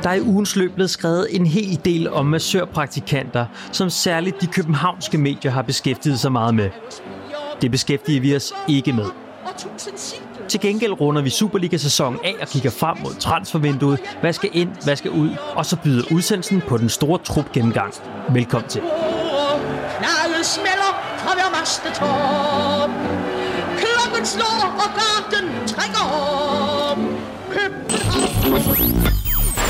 Der er i ugens løb blevet skrevet en hel del om massørpraktikanter, som særligt de københavnske medier har beskæftiget sig meget med. Det beskæftiger vi os ikke med. Til gengæld runder vi Superliga-sæsonen af og kigger frem mod transfervinduet. Hvad skal ind, hvad skal ud? Og så byder udsendelsen på den store trup-gennemgang. Velkommen til. Knaldet smelter fra hver mastetop. Klokken slår, og garden trækker op. København.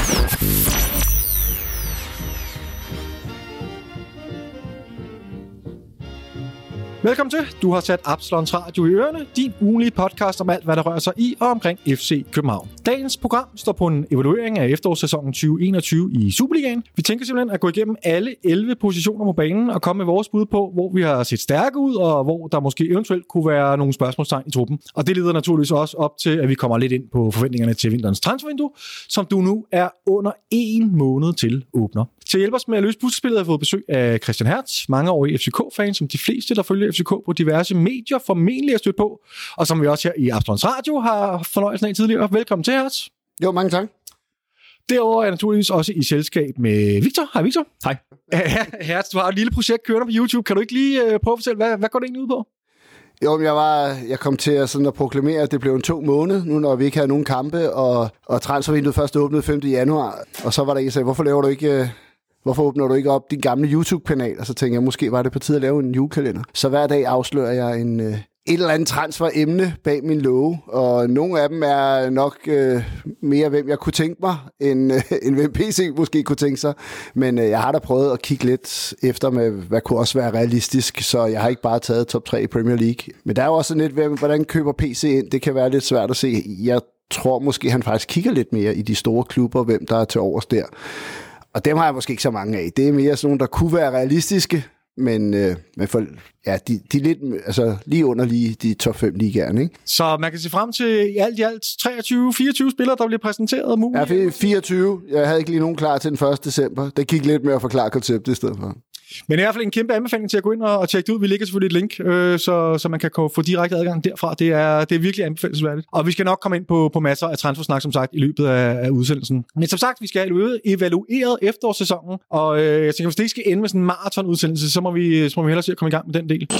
Velkommen til. Du har sat Absalons Radio i ørerne. Din ugenlige podcast om alt, hvad der rører sig i og omkring FC København. Dagens program står på en evaluering af efterårssæsonen 2021 i Superligaen. Vi tænker simpelthen at gå igennem alle 11 positioner på banen og komme med vores bud på, hvor vi har set stærke ud, og hvor der måske eventuelt kunne være nogle spørgsmålstegn i truppen. Og det leder naturligvis også op til, at vi kommer lidt ind på forventningerne til vinterens transfervindue, som du nu er under 1 måned til åbner. Til at hjælpe os med at løse puslespillet har jeg fået besøg af Christian Hertz, mangeårig FCK-fan, som de fleste, der følger FCK på diverse medier, formentlig er stødt på, og som vi også her i Absalons Radio har fornøjelsen af tidligere. Velkommen til, Hertz. Jo, mange tak. Derudover er jeg naturligvis også i selskab med Victor. Hej, Victor. Hej. Hertz, du har et lille projekt kørende på YouTube. Kan du ikke lige prøve at fortælle, hvad går det egentlig ud på? Jo, jeg kom til at proklamere, at det blev en 2 måned, nu når vi ikke havde nogen kampe, og transfervinduet først åbnede 5. januar, og så var der en, der sagde, hvorfor åbner du ikke op din gamle YouTube-kanal? Og så tænkte jeg, måske var det på tide at lave en julekalender. Så hver dag afslører jeg et eller andet transferemne bag min låge, og nogle af dem er nok mere, hvem jeg kunne tænke mig, end hvem PC måske kunne tænke sig. Men jeg har da prøvet at kigge lidt efter med, hvad kunne også være realistisk, så jeg har ikke bare taget top 3 i Premier League. Men der er jo også lidt, hvordan køber PC ind? Det kan være lidt svært at se. Jeg tror måske, han faktisk kigger lidt mere i de store klubber, hvem der er til overs der. Og dem har jeg måske ikke så mange af. Det er mere sådan nogle, der kunne være realistiske, men for, ja, de er lidt, altså lige under de top 5 ligaerne, ikke? Så man kan se frem til i alt 23-24 spillere, der bliver præsenteret muligt. Ja, 24. Jeg havde ikke lige nogen klar til den 1. december. Det gik lidt med at forklare konceptet i stedet for. Men i hvert fald en kæmpe anbefaling til at gå ind og tjekke det ud. Vi lægger selvfølgelig et link, så man kan få direkte adgang derfra. Det er virkelig anbefalelsesværdigt. Og vi skal nok komme ind på masser af transfersnak, som sagt, i løbet af udsendelsen. Men som sagt, vi skal have evalueret efterårssæsonen, og jeg tænker, hvis det ikke skal ende med sådan en maraton-udsendelse, så må vi hellere se at komme i gang med den del.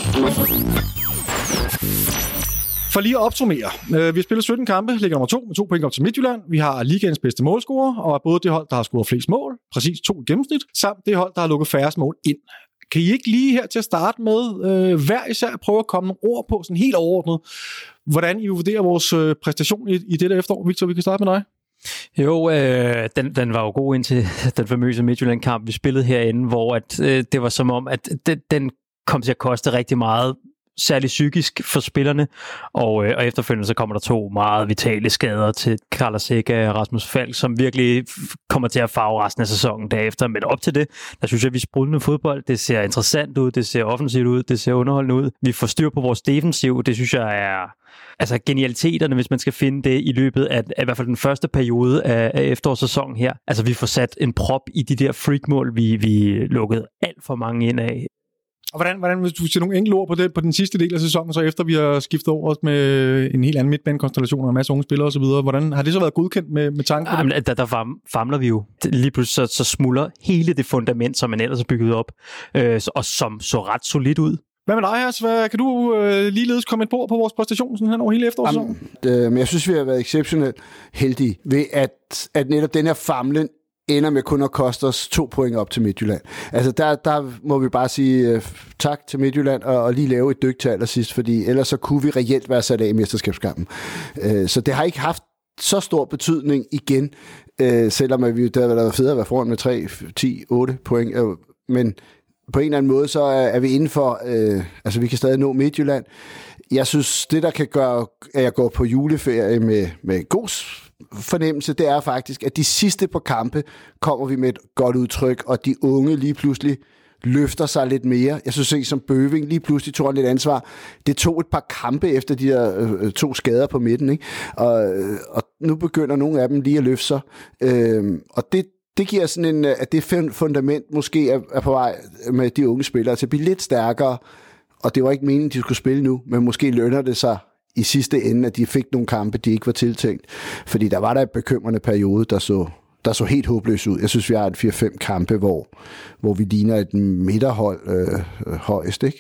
For lige at opsummere. Vi har spillet 17 kampe, ligger nummer 2 med 2 point op til Midtjylland. Vi har ligaens bedste målscorer, og er både det hold, der har scoret flest mål, præcis 2 i gennemsnit, samt det hold, der har lukket færrest mål ind. Kan I ikke lige her til at starte med hver især prøve at komme nogle ord på, sådan helt overordnet, hvordan I vurderer vores præstation i dette efterår? Victor, vi kan starte med dig. Jo, den var jo god indtil den famøse Midtjylland-kamp, vi spillede herinde, hvor det var som om, at den kom til at koste rigtig meget, særligt psykisk for spillerne, og efterfølgende så kommer der 2 meget vitale skader til Carlos Seca og Rasmus Falk, som virkelig kommer til at farve resten af sæsonen derefter. Men op til det, der synes jeg, vi sprudlende fodbold. Det ser interessant ud, det ser offensivt ud, det ser underholdende ud. Vi får styr på vores defensiv, det synes jeg er altså genialiteterne, hvis man skal finde det i løbet af i hvert fald den første periode af efterårssæsonen her. Altså vi får sat en prop i de der freakmål, vi lukkede alt for mange ind af. Og hvordan hvis du siger nogle enkelte ord på den sidste del af sæsonen, så efter vi har skiftet over med en helt anden midtbanekonstellation og en masse unge spillere osv., hvordan har det så været godkendt med tanken på det? Der famler vi jo. Lige pludselig så smuldrer hele det fundament, som man ellers har bygget op, og som så ret solidt ud. Hvad med dig, Hertz? Kan du ligeledes komme et bord på vores præstation sådan her over hele efterårssæsonen? Men jeg synes, vi har været exceptionelt heldige ved, at netop den her famlen ender med kun at koste os 2 point op til Midtjylland. Altså der må vi bare sige tak til Midtjylland og lige lave et dyk til allersidst, fordi ellers så kunne vi reelt være sat af i mesterskabskampen. Så det har ikke haft så stor betydning igen, selvom det havde været fedt at være foran med 3, 10, 8 point. Men på en eller anden måde, så er vi inden for, altså vi kan stadig nå Midtjylland. Jeg synes, det der kan gøre, at jeg går på juleferie med god fornemmelse, det er faktisk, at de sidste par kampe kommer vi med et godt udtryk, og de unge lige pludselig løfter sig lidt mere. Jeg synes ikke, som Bøving lige pludselig tog lidt ansvar. Det tog et par kampe efter de der 2 skader på midten, ikke? Og nu begynder nogle af dem lige at løfte sig. Og det giver sådan at det fundament måske er på vej med de unge spillere til at blive lidt stærkere. Og det var ikke meningen, de skulle spille nu, men måske lønner det sig i sidste ende, at de fik nogle kampe, de ikke var tiltænkt. Fordi der var der en bekymrende periode, der der så helt håbløst ud. Jeg synes, vi har et 4-5 kampe, hvor vi ligner et midterhold højst, ikke?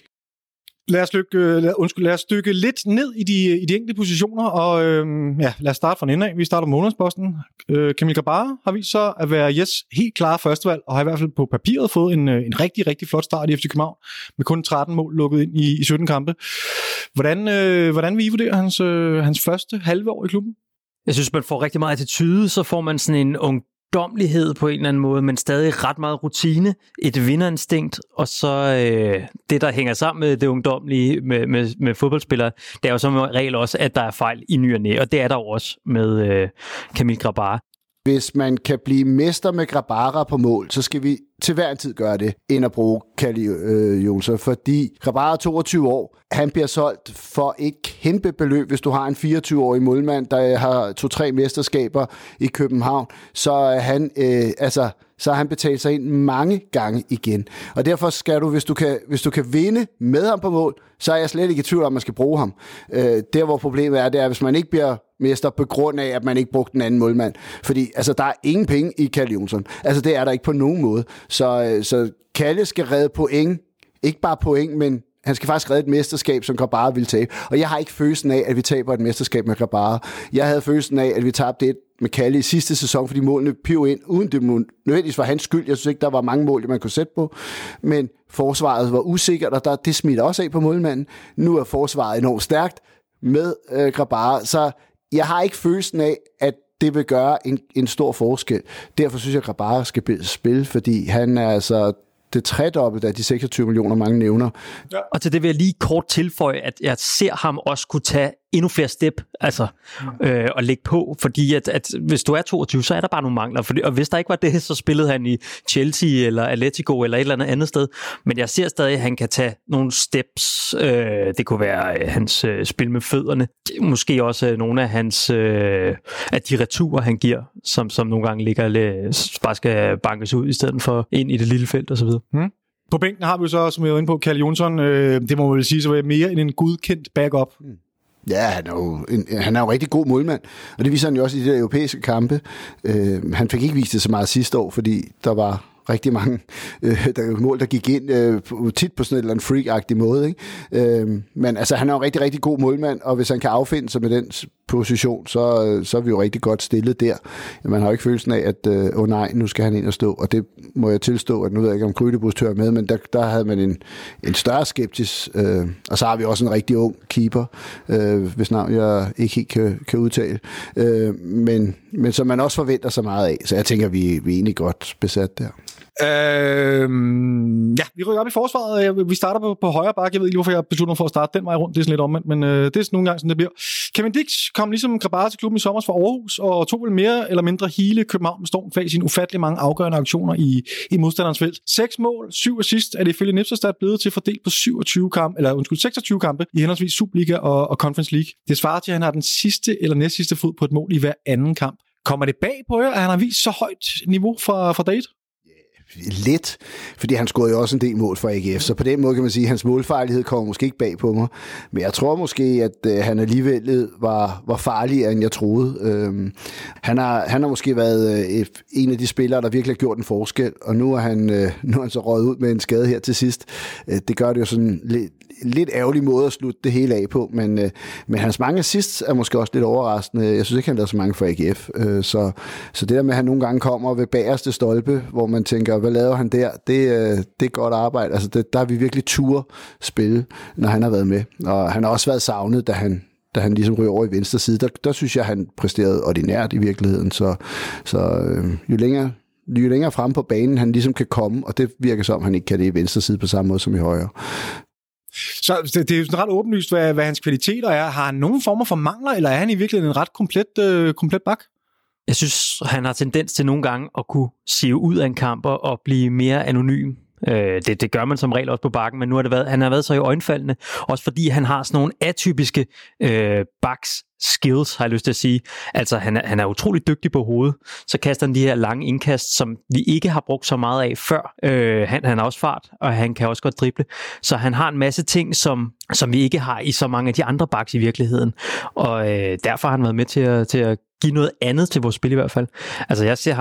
Lad os dykke lidt ned i de enkelte positioner, og lad os starte fra en ende af. Vi starter med månedsposten. Kamil Grabara har vist sig at være helt klare førstevalg, og har i hvert fald på papiret fået en rigtig, rigtig flot start i FC København, med kun 13 mål lukket ind i 17 kampe. Hvordan vil I vurdere hans første halve år i klubben? Jeg synes, man får rigtig meget attitude, så får man sådan en ungdommelighed på en eller anden måde, men stadig ret meget rutine, et vinderinstinkt, og så det, der hænger sammen med det ungdommelige med fodboldspillere, det er jo som regel også, at der er fejl i ny og næ, og det er der jo også med Kamil Grabara. Hvis man kan blive mester med Grabara på mål, så skal vi til hver en tid gøre det, end at bruge Kalli Jonsson, fordi Grabara er 22 år. Han bliver solgt for et kæmpe beløb, hvis du har en 24-årig målmand, der har 2-3 mesterskaber i København, så er han så har han betalt sig ind mange gange igen. Og derfor skal du, hvis du kan vinde med ham på mål, så er jeg slet ikke i tvivl om, at man skal bruge ham. Der hvor problemet er, det er, hvis man ikke bliver mester på grund af, at man ikke brugte den anden målmand. Fordi der er ingen penge i Kalli Jonsson. Det er der ikke på nogen måde. Så Kalle skal redde point. Ikke bare point, men han skal faktisk redde et mesterskab, som Grabara ville tabe. Og jeg har ikke følelsen af, at vi taber et mesterskab med Grabara. Jeg havde følelsen af, at vi tabte et med Kalle i sidste sæson, fordi målene piv ind, uden det nødvendigvis var hans skyld. Jeg synes ikke, der var mange mål, man kunne sætte på. Men forsvaret var usikkert, og det smitter også af på målmanden. Nu er forsvaret enormt stærkt med Grabara, så jeg har ikke følelsen af, at det vil gøre en stor forskel. Derfor synes jeg, at Grabara skal spille, fordi han er det tredobbelte af de 26 millioner, mange nævner. Ja. Og til det vil jeg lige kort tilføje, at jeg ser ham også kunne tage endnu flere step, og lægge på, fordi at hvis du er 22, så er der bare nogle mangler, og hvis der ikke var det, så spillede han i Chelsea eller Atletico eller et eller andet sted, men jeg ser stadig, at han kan tage nogle steps, det kunne være hans spil med fødderne, måske også nogle af hans af de returer, han giver, som nogle gange bare skal bankes ud, i stedet for ind i det lille felt og så videre. På bænken har vi jo så, som jeg var inde på, Kalli Jonsson, det må man vel sige, så er mere end en godkendt backup. Ja, han er jo rigtig god målmand, og det viser han jo også i de der europæiske kampe. Han fik ikke vist det så meget sidste år, fordi der var rigtig mange mål, der gik ind tit på sådan en eller anden freak-agtig måde. Ikke? Men han er jo en rigtig, rigtig god målmand, og hvis han kan affinde sig med den position, så er vi jo rigtig godt stillet der. Man har jo ikke følelsen af, at nej, nu skal han ind og stå, og det må jeg tilstå, at nu ved jeg ikke, om Grydebus tør med, men der havde man en større skeptis, og så har vi også en rigtig ung keeper, hvis navn jeg ikke helt kan udtale, men som man også forventer så meget af, så jeg tænker, vi er egentlig godt besat der. Vi rykker op i forsvaret. Vi starter på højre bakke. Jeg ved ikke, hvorfor jeg beslutter mig for at starte den vej rundt. Det er sådan lidt omvendt, men det er sådan nogle gange, sådan det bliver. Kevin Dix kom ligesom Grabara til klubben i sommer fra Aarhus, og tog vel mere eller mindre hele København med storm bag sine ufattelig mange afgørende aktioner i modstanderens felt. 6 mål, 7 assist er det ifølge Nipserstad blevet til fordelt på 26 kampe i henholdsvis Superliga og Conference League. Det svarer til, at han har den sidste eller næstsidste fod på et mål i hver anden kamp. Kommer det bag på jer, at han har vist så højt niveau fra dag 1? Lidt, fordi han scorede jo også en del mål for AGF, så på den måde kan man sige, at hans målfarlighed kommer måske ikke bag på mig, men jeg tror måske, at han alligevel var farligere, end jeg troede. Han har måske været en af de spillere, der virkelig har gjort en forskel, og nu er han så røget ud med en skade her til sidst. Det gør det jo sådan lidt ærgerlig måde at slutte det hele af på, men hans mange assists er måske også lidt overraskende. Jeg synes ikke, han lavede så mange for AGF, så det der med, at han nogle gange kommer ved bagerste stolpe, hvor man tænker, hvad laver han der? Det er godt arbejde. Der har vi virkelig spille, når han har været med. Og han har også været savnet, da han ligesom ryger over i venstre side. Der synes jeg, han præsterede ordinært i virkeligheden. Så jo længere frem på banen han ligesom kan komme, og det virker som, han ikke kan det i venstre side på samme måde som i højre. Så det er jo sådan ret åbenlyst, hvad hans kvaliteter er. Har han nogen former for mangler, eller er han i virkeligheden en ret komplet bak? Jeg synes, han har tendens til nogle gange at kunne sive ud af en kamp og blive mere anonym. Det gør man som regel også på bakken, men nu har han har været så i øjenfaldene, også fordi han har sådan nogle atypiske backs skills, har jeg lyst til at sige. Altså, han er utrolig dygtig på hovedet. Så kaster han de her lange indkast, som vi ikke har brugt så meget af før. Han har også fart, og han kan også godt drible. Så han har en masse ting, som vi ikke har i så mange af de andre backs i virkeligheden. Og derfor har han været med til at give noget andet til vores spil i hvert fald. Altså, jeg ser ham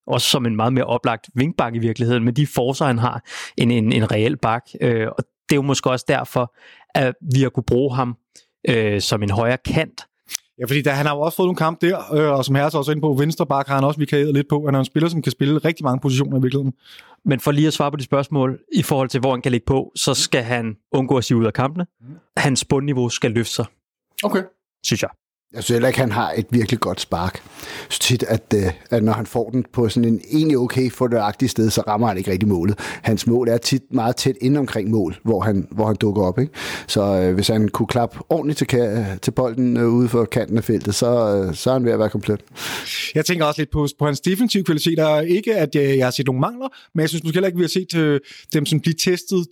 også som en meget mere oplagt vingbak i virkeligheden, med de forser, han har, en reel bak. Og det er jo måske også derfor, at vi har kunne bruge ham som en højre kant. Ja, fordi han har jo også fået nogle kampe der, og som Hertz også er inde på, venstre bak har han også vikarieret lidt på. Han er en spiller, som kan spille rigtig mange positioner i virkeligheden. Men for lige at svare på de spørgsmål, i forhold til, hvor han kan ligge på, så skal han undgå at sige ud af kampene. Hans bundniveau skal løfte sig. Okay. Synes jeg. Jeg synes heller ikke, han har et virkelig godt spark. Så tit, at når han får den på sådan en egentlig okay fordelagtig sted, så rammer han ikke rigtig målet. Hans mål er tit meget tæt inde omkring mål, hvor han dukker op. Ikke? Så hvis han kunne klappe ordentligt til bolden ude for kanten af feltet, så er han ved at være komplet. Jeg tænker også lidt på hans defensive kvaliteter. Ikke, at jeg har set nogle mangler, men jeg synes måske heller ikke, vi har set dem som blive testet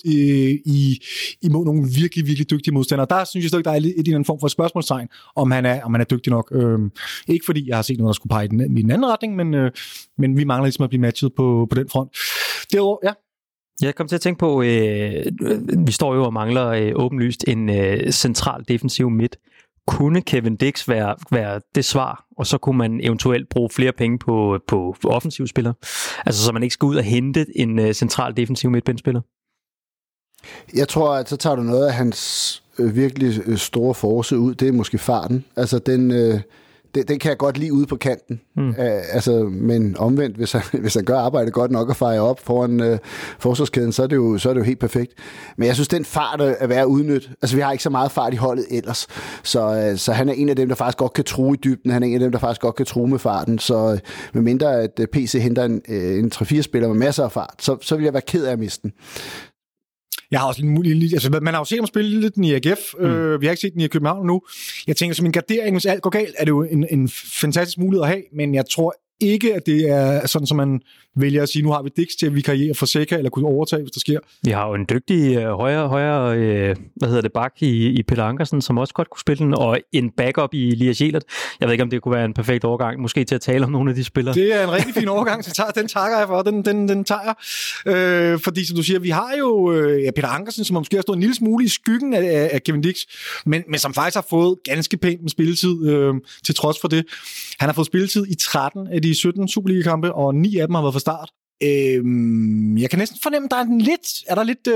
imod nogle virkelig, virkelig dygtige modstandere. Der synes jeg stadig, der er lidt en form for spørgsmålstegn, om han er dygtig nok. Ikke fordi jeg har set noget, der skulle pege i den anden retning, men vi mangler ligesom at blive matchet på den front. Derudover, ja. Jeg kom til at tænke på, vi står jo og mangler åbenlyst en central defensiv midt. Kunne Kevin Dix være det svar, og så kunne man eventuelt bruge flere penge på offensivspillere? Altså, så man ikke skal ud og hente en central defensiv midtbanespiller? Jeg tror, at så tager du noget af hans virkelig store force ud. Det er måske farten. Altså, den kan jeg godt lide ude på kanten. Men omvendt, hvis han gør arbejdet godt nok og fejrer op foran forsvarskæden, så er det jo helt perfekt. Men jeg synes, den fart er værd at udnytte. Altså, vi har ikke så meget fart i holdet ellers. Så han er en af dem, der faktisk godt kan true i dybden. Han er en af dem, der faktisk godt kan true med farten. Så medmindre at PC henter en 3-4 spiller med masser af fart, så vil jeg være ked af at miste den. Jeg har også altså, man har jo set ham spille lidt den i AGF. Vi har ikke set den i København nu. Jeg tænker, som en gardering, hvis alt går galt, er det jo en fantastisk mulighed at have, men jeg tror ikke, at det er sådan, som man vælger at sige, nu har vi Dix til at vikariere for Seca, eller kunne overtage, hvis der sker. Vi har jo en dygtig højre bak i Peter Ankersen, som også godt kunne spille den, og en backup i Elias Jelert. Jeg ved ikke, om det kunne være en perfekt overgang, måske til at tale om nogle af de spillere. Det er en rigtig fin overgang, så den takker jeg for, den tager jeg. Fordi, som du siger, vi har jo Peter Ankersen, som måske har stået en lille smule i skyggen af Kevin Dix, men som faktisk har fået ganske pænt med spilletid, til trods for det. Han har fået spilletid i 13 af de 17 Superliga-kampe, og 9 af dem har været fra start. Jeg kan næsten fornemme, at der er lidt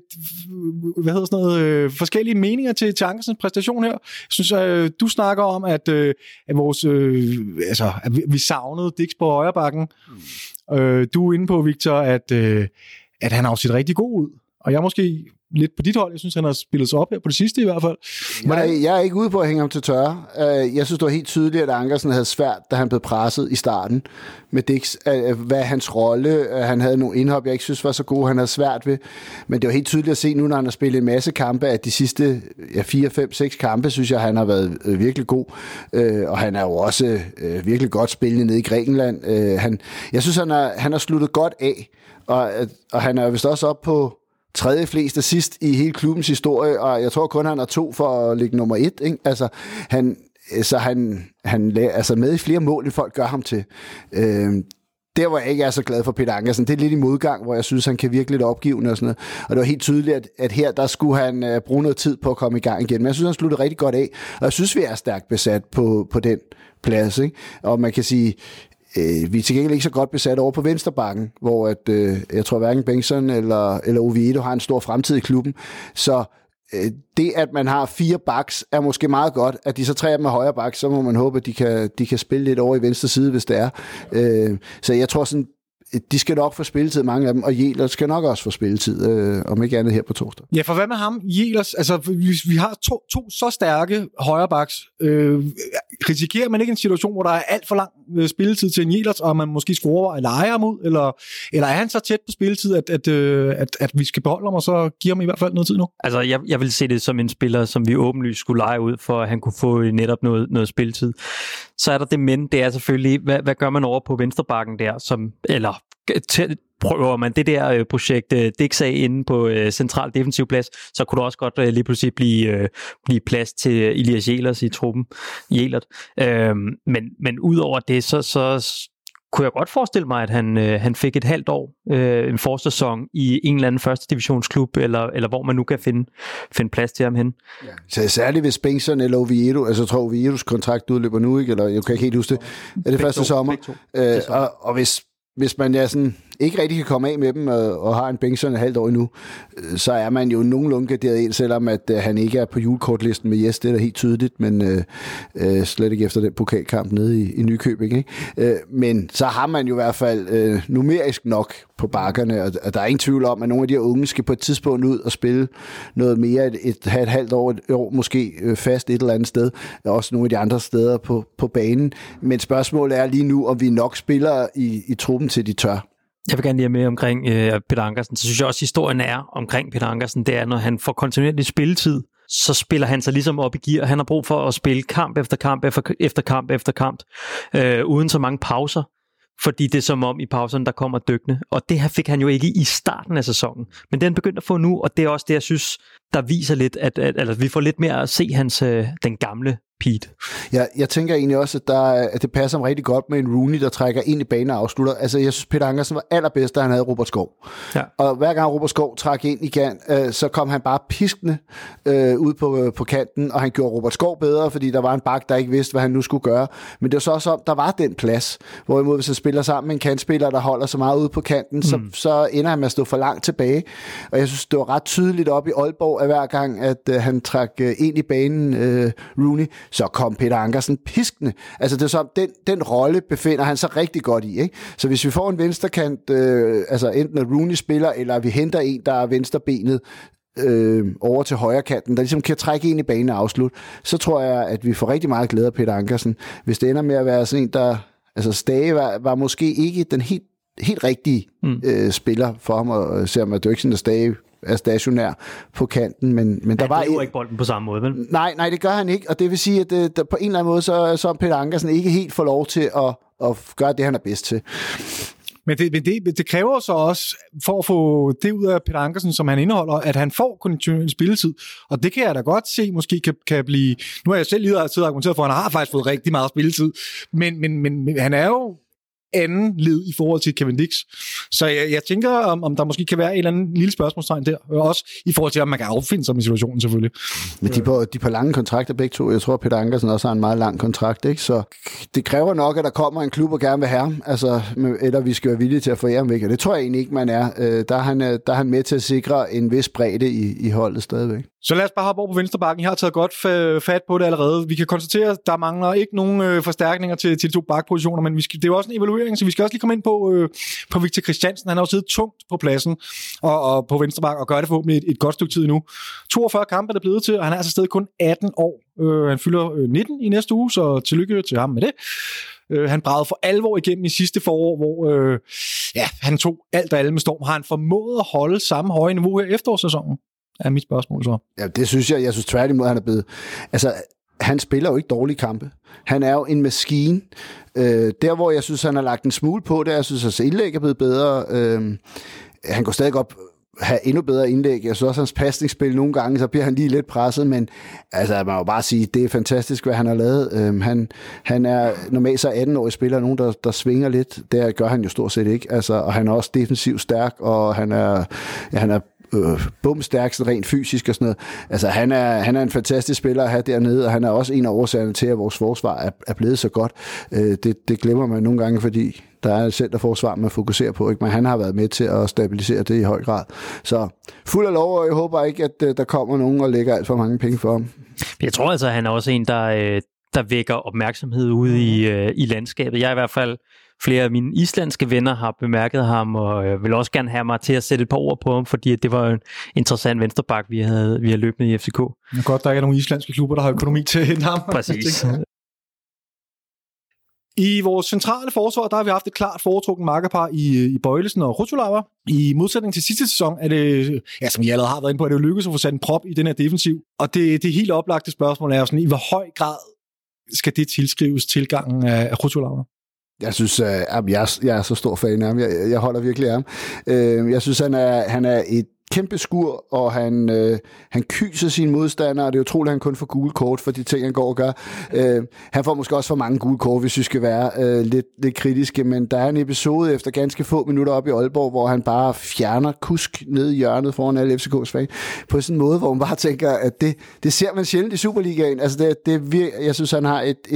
forskellige meninger til Ankersens præstation her. Jeg synes, du snakker om, at vores, at vi savnede Dix på højrebakken. Du er inde på, Victor, at han har set rigtig god ud. Og jeg måske lidt på dit hold. Jeg synes, han har spillet sig op her på det sidste i hvert fald. Jeg er ikke ude på at hænge ham til tørre. Jeg synes, det var helt tydeligt, at Ankersen havde svært, da han blev presset i starten med Dix. Hvad hans rolle, han havde nogle indhop, jeg ikke synes var så gode, han havde svært ved. Men det var helt tydeligt at se nu, når han har spillet en masse kampe, at de sidste 4, 5, 6 kampe, synes jeg, han har været virkelig god. Og han er jo også virkelig godt spillende nede i Grækenland. Jeg synes, han har sluttet godt af. Og han er vist også op på tredje flest assist i hele klubbens historie, og jeg tror kun, han har 2 for at ligge nummer 1. Ikke? Altså, han er med i flere mål, end folk gør ham til. Der, hvor jeg ikke er så glad for Peter Ankersen, det er lidt i modgang, hvor jeg synes, han kan virke lidt opgivende og sådan noget. Og det var helt tydeligt, at her, der skulle han bruge noget tid på at komme i gang igen. Men jeg synes, han sluttede rigtig godt af, og jeg synes, vi er stærkt besat på den plads. Ikke? Og man kan sige, vi er til gengæld ikke så godt besat over på venstrebakken, hvor jeg tror hverken Bengtsson eller Oviedo har en stor fremtid i klubben. Så det, at man har 4 backs, er måske meget godt. At de så 3 af dem er højre backs, så må man håbe, at de kan spille lidt over i venstre side, hvis det er. Så jeg tror sådan, de skal nok få spilletid, mange af dem, og Jelers skal nok også få spilletid, om ikke andet her på torsdag. Ja, for hvad med ham, Jelers? Altså, vi har to så stærke højrebacks. Risikerer man ikke en situation, hvor der er alt for lang spilletid til en Jelers, og man måske skulle overveje at lege ham ud, eller er han så tæt på spilletid, at vi skal beholde ham, og så give ham i hvert fald noget tid nu? Altså, jeg vil se det som en spiller, som vi åbenlyst skulle lege ud, for at han kunne få netop noget spilletid. Så er der det, men det er selvfølgelig, hvad gør man over på venstrebakken der, prøver man det der projekt Dix af inde på central defensiv plads, så kunne der også godt lige pludselig blive plads til Elias Jelers i truppen. Jelert. Men ud over det, så kunne jeg godt forestille mig, at han fik et halvt år, en forsæson i en eller anden første divisionsklub, eller hvor man nu kan finde plads til ham hen. Ja. Så særligt hvis Bengtsson eller Oviedo, altså jeg tror Oviedos kontrakt udløber nu, ikke? Eller jeg kan ikke helt huske det. Er det første sommer? Og hvis hvis man sådan ikke rigtig kan komme af med dem og har en bænk sådan et halvt år endnu, så er man jo nogenlunde garderet ind, selvom at han ikke er på julekortlisten med Jes, det er da helt tydeligt, men slet ikke efter den pokalkamp nede i Nykøbing. Ikke? Men så har man jo i hvert fald numerisk nok på bakkerne, og der er ingen tvivl om, at nogle af de her unge skal på et tidspunkt ud og spille noget mere, et halvt år måske fast et eller andet sted, også nogle af de andre steder på banen. Men spørgsmålet er lige nu, om vi nok spiller i truppen til de tør. Jeg vil gerne lige have med omkring Peter Ankersen. Så synes jeg også, historien er omkring Peter Ankersen, det er, når han får kontinuerlig spilletid, så spiller han sig ligesom op i gear. Han har brug for at spille kamp efter kamp efter kamp efter kamp, uden så mange pauser. Fordi det er som om i pauserne, der kommer dykkende. Og det her fik han jo ikke i starten af sæsonen. Men den begyndte at få nu, og det er også det, jeg synes, der viser lidt, at vi får lidt mere at se hans, den gamle Pete. Ja, jeg tænker egentlig også, at det passer rigtig godt med en Rooney, der trækker ind i banen og afslutter. Altså, jeg synes, Peter Ankersen var allerbedst, da han havde Robert Skov. Ja. Og hver gang Robert Skov trak ind igen, så kom han bare piskende ud på kanten, og han gjorde Robert Skov bedre, fordi der var en bak, der ikke vidste, hvad han nu skulle gøre. Men det var så også om, der var den plads. Hvorimod, hvis han spiller sammen med en kantspiller, der holder så meget ude på kanten, så ender han med at stå for langt tilbage. Og jeg synes, det var ret tydeligt op i Aalborg, at hver gang, at han trak ind i banen Rooney, så kom Peter Ankersen piskende. Altså det er så, den rolle befinder han sig rigtig godt i. Ikke? Så hvis vi får en venstrekant, altså enten at Rooney spiller, eller vi henter en, der er venstrebenet over til højre kanten, der ligesom kan trække ind i banen og afslutte, så tror jeg, at vi får rigtig meget glæde af Peter Ankersen. Hvis det ender med at være sådan en, der... Altså Stage var måske ikke den helt rigtige spiller for ham, og ser man, at det er jo ikke sådan, at Stage er stationær på kanten, men der var ikke bolden på samme måde, vel? Nej, det gør han ikke, og det vil sige, at der på en eller anden måde, så Peter Ankersen ikke helt får lov til at gøre det, han er bedst til. Men det kræver så også, for at få det ud af Peter Ankersen, som han indeholder, at han får kontinuerlig spilletid. Og det kan jeg da godt se, måske kan blive... Nu har jeg selv lige argumenteret for, at han har faktisk fået rigtig meget spilletid. Men han er jo anden led i forhold til Kevin Dix. Så jeg tænker, om der måske kan være et eller andet lille spørgsmålstegn der. Også i forhold til, om man kan affinde sig med situationen selvfølgelig. Men de er på lange kontrakter begge to. Jeg tror, Peter Ankersen også har en meget lang kontrakt, ikke? Så det kræver nok, at der kommer en klub og gerne vil have ham. Altså, eller vi skal være villige til at få ham væk. Og det tror jeg egentlig ikke, man er. Der er han med til at sikre en vis bredde i holdet stadigvæk. Så lad os bare hoppe over på venstrebakken. Jeg har taget godt fat på det allerede. Vi kan konstatere, at der mangler ikke nogen forstærkninger til de to bakpositioner, men det er jo også en evaluering, så vi skal også lige komme ind på Victor Christiansen. Han har jo siddet tungt på pladsen og på venstrebakken og gør det forhåbentlig et godt stykke tid nu. 42 kampe er det blevet til, og han er altså stadig kun 18 år. Han fylder 19 i næste uge, så tillykke til ham med det. Han bragede for alvor igennem i sidste forår, hvor han tog alt og alle med storm. Har han formået at holde samme høje niveau her efterårssæsonen? Er mit spørgsmål så. Ja, det synes jeg. Jeg synes tværtimod, han er blevet... Altså, han spiller jo ikke dårlige kampe. Han er jo en maskine. Der, hvor jeg synes, han har lagt en smule på, der jeg synes, at hans indlæg er blevet bedre. Han går stadig op have endnu bedre indlæg. Jeg synes også, hans pasningsspil nogle gange, så bliver han lige lidt presset, men altså, man må jo bare sige, det er fantastisk, hvad han har lavet. Han er normalt så 18-årig spiller, nogen, der svinger lidt. Det gør han jo stort set ikke. Altså, og han er også defensivt stærk, og han er bumstærk, rent fysisk og sådan noget. Altså, han er en fantastisk spiller at have dernede, og han er også en af årsagerne til, at vores forsvar er blevet så godt. Det glemmer man nogle gange, fordi der er et centerforsvar, man fokuserer på, ikke? Men han har været med til at stabilisere det i høj grad. Så fuld af lov, og jeg håber ikke, at der kommer nogen og lægger alt for mange penge for ham. Jeg tror altså, at han er også en, der vækker opmærksomhed ude i landskabet. Jeg er i hvert fald flere af mine islandske venner har bemærket ham, og vil også gerne have mig til at sætte et par ord på ham, fordi det var en interessant venstreback, vi har løbet i FCK. Det er godt, der ikke er nogen islandske klubber, der har økonomi til at hente ham. Præcis. I vores centrale forsvar, der har vi haft et klart foretrukken makkerpar i Bøjlesen og Rutsjolava. I modsætning til sidste sæson er det, som jeg allerede har været inde på, at det jo lykkedes at få sat en prop i den her defensiv. Og det helt oplagte spørgsmål er jo sådan, i hvor høj grad skal det tilskrives tilgangen af Rutsjolava? Jeg synes, jeg er så stor fan af ham. Jeg holder virkelig af ham. Jeg synes, han er et kæmpe skur, og han kyser sine modstandere, og det er utroligt, at han kun får gule kort for de ting, han går og gør. Han får måske også for mange gule kort, hvis vi skal være lidt kritiske, men der er en episode efter ganske få minutter op i Aalborg, hvor han bare fjerner Kusk ned i hjørnet foran alle FCK's fan, på sådan en måde, hvor man bare tænker, at det ser man sjældent i Superligaen. Altså jeg synes, han har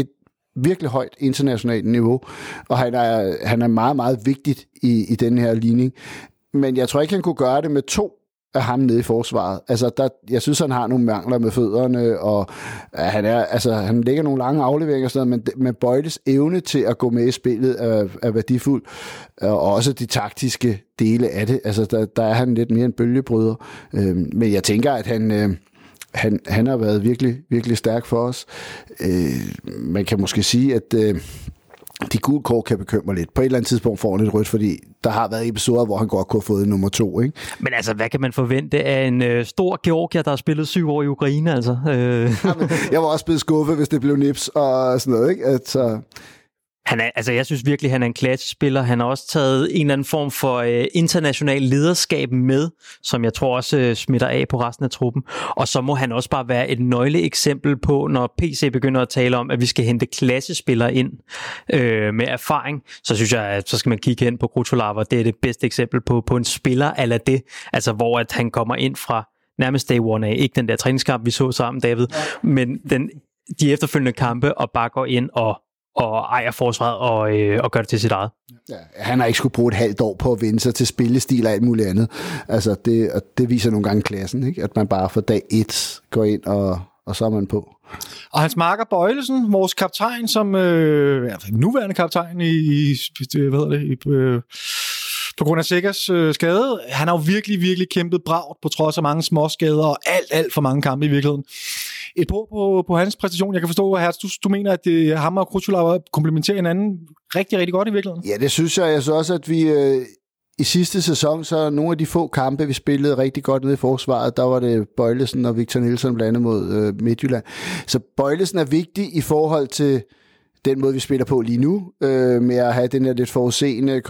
virkelig højt internationalt niveau, og han er meget, meget vigtigt i den her ligning. Men jeg tror ikke, han kunne gøre det med 2 af ham nede i forsvaret. Altså, jeg synes, han har nogle mangler med fødderne, og han lægger nogle lange afleveringer og sådan noget, men Bøjles evne til at gå med i spillet er værdifuld, og også de taktiske dele af det. Altså, der er han lidt mere en bølgebryder. Men jeg tænker, at han har været virkelig, virkelig stærk for os. Man kan måske sige, at de gule kort kan bekymre lidt. På et eller andet tidspunkt får han et rødt, fordi der har været episoder, hvor han godt kunne have fået nummer 2. Ikke? Men altså, hvad kan man forvente af en stor Georgier, der har spillet 7 år i Ukraine? Altså? Jamen, jeg var også blevet skuffet, hvis det blev nips og sådan noget. Ikke? Altså... Jeg synes virkelig, han er en klassespiller. Han har også taget en eller anden form for international lederskab med, som jeg tror også smitter af på resten af truppen. Og så må han også bare være et nøgleeksempel på, når PC begynder at tale om, at vi skal hente klassespillere ind med erfaring, så synes jeg, at så skal man kigge hen på Krutulava. Det er det bedste eksempel på en spiller ala det, altså hvor at han kommer ind fra nærmest day one af. Ikke den der træningskamp, vi så sammen, David, men de efterfølgende kampe, og bare går ind og ejer forsvaret og gør det til sit eget. Ja, han har ikke skulle bruge et halvt år på at vende sig til spillestil og alt muligt andet. Altså det viser nogle gange klassen, ikke? At man bare fra dag 1 går ind, og så er man på. Og hans marker Bøjlesen, vores kaptajn, som nuværende kaptajn på grund af Segas skade, han har jo virkelig, virkelig kæmpet bragt på trods af mange småskader og alt for mange kampe i virkeligheden. Et på hans præstation. Jeg kan forstå, at du mener, at ham og Krutulava komplementerer hinanden rigtig, rigtig godt i virkeligheden. Ja, det synes jeg. Jeg synes også, at vi i sidste sæson, så nogle af de få kampe, vi spillede rigtig godt nede i forsvaret, der var det Bøjlesen og Victor Nielsen blandet mod Midtjylland. Så Bøjlesen er vigtig i forhold til den måde, vi spiller på lige nu, med at have den her lidt forudseende,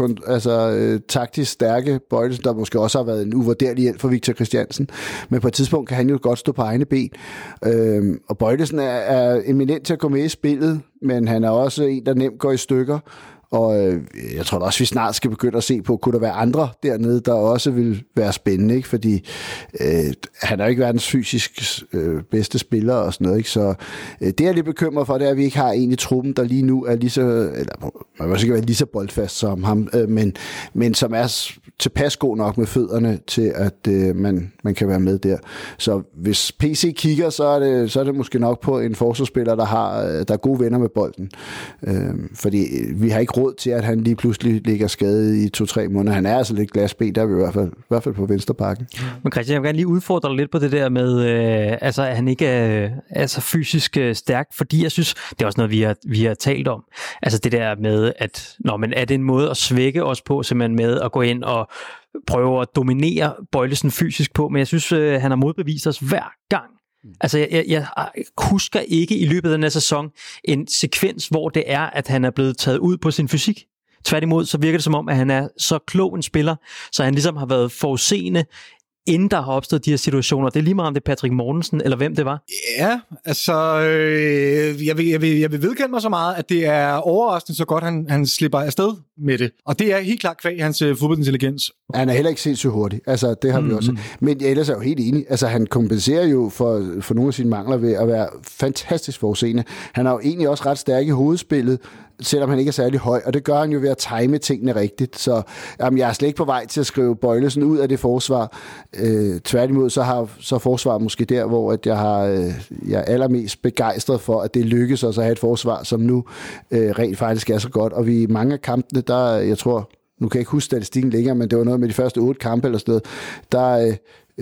taktisk stærke Bøjlesen, der måske også har været en uvurderlig hjælp for Victor Christiansen. Men på et tidspunkt kan han jo godt stå på egne ben. Og Bøjlesen er eminent til at gå med i spillet, men han er også en, der nemt går i stykker. Og jeg tror da også, vi snart skal begynde at se på, kunne der være andre dernede, der også vil være spændende, ikke? Fordi han er jo ikke verdens fysisk bedste spiller og sådan noget, ikke? Så det er lidt bekymret for, det er, at vi ikke har en i truppen, der lige nu er lige så, eller man vil også ikke være lige så boldfast som ham, men som er tilpas god nok med fødderne til, at man kan være med der. Så hvis PC kigger, så er det måske nok på en forsvarsspiller, der er gode venner med bolden. Fordi vi har ikke råd til, at han lige pludselig ligger skadet i 2-3 måneder. Han er altså lidt glasben, der er vi i hvert fald på venstrebakken. Men Christian, jeg vil gerne lige udfordre dig lidt på det der med, at han ikke er så fysisk stærk, fordi jeg synes, det er også noget, vi har talt om. Altså det der med, at men er det en måde at svække os på, simpelthen med at gå ind og prøve at dominere Bøjlesen fysisk på, men jeg synes, han har modbevist os hver gang. Altså, jeg husker ikke i løbet af den her sæson en sekvens, hvor det er, at han er blevet taget ud på sin fysik. Tværtimod, så virker det som om, at han er så klog en spiller, så han ligesom har været forudseende, inden der har opstået de her situationer. Det er lige meget, om det er Patrick Mortensen, eller hvem det var. Ja, altså, jeg vil vedkende mig så meget, at det er overraskende så godt, han slipper afsted med det. Og det er helt klart kvæg hans fodboldintelligens. Han er heller ikke sindssygt hurtig. Altså, det har vi også. Men jeg ellers er jo helt enig. Altså, han kompenserer jo for nogle af sine mangler ved at være fantastisk forudseende. Han er jo egentlig også ret stærk i hovedspillet, selvom han ikke er særlig høj, og det gør han jo ved at time tingene rigtigt. Så jeg er slet ikke på vej til at skrive Bøjlesen ud af det forsvar. Tværtimod, så forsvaret måske der, hvor at jeg er allermest begejstret for, at det lykkes os at have et forsvar, som nu rent faktisk er så godt. Og vi i mange af kampene, der, jeg tror, nu kan jeg ikke huske statistikken længere, men det var noget med de første 8 kampe eller sådan noget,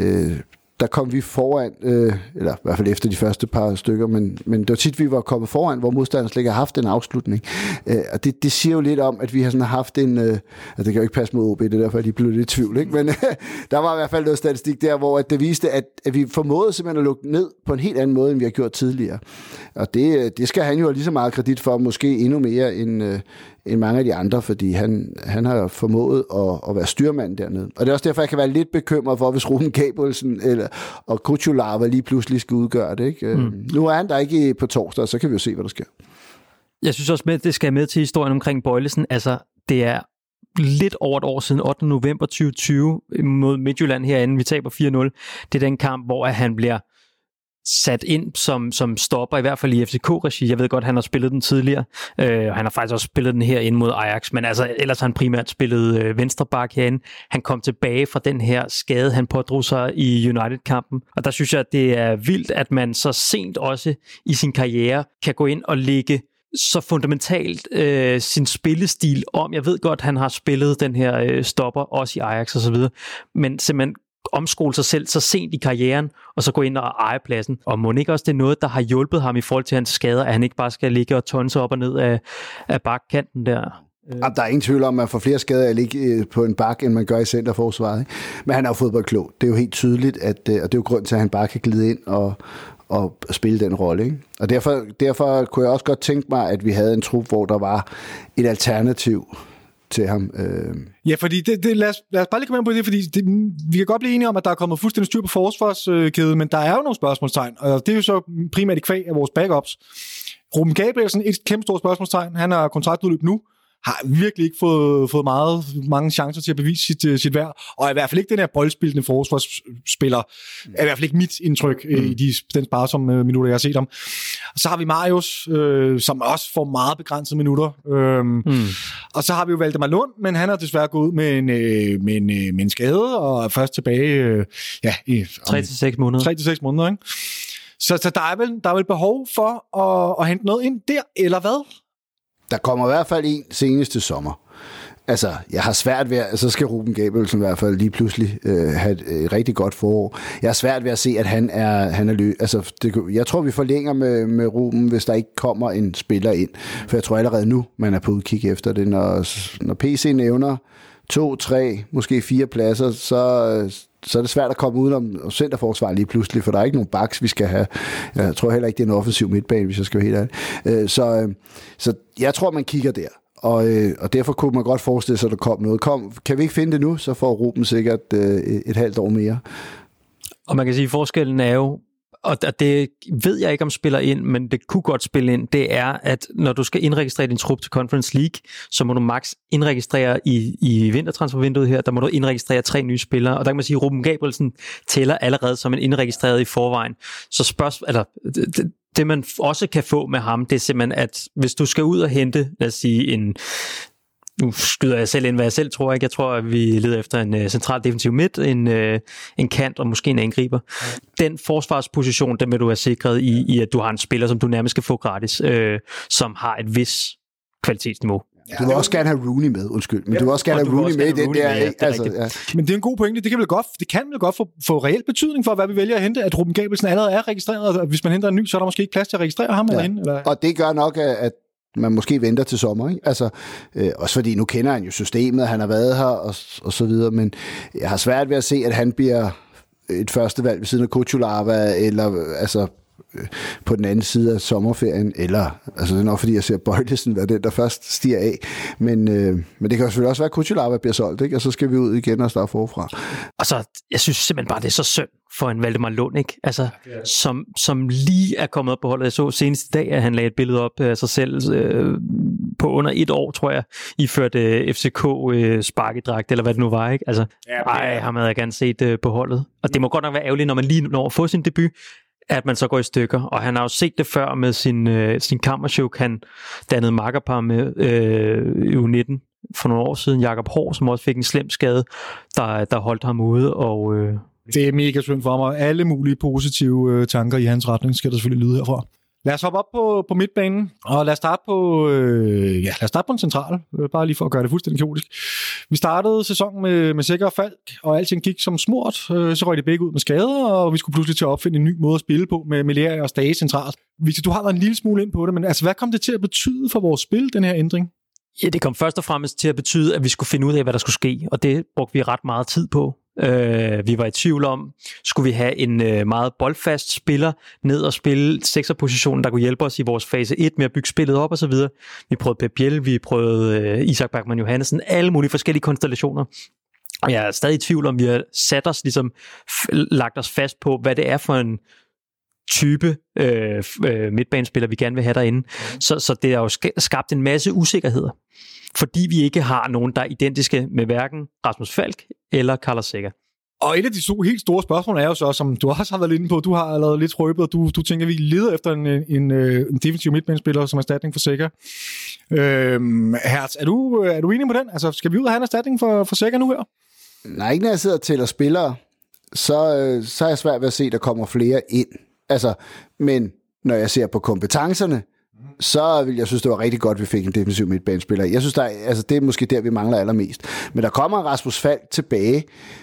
der kom vi foran, eller i hvert fald efter de første par stykker, men det var tit, vi var kommet foran, hvor modstanderen slet ikke har haft en afslutning. Og det siger jo lidt om, at vi har sådan haft en, det kan jo ikke passe mod OB, det er derfor, de blev lidt i tvivl, ikke? Men der var i hvert fald noget statistik der, hvor det viste, at vi formåede simpelthen at lukke ned på en helt anden måde, end vi har gjort tidligere. Og det skal han jo have lige så meget kredit for, måske endnu mere end mange af de andre, fordi han har formået at være styrmand dernede. Og det er også derfor, jeg kan være lidt bekymret for, hvis Ruben Gabrielsen og Krutulava lige pludselig skal udgøre det. Ikke? Nu er han der ikke på torsdag, så kan vi jo se, hvad der sker. Jeg synes også, det skal med til historien omkring Bøjlesen. Altså, det er lidt over et år siden, 8. november 2020, mod Midtjylland herinde. Vi taber 4-0. Det er den kamp, hvor han bliver sat ind som stopper, i hvert fald i FCK-regi. Jeg ved godt, han har spillet den tidligere, og han har faktisk også spillet den her ind mod Ajax, men altså, ellers har han primært spillet venstreback herinde. Han kom tilbage fra den her skade, han pådrog sig i United-kampen, og der synes jeg, at det er vildt, at man så sent også i sin karriere kan gå ind og lægge så fundamentalt sin spillestil om. Jeg ved godt, han har spillet den her stopper, også i Ajax og så videre, men simpelthen omskole sig selv så sent i karrieren, og så gå ind og eje pladsen. Og må ikke også det er noget, der har hjulpet ham i forhold til hans skader, at han ikke bare skal ligge og tonse op og ned af bakkanten der? Der er ingen tvivl om, at man får flere skader at ligge på en bak, end man gør i centerforsvaret. Ikke? Men han er jo fodboldklog. Det er jo helt tydeligt, og det er jo grund til, at han bare kan glide ind og spille den rolle. Ikke? Og derfor kunne jeg også godt tænke mig, at vi havde en trup, hvor der var et alternativ til ham. Ja, fordi lad os bare lige komme ind på det, fordi vi kan godt blive enige om, at der er kommet fuldstændig styr på forsvarskæden, men der er jo nogle spørgsmålstegn, og det er jo så primært i kvæg af vores backups. Ruben Gabrielsen, et kæmpe stort spørgsmålstegn, han har kontraktudløb nu, har virkelig ikke fået mange chancer til at bevise sit værd, og er i hvert fald ikke den her boldspillende forsvarsspiller, er i hvert fald ikke mit indtryk i den sparsomme minutter, jeg har set ham. Så har vi Marius, som også får meget begrænsede minutter, og så har vi jo Valdemar Lund, men han har desværre gået ud med en skade, og er først tilbage i 3-6 måneder. 3-6 måneder, ikke? Så der er vel behov for at hente noget ind der, eller hvad? Der kommer i hvert fald en seneste sommer. Altså, jeg har svært ved, så skal Ruben Gabrielsen i hvert fald lige pludselig have et rigtig godt forår. Jeg har svært ved at se, at han er altså, jeg tror, vi forlænger med Ruben, hvis der ikke kommer en spiller ind. For jeg tror allerede nu, man er på udkig efter det. Når PC nævner 2, 3, måske 4 pladser, så er det svært at komme udenom centerforsvar lige pludselig, for der er ikke nogen backs, vi skal have. Jeg tror heller ikke, det er en offensiv midtbane, hvis jeg skal være helt ærlig. Så jeg tror, man kigger der. Og derfor kunne man godt forestille sig, at der kom noget. Kan vi ikke finde det nu, så får Ruben sikkert et halvt år mere. Og man kan sige, at forskellen er jo, og det ved jeg ikke om spiller ind, men det kunne godt spille ind, det er, at når du skal indregistrere din trup til Conference League, så må du max indregistrere i vintertransfervinduet her, der må du indregistrere 3 nye spillere, og der kan man sige, at Ruben Gabrielsen tæller allerede som en indregistreret i forvejen. Så det man også kan få med ham, det er simpelthen, at hvis du skal ud og hente, lad os sige, nu skyder jeg selv ind, hvad jeg selv tror. Ikke? Jeg tror, at vi leder efter en central defensiv midt, en kant og måske en angriber. Den forsvarsposition, den vil du have sikret i, at du har en spiller, som du nærmest skal få gratis, som har et vis kvalitetsniveau. Du vil også gerne have Rooney med, undskyld. Men du vil også gerne have Rooney med i den der. Men det er en god pointe. Det kan vel godt få reel betydning for, hvad vi vælger at hente, at Ruben Gabrielsen allerede er registreret, og hvis man henter en ny, så er der måske ikke plads til at registrere ham eller hende. Eller? Og det gør nok, at man måske venter til sommer, ikke? Altså, også fordi nu kender han jo systemet, han har været her og så videre, men jeg har svært ved at se, at han bliver et førstevalg ved siden af Kuchulava, eller altså på den anden side af sommerferien, eller, altså det er nok fordi, jeg ser Bøjlesen være den, der først stiger af, men det kan jo selvfølgelig også være, at Kuchulava bliver solgt, ikke? Og så skal vi ud igen og starte forfra. Og så, jeg synes simpelthen bare, det er så synd for en Valdemar Lund, ikke? Altså, som lige er kommet op på holdet. Jeg så senest i dag, at han lagde et billede op af sig selv på under 1 år, tror jeg, iført FCK sparkedragt, eller hvad det nu var, ikke? Altså, ham havde jeg gerne set på holdet. Og det må godt nok være ærgerligt, når man lige når at få sin debut, at man så går i stykker. Og han har jo set det før med sin kammerchok, han dannede makkerpar med U19 for nogle år siden, Jakob Hård, som også fik en slem skade, der holdt ham ude, og det er mega synd for mig. Alle mulige positive tanker i hans retning skal der selvfølgelig lyde herfra. Lad os hoppe op på midtbanen, og lad os starte på en central, bare lige for at gøre det fuldstændig kaotisk. Vi startede sæsonen med Sækker og Falk, og alting gik som smurt. Så røg de begge ud med skader, og vi skulle pludselig til at opfinde en ny måde at spille på med Leaer og Stage centralt. Victor, du har været en lille smule ind på det, men altså, hvad kom det til at betyde for vores spil, den her ændring? Ja, det kom først og fremmest til at betyde, at vi skulle finde ud af, hvad der skulle ske, og det brugte vi ret meget tid på. Vi var i tvivl om, skulle vi have en meget boldfast spiller ned og spille 6'er-positionen, der kunne hjælpe os i vores fase 1 med at bygge spillet op og så videre. Vi prøvede Pep Biel, vi prøvede Isak Bachmann Johansen, alle mulige forskellige konstellationer. Og jeg er stadig i tvivl om, vi har sat os, ligesom lagt os fast på, hvad det er for en type midtbanespiller, vi gerne vil have derinde. Så det har jo skabt en masse usikkerheder, fordi vi ikke har nogen, der er identiske med hverken Rasmus Falk eller Carlos Sækker. Og et af de helt store spørgsmål er jo så, som du også har været inde på, du har allerede lidt røbet, du tænker, vi leder efter en defensiv midtbanespiller som erstatning for Zeca. Hertz, er du enig på den? Altså, skal vi ud og have en erstatning for Zeca nu her? Nej, ikke når jeg sidder og tæller spillere, så er jeg svært ved at se, at der kommer flere ind. Altså, men når jeg ser på kompetencerne, så vil jeg synes, det var rigtig godt, at vi fik en defensiv midtbanespiller. Jeg synes, det er måske der, vi mangler allermest. Men der kommer Rasmus Falk tilbage.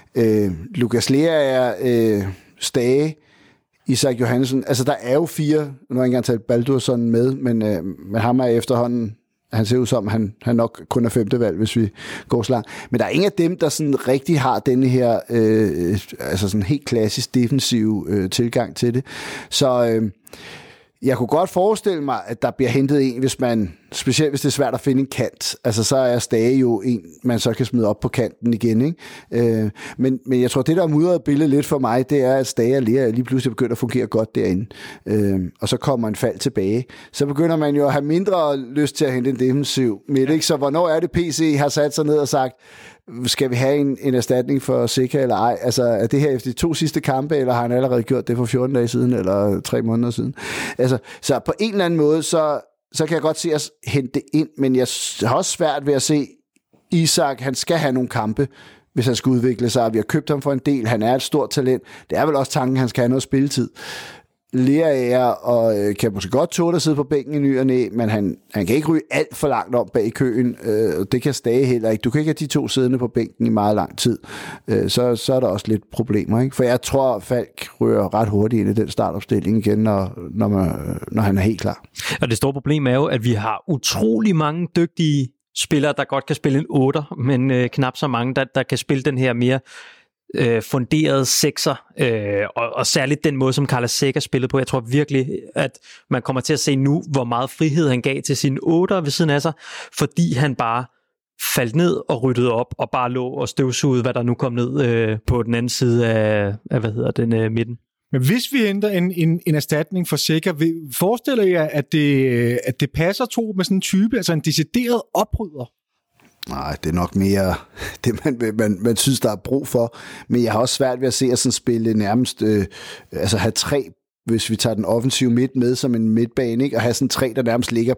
Lukas Lea Stage, Isak Johansen. Altså, der er jo 4. Nu har jeg ikke engang talt Baldursson med, men ham er efterhånden... Han ser ud som, han nok kun er 5. valg, hvis vi går så langt. Men der er ingen af dem, der sådan rigtig har denne her altså sådan helt klassisk defensiv tilgang til det. Så jeg kunne godt forestille mig, at der bliver hentet en, specielt hvis det er svært at finde en kant. Altså, så er Stage jo en, man så kan smide op på kanten igen, ikke? Men jeg tror, det der mudrede billede lidt for mig, det er, at Stage og Lea lige pludselig begynder at fungere godt derinde. Og så kommer en fald tilbage. Så begynder man jo at have mindre lyst til at hente en defensiv midt, ikke? Så hvornår er det PC har sat sig ned og sagt, skal vi have en erstatning for Zeca eller ej? Altså, er det her efter de 2 sidste kampe, eller har han allerede gjort det for 14 dage siden, eller 3 måneder siden? Altså, så på en eller anden måde, så kan jeg godt se os hente det ind, men jeg har også svært ved at se Isak, han skal have nogle kampe, hvis han skal udvikle sig. Vi har købt ham for en del, han er et stort talent. Det er vel også tanken, han skal have noget spilletid. Lea og kan måske godt tåle at sidde på bænken i ny og næ, men han kan ikke ryge alt for langt om bag køen. Det kan Stage heller ikke. Du kan ikke have de 2 siddende på bænken i meget lang tid. Så er der også lidt problemer, ikke? For jeg tror, Falk ryger ret hurtigt ind i den startopstilling igen, når han er helt klar. Og det store problem er jo, at vi har utrolig mange dygtige spillere, der godt kan spille en 8'er, men knap så mange, der kan spille den her mere funderet sekser, og særligt den måde, som Carlos Zeca spillede på. Jeg tror virkelig, at man kommer til at se nu, hvor meget frihed han gav til sine 8'er ved siden af sig, fordi han bare faldt ned og ryddede op, og bare lå og støvsugede, hvad der nu kom ned på den anden side af midten. Men hvis vi henter en erstatning for Zeca, forestiller jeg, at det passer to med sådan en type, altså en decideret oprydder? Nej, det er nok mere det, man synes, der er brug for. Men jeg har også svært ved at se at sådan spille nærmest, altså have 3, hvis vi tager den offensive midt med som en midtbane, ikke? Og have sådan 3, der nærmest ligger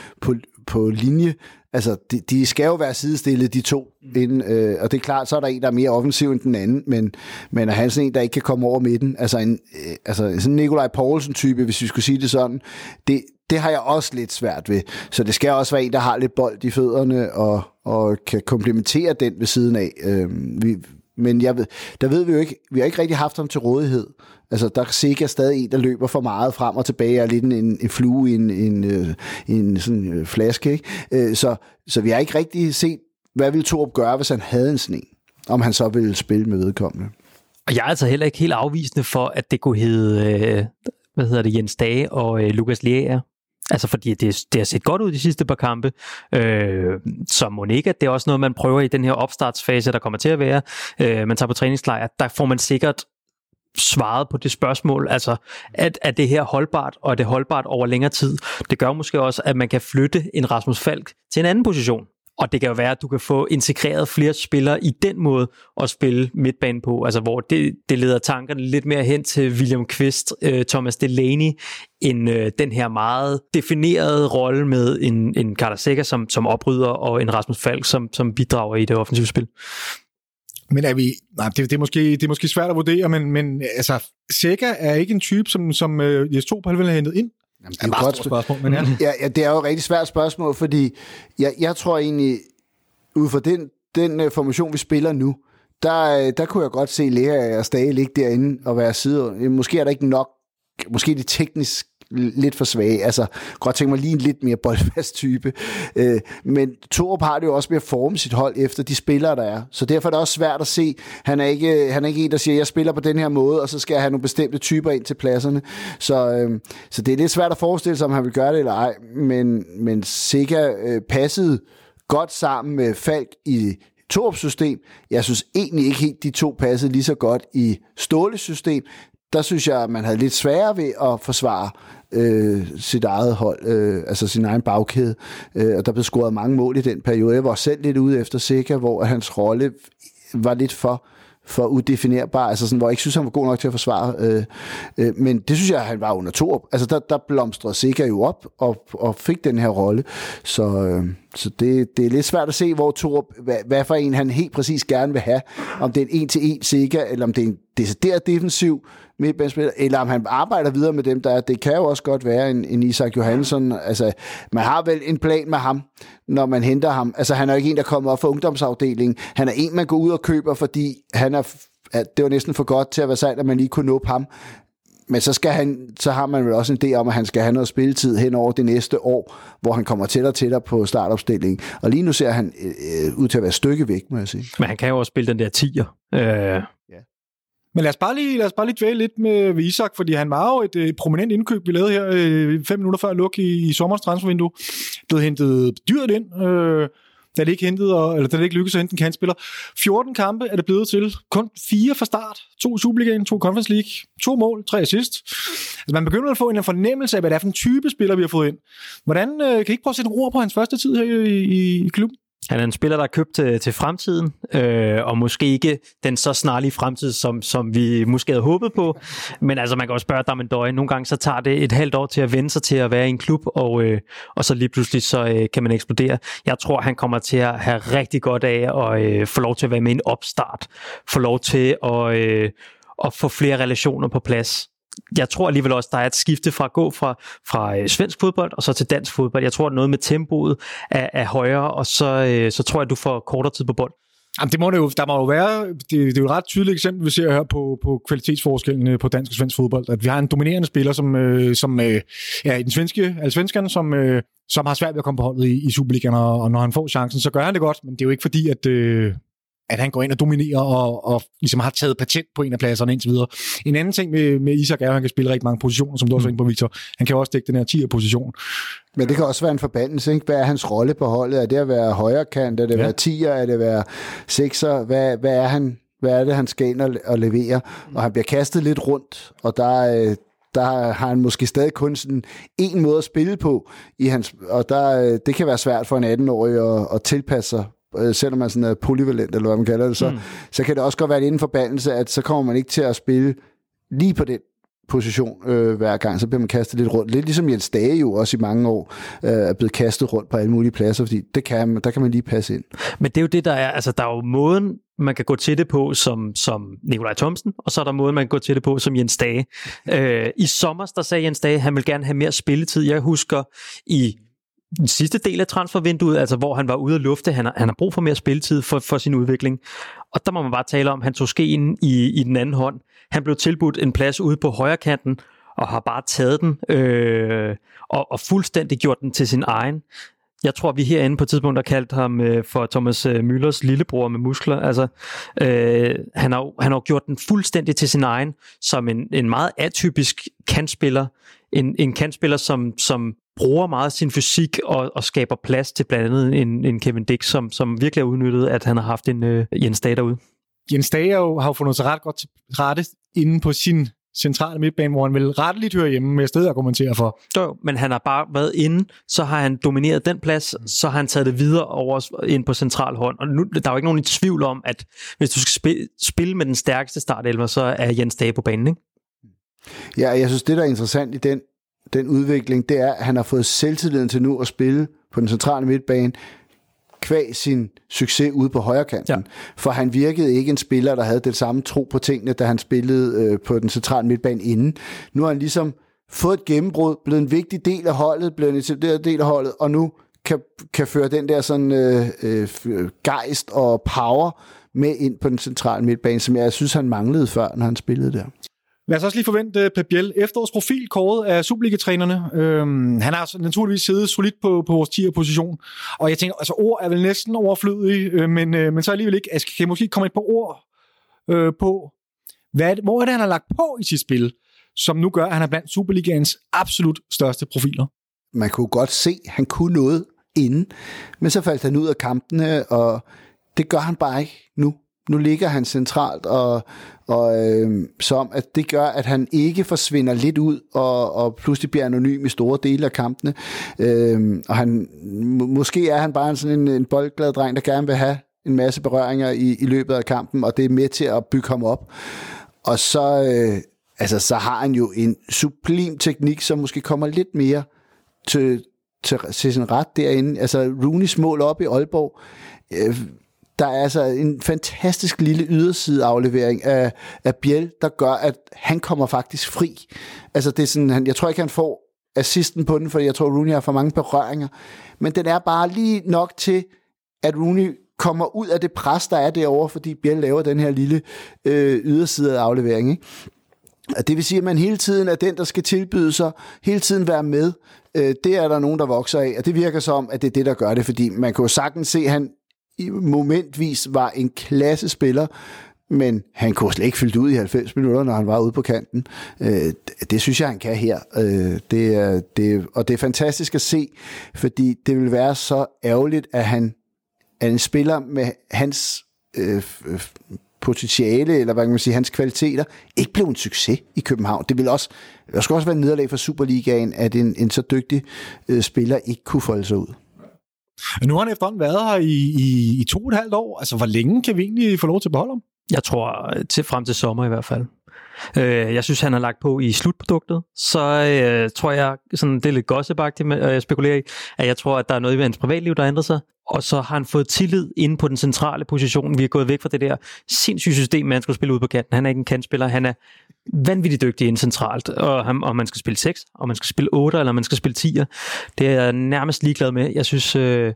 på linje. Altså, de skal jo være sidestillet, de 2. Inden, og det er klart, så er der en, der er mere offensiv end den anden, men at have sådan en, der ikke kan komme over midten, altså sådan en Nikolaj Poulsen-type, hvis vi skulle sige det sådan, det har jeg også lidt svært ved. Så det skal også være en, der har lidt bold i fødderne, og kan komplementere den ved siden af. Men der ved vi jo ikke, vi har ikke rigtig haft ham til rådighed. Altså, der er sikkert stadig en, der løber for meget frem og tilbage, og lidt en flue i en sådan flaske, ikke? Så vi har ikke rigtig set, hvad ville Thorup gøre, hvis han havde en sådan en, om han så ville spille med vedkommende. Og jeg er altså heller ikke helt afvisende for, at det kunne hedde, Jens Stage og Lukas Lea. Altså fordi det har set godt ud de sidste par kampe, så må ikke, at det er også noget, man prøver i den her opstartsfase, der kommer til at være. Man tager på træningslejr, der får man sikkert svaret på det spørgsmål, altså at det her holdbart, og er det holdbart over længere tid. Det gør måske også, at man kan flytte en Rasmus Falk til en anden position. Og det kan jo være, at du kan få integreret flere spillere i den måde at spille midtbanen på, altså hvor det leder tankerne lidt mere hen til William Kvist, Thomas Delaney, end den her meget definerede rolle med en Carlos Zeca som oprydder, og en Rasmus Falk, som bidrager i det offensive spil. Men er vi... Nej, det er måske svært at vurdere, men altså, Zeca er ikke en type, som Jes Torup ville have hentet ind. Jamen, det er et godt spørgsmål, men ja, det er jo et rigtig svært spørgsmål, fordi jeg tror egentlig, ud fra den formation, vi spiller nu, der kunne jeg godt se Lea og Stage ligge derinde og være side. Måske er der ikke nok, måske er det teknisk lidt for svage. Altså, godt tænke mig lige en lidt mere boldfast type. Men Thorup har det jo også med at forme sit hold efter de spillere, der er. Så derfor er det også svært at se. Han er ikke en, der siger, jeg spiller på den her måde, og så skal jeg have nogle bestemte typer ind til pladserne. Så det er lidt svært at forestille sig, om han vil gøre det eller ej. Men Zeca passede godt sammen med Falk i Thorups system. Jeg synes egentlig ikke helt, de 2 passede lige så godt i Ståles system. Der synes jeg, at man havde lidt sværere ved at forsvare sit eget hold, altså sin egen bagkæde. Og der blev scoret mange mål i den periode. Jeg var selv lidt ude efter Zeca, hvor hans rolle var lidt for for udefinerbar, altså sådan, hvor jeg ikke synes, han var god nok til at forsvare. Men det synes jeg, han var under Thorup. Altså der blomstrede Sikker jo op og fik den her rolle. Så det er lidt svært at se, hvor Thorup, hvad for en han helt præcis gerne vil have. Om det er en 1-til-1 Sikker, eller om det er en decideret defensiv midtbanespiller, eller om han arbejder videre med dem, der er. Det kan jo også godt være en Isak Johansson. Altså, man har vel en plan med ham, når man henter ham. Altså, han er ikke en, der kommer op fra ungdomsafdelingen. Han er en, man går ud og køber, fordi det var næsten for godt til at være sandt, at man lige kunne nå ham. Men så har man vel også en idé om, at han skal have noget spilletid hen over det næste år, hvor han kommer tættere og tættere på startopstillingen. Og lige nu ser han ud til at være et stykke væk, må jeg sige. Men han kan jo også spille den der 10'er. Ja. Men lad os bare lige dvæle lidt med Isak, fordi han var jo et prominent indkøb, vi lavede her 5 minutter før luk i sommers transfervindue. Blev hentet dyrt ind, da det ikke lykkedes at hente en kantspiller. 14 kampe er det blevet til. Kun 4 fra start. 2 i Superligaen, 2 Conference League, 2 mål, 3 assist. Altså man begynder at få en fornemmelse af, hvad det er for en type spiller, vi har fået ind. Hvordan kan I ikke prøve at sætte ord på hans første tid her i klubben? Han er en spiller, der er købt til fremtiden, og måske ikke den så snarlige fremtid, som vi måske havde håbet på. Men altså, man kan også spørge Damendøje. Nogle gange så tager det et halvt år til at vende sig til at være i en klub, og så lige pludselig så kan man eksplodere. Jeg tror, han kommer til at have rigtig godt af at få lov til at være med i en opstart. Få lov til at få flere relationer på plads. Jeg tror alligevel også, der er et skifte fra at gå fra svensk fodbold og så til dansk fodbold. Jeg tror, noget med tempoet er højere, og så tror jeg, du får kortere tid på bold. Jamen, der må jo være, det er jo et ret tydeligt eksempel, vi ser her på kvalitetsforskellen på dansk og svensk fodbold, at vi har en dominerende spiller, som i den svenske, allsvenskan, som har svært ved at komme på holdet i Superligaen, og når han får chancen, så gør han det godt, men det er jo ikke fordi, at han går ind og dominerer og ligesom har taget patent på en af pladserne indtil videre. En anden ting med Isak er, at han kan spille rigtig mange positioner, som du også var inde på, Victor. Han kan også dække den her 10'er-position. Men det kan også være en forbandelse, ikke? Hvad er hans rolle på holdet? Er det at være højrekant? Er det at være 10'er? Er det at være 6'er? Hvad er han? Hvad er det, han skal ind og levere? Og han bliver kastet lidt rundt, og der har han måske stadig kun sådan en måde at spille på, det kan være svært for en 18-årig at tilpasse sig, selvom man sådan er polyvalent, eller hvad man kalder det, så kan det også godt være en forbandelse, at så kommer man ikke til at spille lige på den position hver gang, så bliver man kastet lidt rundt. Lidt ligesom Jens Dage jo også i mange år er blevet kastet rundt på alle mulige pladser, fordi der kan man lige passe ind. Men det er jo det, der er, altså der er jo måden, man kan gå til det på som Nikolaj Thomsen, og så er der måden, man kan gå til det på som Jens Dage. I sommer, der sagde Jens Dage, han vil gerne have mere spilletid. Jeg husker i den sidste del af transfervinduet, altså hvor han var ude at lufte, han har brug for mere spilletid for sin udvikling. Og der må man bare tale om, han tog skeen i den anden hånd. Han blev tilbudt en plads ude på højrekanten, og har bare taget den, og fuldstændig gjort den til sin egen. Jeg tror, vi herinde på et tidspunkt har kaldt ham for Thomas Müllers lillebror med muskler. Altså, han har gjort den fuldstændig til sin egen, som en meget atypisk kantspiller. En kantspiller, som bruger meget sin fysik og skaber plads til blandt andet en Kevin Dix, som virkelig har udnyttet, at han har haft en Jens Dage derude. Jens Dage har jo fundet sig ret godt til rette inde på sin centrale midtbane, hvor han vil retteligt høre hjemme med stedet at argumentere for. Jo, men han har bare været inde, så har han domineret den plads, så har han taget det videre over ind på central hånd. Og nu der er jo ikke nogen tvivl om, at hvis du skal spille med den stærkeste startelver, så er Jens Dage på banen, ikke? Ja, jeg synes, det der er interessant i den udvikling, det er, at han har fået selvtilliden til nu at spille på den centrale midtbane, kvæg sin succes ude på højrekanten. Ja. For han virkede ikke en spiller, der havde den samme tro på tingene, da han spillede på den centrale midtbane inden. Nu har han ligesom fået et gennembrud, blevet en vigtig del af holdet, blevet en etableret del af holdet, og nu kan føre den der sådan gejst og power med ind på den centrale midtbane, som jeg synes, han manglede før, når han spillede der. Lad os også lige forvente Pep Biel, efterårsprofil kåret af Superliga-trænerne. Han har altså naturligvis siddet solidt på vores 10'er-position, og jeg tænker, altså ord er vel næsten overflødige, men så alligevel ikke. Jeg kan måske komme et par ord på, hvor er det, han har lagt på i sit spil, som nu gør, at han er blandt Superligaens absolut største profiler. Man kunne godt se, at han kunne noget inden, men så faldt han ud af kampene, og det gør han bare ikke nu. Nu ligger han centralt, og som at det gør, at han ikke forsvinder lidt ud, og pludselig bliver anonym i store dele af kampene. Og måske er han bare sådan en boldglad dreng, der gerne vil have en masse berøringer i løbet af kampen, og det er med til at bygge ham op. Og så, så har han jo en sublim teknik, som måske kommer lidt mere til sin ret derinde. Altså Rooneys mål op i Aalborg, der er altså en fantastisk lille yderside-aflevering af Biel, der gør, at han kommer faktisk fri. Altså det er sådan, jeg tror ikke, han får assisten på den, for jeg tror, Rooney har for mange berøringer. Men den er bare lige nok til, at Rooney kommer ud af det pres, der er derovre, fordi Biel laver den her lille yderside-aflevering, ikke? Det vil sige, at man hele tiden er den, der skal tilbyde sig, hele tiden være med. Det er der nogen, der vokser af, og det virker som, at det er det, der gør det, fordi man kan jo sagtens se, at han momentvis var en klassespiller, men han kunne slet ikke fyldt ud i 90 minutter, når han var ude på kanten. Det synes jeg, han kan her. Og det er fantastisk at se, fordi det vil være så ærgerligt, at en spiller med hans potentiale, eller hvad kan man sige, hans kvaliteter, ikke blev en succes i København. Der skulle også være en nederlag for Superligaen, at en så dygtig spiller ikke kunne folde sig ud. Nu har han efterhånden været her i 2,5 år. Altså, hvor længe kan vi egentlig få lov til at beholde ham? Jeg tror frem til sommer i hvert fald. Jeg synes, han har lagt på i slutproduktet. Så tror jeg, sådan, det er lidt gossipagtigt at spekulere i, at jeg tror, at der er noget i hans privatliv, der ændrer sig. Og så har han fået tillid inde på den centrale position. Vi er gået væk fra det der sindssyge system, man skal spille ud på kanten. Han er ikke en kantspiller. Han er vanvittigt dygtig inde centralt. Og man skal spille 6, og man skal spille 8, eller man skal spille 10'er. Det er jeg nærmest ligeglad med. Jeg synes,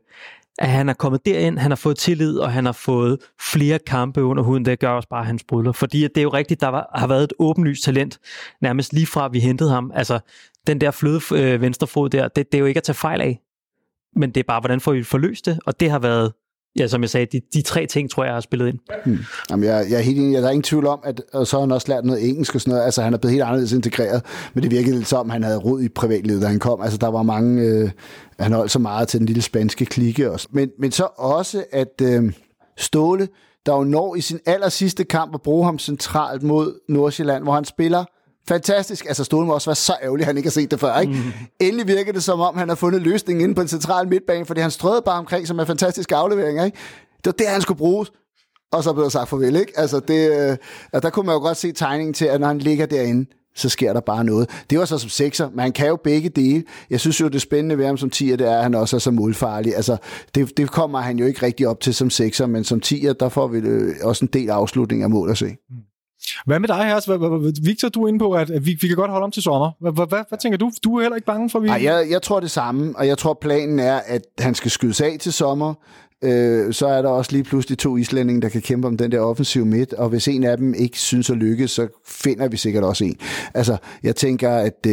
at han er kommet derind, han har fået tillid, og han har fod flere kampe under huden. Det gør også bare hans brydler. Fordi det er jo rigtigt, der har været et åbenlyst talent, nærmest lige fra vi hentede ham. Altså, den der fløde venstrefod der, det er jo ikke at tage fejl af. Men det er bare, hvordan får vi forløst det? Og det har været, ja, som jeg sagde, de 3 ting, tror jeg har spillet ind. Jamen, jeg er helt enig. Der er ingen tvivl om, at og så har han også lært noget engelsk og sådan noget. Altså, han er blevet helt anderledes integreret, men det virkede lidt som, han havde rod i privatlivet, da han kom. Altså, der var mange, han holdt så meget til den lille spanske klikke også. Men så også, at Ståle, der jo når i sin aller sidste kamp at bruge ham centralt mod Nordsjælland, hvor han spiller fantastisk. Altså, Ståle må også være så ærgerlig, at han ikke har set det før, ikke? Endelig virker det som om, han har fundet løsningen inde på en central midtbane, fordi han strøede bare omkring som en fantastisk aflevering, ikke? Det var det, han skulle bruges. Og så blev der sagt farvel, ikke? Altså, der kunne man jo godt se tegningen til, at når han ligger derinde, så sker der bare noget. Det var så som 6'er, men han kan jo begge dele. Jeg synes jo, det spændende ved ham som 10'er, det er, at han også er så målfarlig. Altså, det kommer han jo ikke rigtig op til som 6'er, men som 10'er, der får vi også en del afslutning af mål at se. Hvad med dig her? Victor, du er inde på, at vi kan godt holde om til sommer. Hvad tænker du? Du er heller ikke bange for, at vi... Nej, jeg tror det samme, og jeg tror planen er, at han skal skydes af til sommer. Så er der også lige pludselig 2 islændinge, der kan kæmpe om den der offensive midt, og hvis en af dem ikke synes at lykkes, så finder vi sikkert også en. Altså, jeg tænker, at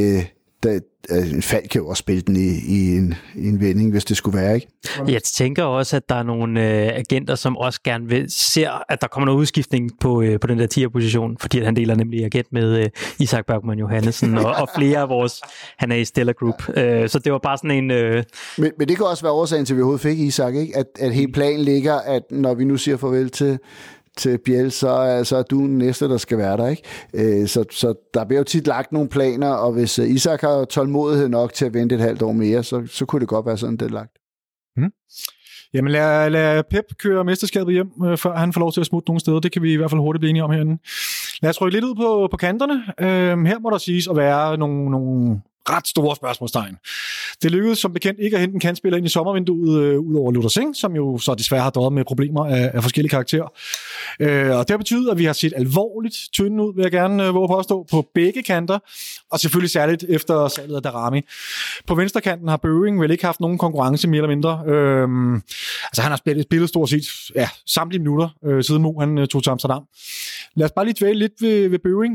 en Falk kan jo også spille den i en vending, hvis det skulle være, ikke? Jeg tænker også, at der er nogle agenter, som også gerne ser, at der kommer noget udskiftning på den der 10'er-position, fordi han deler nemlig agent med Isak Bergman Johannesen og flere af vores, han er i Stella Group. Så det var bare sådan en... Men det kan også være årsagen til, at vi overhovedet fik Isak, ikke? At hele planen ligger, at når vi nu siger farvel til Biel, så er du den næste, der skal være der, ikke? Så der bliver jo tit lagt nogle planer, og hvis Isak har tålmodighed nok til at vente et halvt år mere, så kunne det godt være sådan, det er lagt. Jamen lad Pep køre mesterskabet hjem, før han får lov til at smutte nogle steder. Det kan vi i hvert fald hurtigt blive enige om herinde. Lad os rykke lidt ud på kanterne. Her må der siges at være nogle ret store spørgsmålstegn. Det lykkedes som bekendt ikke at hente en kantspiller ind i sommervinduet, ud over Luther Singh, som jo så desværre har døjet med problemer af forskellige karakterer. Og det har betydet, at vi har set alvorligt tynde ud, vil jeg gerne våge påstå, på begge kanter, og selvfølgelig særligt efter salget af Darami. På venstrekanten har Bøving vel ikke haft nogen konkurrence, mere eller mindre. Altså han har spillet stort set samtlige minutter, siden Mo han tog til Amsterdam. Lad os bare lige dvæle lidt ved Bøving.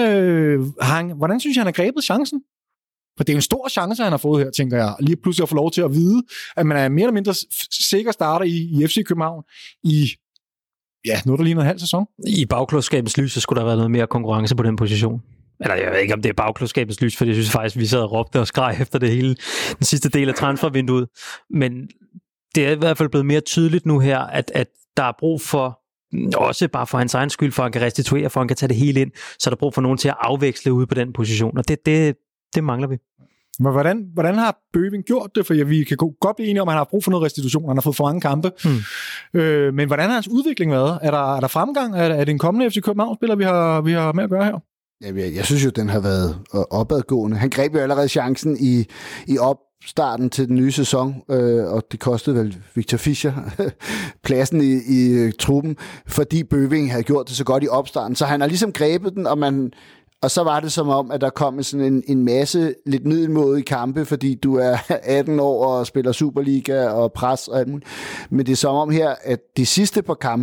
Hvordan synes jeg, han har grebet chancen? For det er jo en stor chance, han har fået her, tænker jeg. Lige pludselig at få lov til at vide, at man er mere eller mindre sikker starter i FC København i noget, der ligner en halv sæson. I bagklodskabens lys, så skulle der have været noget mere konkurrence på den position. Eller jeg ved ikke, om det er bagklodskabens lys, for jeg synes faktisk, vi sad og råbte og skreg efter det hele, den sidste del af transfervinduet. Men det er i hvert fald blevet mere tydeligt nu her, at der er brug for, også bare for hans egen skyld, for han kan restituere, for han kan tage det hele ind, så er der brug for nogen til at afveksle ude på den position. Og det mangler vi. Men hvordan har Bøving gjort det? For vi kan godt blive enige om, at han har brug for noget restitution. Han har fået for mange kampe. Men hvordan har hans udvikling været? Er der fremgang? Er det en kommende FC København-spiller, vi har med at gøre her? Jeg synes jo, den har været opadgående. Han greb jo allerede chancen i opstarten til den nye sæson, og det kostede vel Victor Fischer pladsen i truppen, fordi Bøving havde gjort det så godt i opstarten. Så han har ligesom grebet den, og så var det som om, at der kom sådan en masse lidt middelmådige kampe, fordi du er 18 år og spiller Superliga og pres og alt muligt. Men det er som om her, at de sidste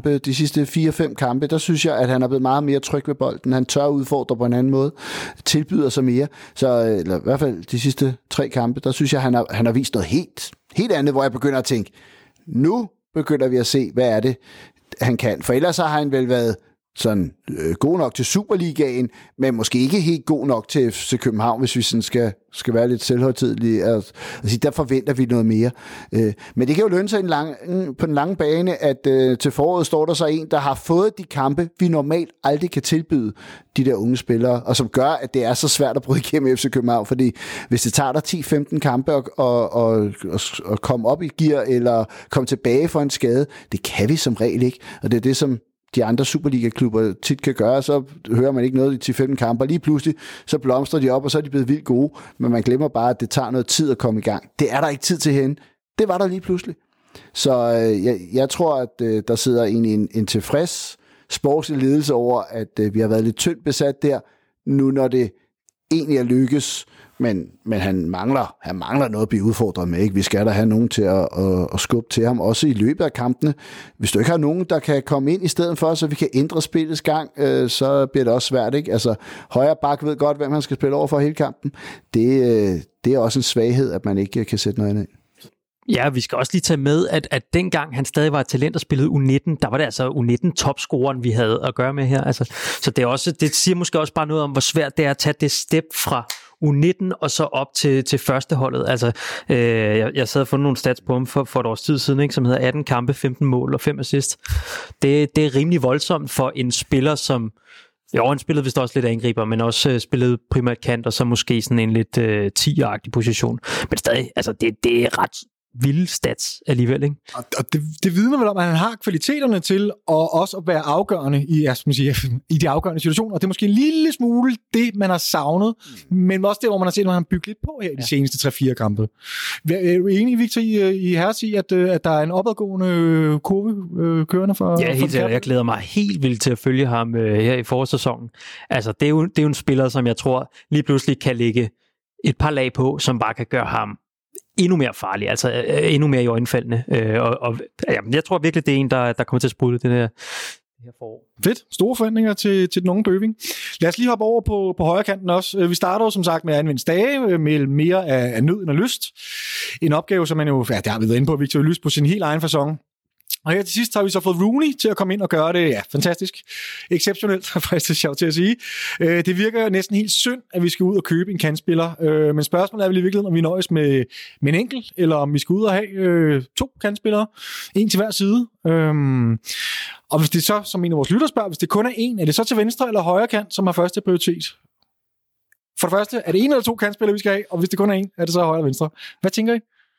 4-5 kampe, der synes jeg, at han er blevet meget mere tryg ved bolden. Han tør udfordre på en anden måde, tilbyder sig mere. Eller i hvert fald de sidste 3 kampe, der synes jeg, han har vist noget helt andet, hvor jeg begynder at tænke, nu begynder vi at se, hvad er det, han kan. For ellers har han vel været sådan god nok til Superligaen, men måske ikke helt god nok til FC København, hvis vi sådan skal være lidt selvhøjtidelige. Altså, der forventer vi noget mere. Men det kan jo lønne sig på den lange bane, at til foråret står der så en, der har fået de kampe, vi normalt aldrig kan tilbyde de der unge spillere, og som gør, at det er så svært at bryde igennem FC København, fordi hvis det tager dig 10-15 kampe og komme op i gear, eller komme tilbage for en skade, det kan vi som regel ikke, og det er det, som de andre Superliga-klubber tit kan gøre, så hører man ikke noget i 10-15 kampe, og lige pludselig så blomstrer de op, og så er de blevet vildt gode, men man glemmer bare, at det tager noget tid at komme i gang. Det er der ikke tid til hende. Det var der lige pludselig. Så jeg tror, at der sidder en tilfreds sportslig ledelse over, at vi har været lidt tyndt besat der, nu når det egentlig er lykkes, men han mangler noget at blive udfordret med. Ikke? Vi skal da have nogen til at skubbe til ham, også i løbet af kampene. Hvis du ikke har nogen, der kan komme ind i stedet for, så vi kan ændre spillets gang, så bliver det også svært. Ikke? Altså, højre bak ved godt, hvem han skal spille over for hele kampen. Det er også en svaghed, at man ikke kan sætte noget ind. Ja, vi skal også lige tage med, at dengang han stadig var et talent og spillede U19, der var det altså U19-topscoreren, vi havde at gøre med her. Altså, så det siger måske også bare noget om, hvor svært det er at tage det step fra U19 og så op til førsteholdet. Altså, jeg sad og fundet nogle stats på ham for et års tid siden, ikke, som hedder 18 kampe, 15 mål og 5 assist. Det er rimelig voldsomt for en spiller, som han spillede vist også lidt angriber, men også spillede primært kant, og så måske sådan en lidt 10'er-agtig position. Men stadig, altså det er ret vilde stats alligevel, ikke? Og det vidner vel om, at han har kvaliteterne til også at være afgørende i de afgørende situationer. Og det er måske en lille smule det, man har savnet, men også det, hvor man har set, at man har bygget lidt på her i de seneste 3-4 kampe. Er du enig, Victor, i Hertz i, at der er en opadgående kurve kørende for... Ja, helt sikkert. Jeg glæder mig helt vildt til at følge ham her i forårssæsonen. Altså, det er jo en spiller, som jeg tror lige pludselig kan lægge et par lag på, som bare kan gøre ham endnu mere farlig, altså endnu mere i øjenfaldene. Jeg tror virkelig, det er en, der kommer til at sprudle det her forår. Fedt. Store forventninger til den unge Bøving. Lad os lige hoppe over på højre kanten også. Vi starter jo som sagt med at anvende Stage med mere af nød end af lyst. En opgave, som man jo, det har vi været inde på, Victor Lyst på sin helt egen facon. Og her til sidst har vi så fået Rooney til at komme ind og gøre det, fantastisk. Exceptionelt, fristes jeg til at sige. Det virker jo næsten helt synd, at vi skal ud og købe en kantspiller. Men spørgsmålet er vel i virkeligheden, om vi nøjes med en enkelt, eller om vi skal ud og have 2 kantspillere. En til hver side. Og hvis det så, som en af vores lytter spørger, hvis det kun er en, er det så til venstre eller højre kant, som har første prioritet? For det første, er det 1 eller 2 kantspillere, vi skal have? Og hvis det kun er en, er det så højre eller venstre? Hvad tænker I?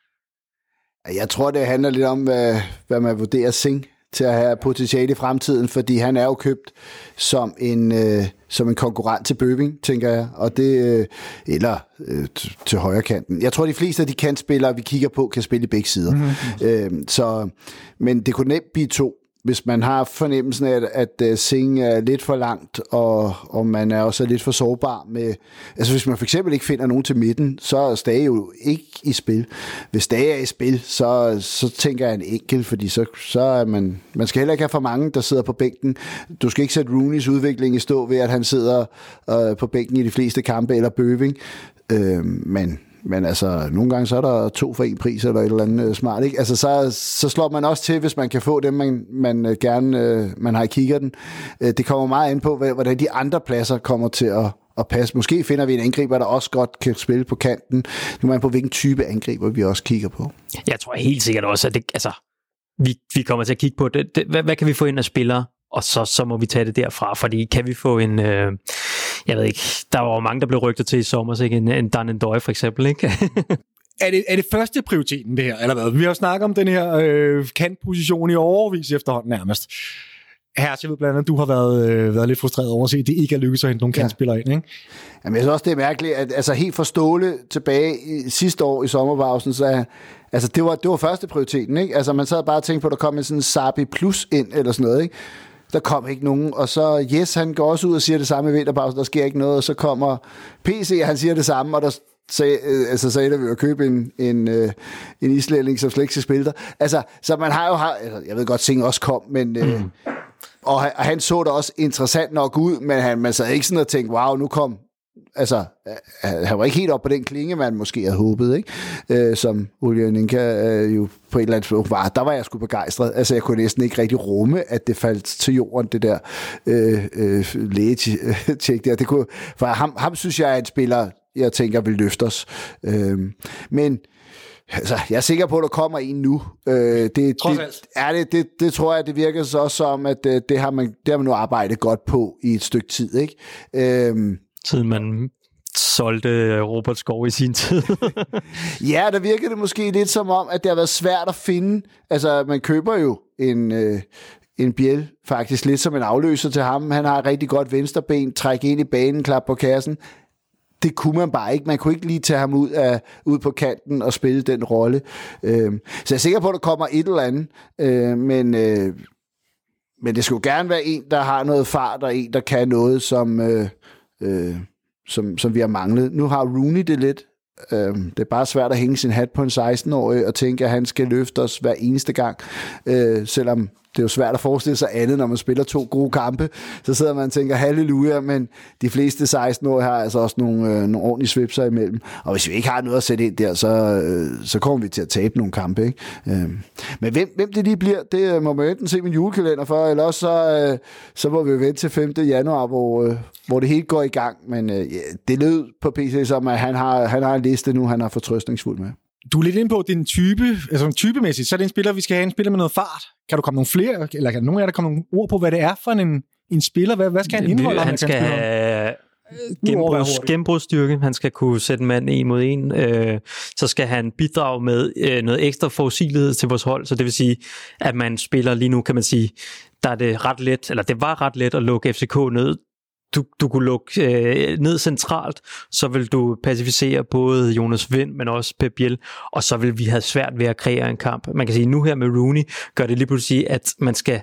Jeg tror, det handler lidt om, hvad man vurderer Singh til at have potentiale i fremtiden, fordi han er jo købt som en konkurrent til Bøving, tænker jeg, og det eller til højre kanten. Jeg tror, de fleste af de kantspillere, vi kigger på, kan spille i begge sider. Mm-hmm. Men det kunne nemt blive 2. Hvis man har fornemmelsen af, at Singh er lidt for langt, og man er også lidt for sårbar med... Altså, hvis man for eksempel ikke finder nogen til midten, så er Stage jo ikke i spil. Hvis Stage er i spil, så tænker jeg en enkelt, fordi så er man... Man skal heller ikke have for mange, der sidder på bænken. Du skal ikke sætte Rooneys udvikling i stå ved, at han sidder på bænken i de fleste kampe, eller Bøving. Men altså, nogle gange så er der 2 for 1 pris, eller et eller andet smart, ikke? Altså, så slår man også til, hvis man kan få dem, man gerne man har i kikkerten. Det kommer meget ind på, hvordan de andre pladser kommer til at passe. Måske finder vi en angriber, der også godt kan spille på kanten. Nu er man på, hvilken type angriber vi også kigger på. Jeg tror helt sikkert også, at vi kommer til at kigge på det. Hvad kan vi få ind af spillere? Og så må vi tage det derfra, fordi kan vi få Jeg ved ikke, der var jo mange, der blev rygtet til i sommer, så ikke en Dan Ndøje for eksempel, ikke? Er det første prioriteten, det her, eller hvad? Vi har jo snakket om den her kantposition i overvis efterhånden nærmest. Her, jeg ved blandt andet, du har været lidt frustreret over at se, at det ikke er lykkedes at hente nogle kantspillere ind, ikke? Jamen, jeg synes også, det er mærkeligt, at altså, helt fra Ståle tilbage sidste år i sommerpausen, så altså, det var første prioriteten, ikke? Altså, man sad bare og tænkte på, at der kom en sådan Sabi Plus ind, eller sådan noget, ikke? Der kom ikke nogen, og så han går også ud og siger det samme i vinterpausen, der sker ikke noget, og så kommer PC, og han siger det samme, og der sagde der, vi vil købe en islænding, som slet ikke skal spille der. Altså, så man har jo, jeg ved godt, Sing også kom, men og han så da også interessant nok ud, men man sad ikke sådan og tænkte, wow, nu kom, altså, han var ikke helt op på den klinge, man måske havde håbet, ikke? Som Oljeninka jo på et eller andet punkt var. Der var jeg sgu begejstret. Altså, jeg kunne næsten ikke rigtig rumme, at det faldt til jorden, det der lægetjek der. Det kunne, for ham synes jeg er en spiller, jeg tænker vil løfte os. Men altså, jeg er sikker på, at der kommer en nu. Det tror jeg, det virker så også som, at det har man nu arbejdet godt på i et stykke tid, ikke? Siden man solgte Robert Skov i sin tid. Ja, der virker det måske lidt som om, at det har været svært at finde. Altså, man køber jo en Biel faktisk lidt som en afløser til ham. Han har et rigtig godt venstreben, trække ind i banen, klap på kassen. Det kunne man bare ikke. Man kunne ikke lige tage ham ud på kanten og spille den rolle. Så jeg er sikker på, at der kommer et eller andet. Men det skulle gerne være en, der har noget fart, og en, der kan noget, som vi har manglet. Nu har Rooney det lidt. Det er bare svært at hænge sin hat på en 16-årig og tænke, at han skal løfte os hver eneste gang. Selvom det er jo svært at forestille sig andet, når man spiller 2 gode kampe. Så sidder man og tænker, halleluja, men de fleste 16-årige har altså også nogle ordentlige svipser imellem. Og hvis vi ikke har noget at sætte ind der, så kommer vi til at tabe nogle kampe, ikke? Men hvem det lige bliver, det må man enten se min julekalender for, eller også så må vi vente til 5. januar, hvor det hele går i gang. Men det lød på PC som, at han har en liste nu, han er fortrøstningsfuld med. Du er lidt inde på din type, altså typemæssigt, så er det en spiller, vi skal have en spiller med noget fart. Kan du komme nogle flere, eller kan nogen af jer, der komme nogle ord på, hvad det er for en spiller? Hvad skal han indeholde? Han skal have gennembrudsstyrke. Han skal kunne sætte en mand 1 mod 1. Så skal han bidrage med noget ekstra forudsigelighed til vores hold. Så det vil sige, at man spiller lige nu, kan man sige, der er det ret let, eller det var ret let at lukke FCK ned. Du kunne lukke ned centralt, så vil du pacificere både Jonas Vind, men også Pep Biel, og så vil vi have svært ved at kreere en kamp. Man kan sige, nu her med Rooney, gør det lige pludselig, at man skal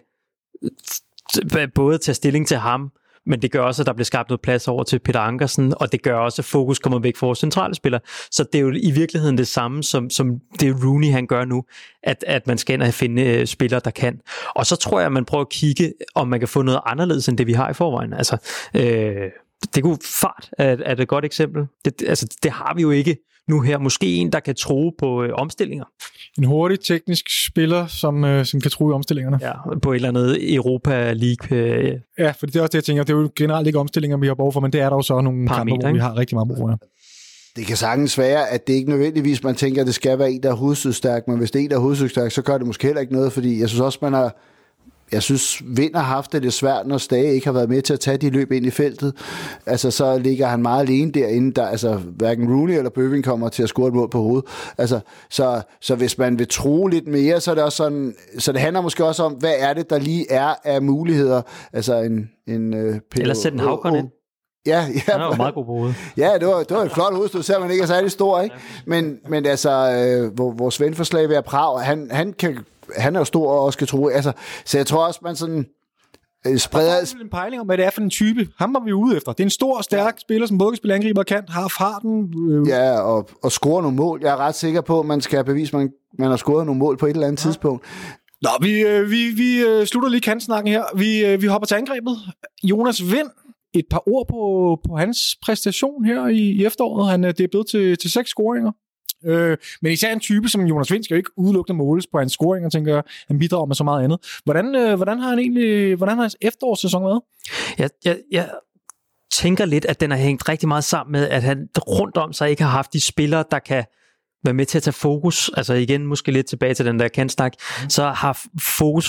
både tage stilling til ham, men det gør også, at der bliver skabt noget plads over til Peter Ankersen, og det gør også, at fokus kommer væk fra vores centrale spillere. Så det er jo i virkeligheden det samme, som det Rooney han gør nu, at man skal ind og finde spillere, der kan. Og så tror jeg, at man prøver at kigge, om man kan få noget anderledes, end det vi har i forvejen. Altså, det kunne fart er et godt eksempel. Det har vi jo ikke nu her. Måske en, der kan tro på omstillinger. En hurtig teknisk spiller, som kan tro i omstillingerne. Ja, på et eller andet Europa League. Ja, for det er også det, jeg tænker. Det er jo generelt ikke omstillinger, vi har brug for, men det er der jo så nogle kampe, hvor vi har rigtig meget brug for. Det kan sagtens være, at det ikke nødvendigvis, man tænker, at det skal være en, der er hovedstødstærk, men hvis det er en, der er hovedstødstærk, så gør det måske heller ikke noget, fordi jeg synes også, jeg synes, Vind har haft det lidt svært, når Stage ikke har været med til at tage de løb ind i feltet. Altså, så ligger han meget alene derinde, der altså hverken Rooney eller Bøving kommer til at score et mål på hovedet. Altså, så hvis man vil tro lidt mere, så er det også sådan, så det handler måske også om, hvad er det, der lige er af muligheder. Altså eller sætte en Havkon ind. Ja. Han er jo meget god på hovedet. Ja, det var et flot hovedstød, selvom man ikke er særlig stor, ikke? Men altså, vores ven for Slavia Prag, han er jo stor og også kan tro. Altså, så jeg tror også, man sådan spreder en pejling om, hvad det er for en type. Ham var vi ude efter. Det er en stor, stærk spiller, som både kan spille angriber og kant, har farten. Ja, og score nogle mål. Jeg er ret sikker på, at man skal bevise, at man har scoret nogle mål på et eller andet tidspunkt. Nå, vi slutter lige kantsnakken her. Vi hopper til angrebet. Jonas Vind. Et par ord på hans præstation her i efteråret. Det er blevet til 6 scoringer. Men især en type som Jonas Vind skal jo ikke udelukkende måles på hans scoringer, tænker jeg. Han bidrager med så meget andet. Hvordan har hans efterårssæson været? Jeg tænker lidt, at den har hængt rigtig meget sammen med, at han rundt om sig ikke har haft de spillere, der kan være med til at tage fokus. Altså igen, måske lidt tilbage til den der kantsnak. Så har fokus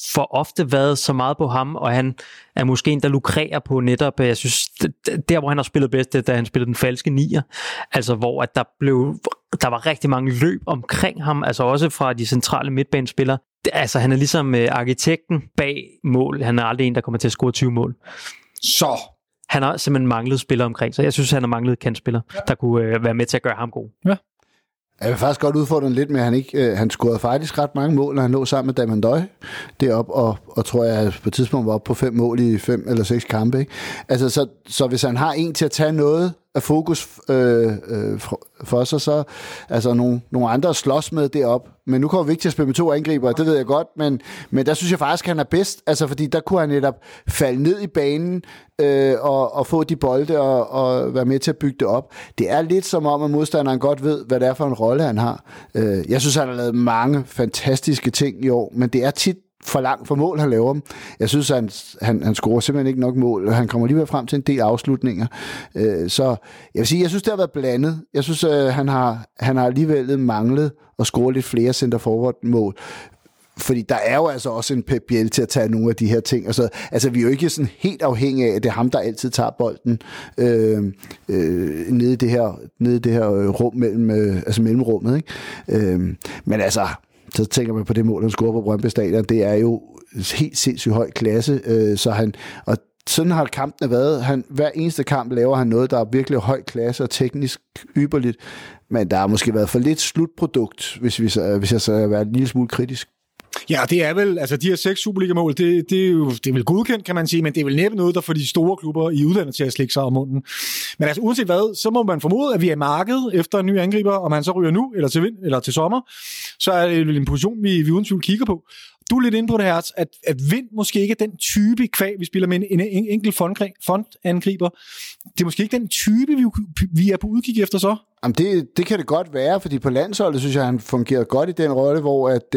for ofte været så meget på ham, og han er måske en, der lukrerer på netop, jeg synes, der hvor han har spillet bedst, da han spillede den falske nier, altså hvor at der var rigtig mange løb omkring ham, altså også fra de centrale midtbanespillere. Altså han er ligesom arkitekten bag mål, han er aldrig en, der kommer til at score 20 mål. Så han har simpelthen manglet spillere omkring, så jeg synes, han har manglet kantspillere, der kunne være med til at gøre ham god. Ja. Jeg vil faktisk godt udfordre den lidt med, at han scorede faktisk ret mange mål, når han lå sammen med Damandøj deroppe, og tror jeg på et tidspunkt var oppe på 5 mål i 5 eller 6 kampe. Ikke? Altså, så hvis han har en til at tage noget af fokus for sig, så altså nogle andre at slås med deroppe. Men nu kommer vi ikke til at spille med 2 angriber, det ved jeg godt, men der synes jeg faktisk, at han er bedst, altså fordi der kunne han netop falde ned i banen og få de bolde og være med til at bygge det op. Det er lidt som om, at modstanderen godt ved, hvad det er for en rolle, han har. Jeg synes, han har lavet mange fantastiske ting i år, men det er tit for langt for mål, han laver dem. Jeg synes, han scorer simpelthen ikke nok mål, og han kommer lige frem til en del afslutninger. Så jeg vil sige, jeg synes, det har været blandet. Jeg synes, han har alligevel manglet at score lidt flere center-forward-mål. Fordi der er jo altså også en Pep Biel til at tage nogle af de her ting. Altså vi er jo ikke sådan helt afhængige af, at det er ham, der altid tager bolden nede i det her rum mellemrummet. Ikke? Men altså, så tænker man på det mål, han scorer på Brøndby Stadion. Det er jo helt sindssygt høj klasse. Og sådan har kampene været. Hver eneste kamp laver han noget, der er virkelig høj klasse og teknisk ypperligt. Men der har måske været for lidt slutprodukt, hvis jeg så har været en lille smule kritisk. Ja, det er vel, altså de her 6 Superliga-mål, det er vel godkendt, kan man sige, men det er vel næppe noget, der får de store klubber i udlandet til at slikke sig om munden. Men altså uanset hvad, så må man formode, at vi er markedet efter en ny angriber, om han så ryger nu, eller til sommer, så er det en position, vi uden tvivl kigger på. Du er lidt inde på det her, at Vind måske ikke er den type kvæg, vi spiller med en enkelt frontangriber. Det er måske ikke den type, vi er på udkig efter så. Jamen det kan det godt være, fordi på landsholdet synes jeg, han fungerede godt i den rolle, hvor at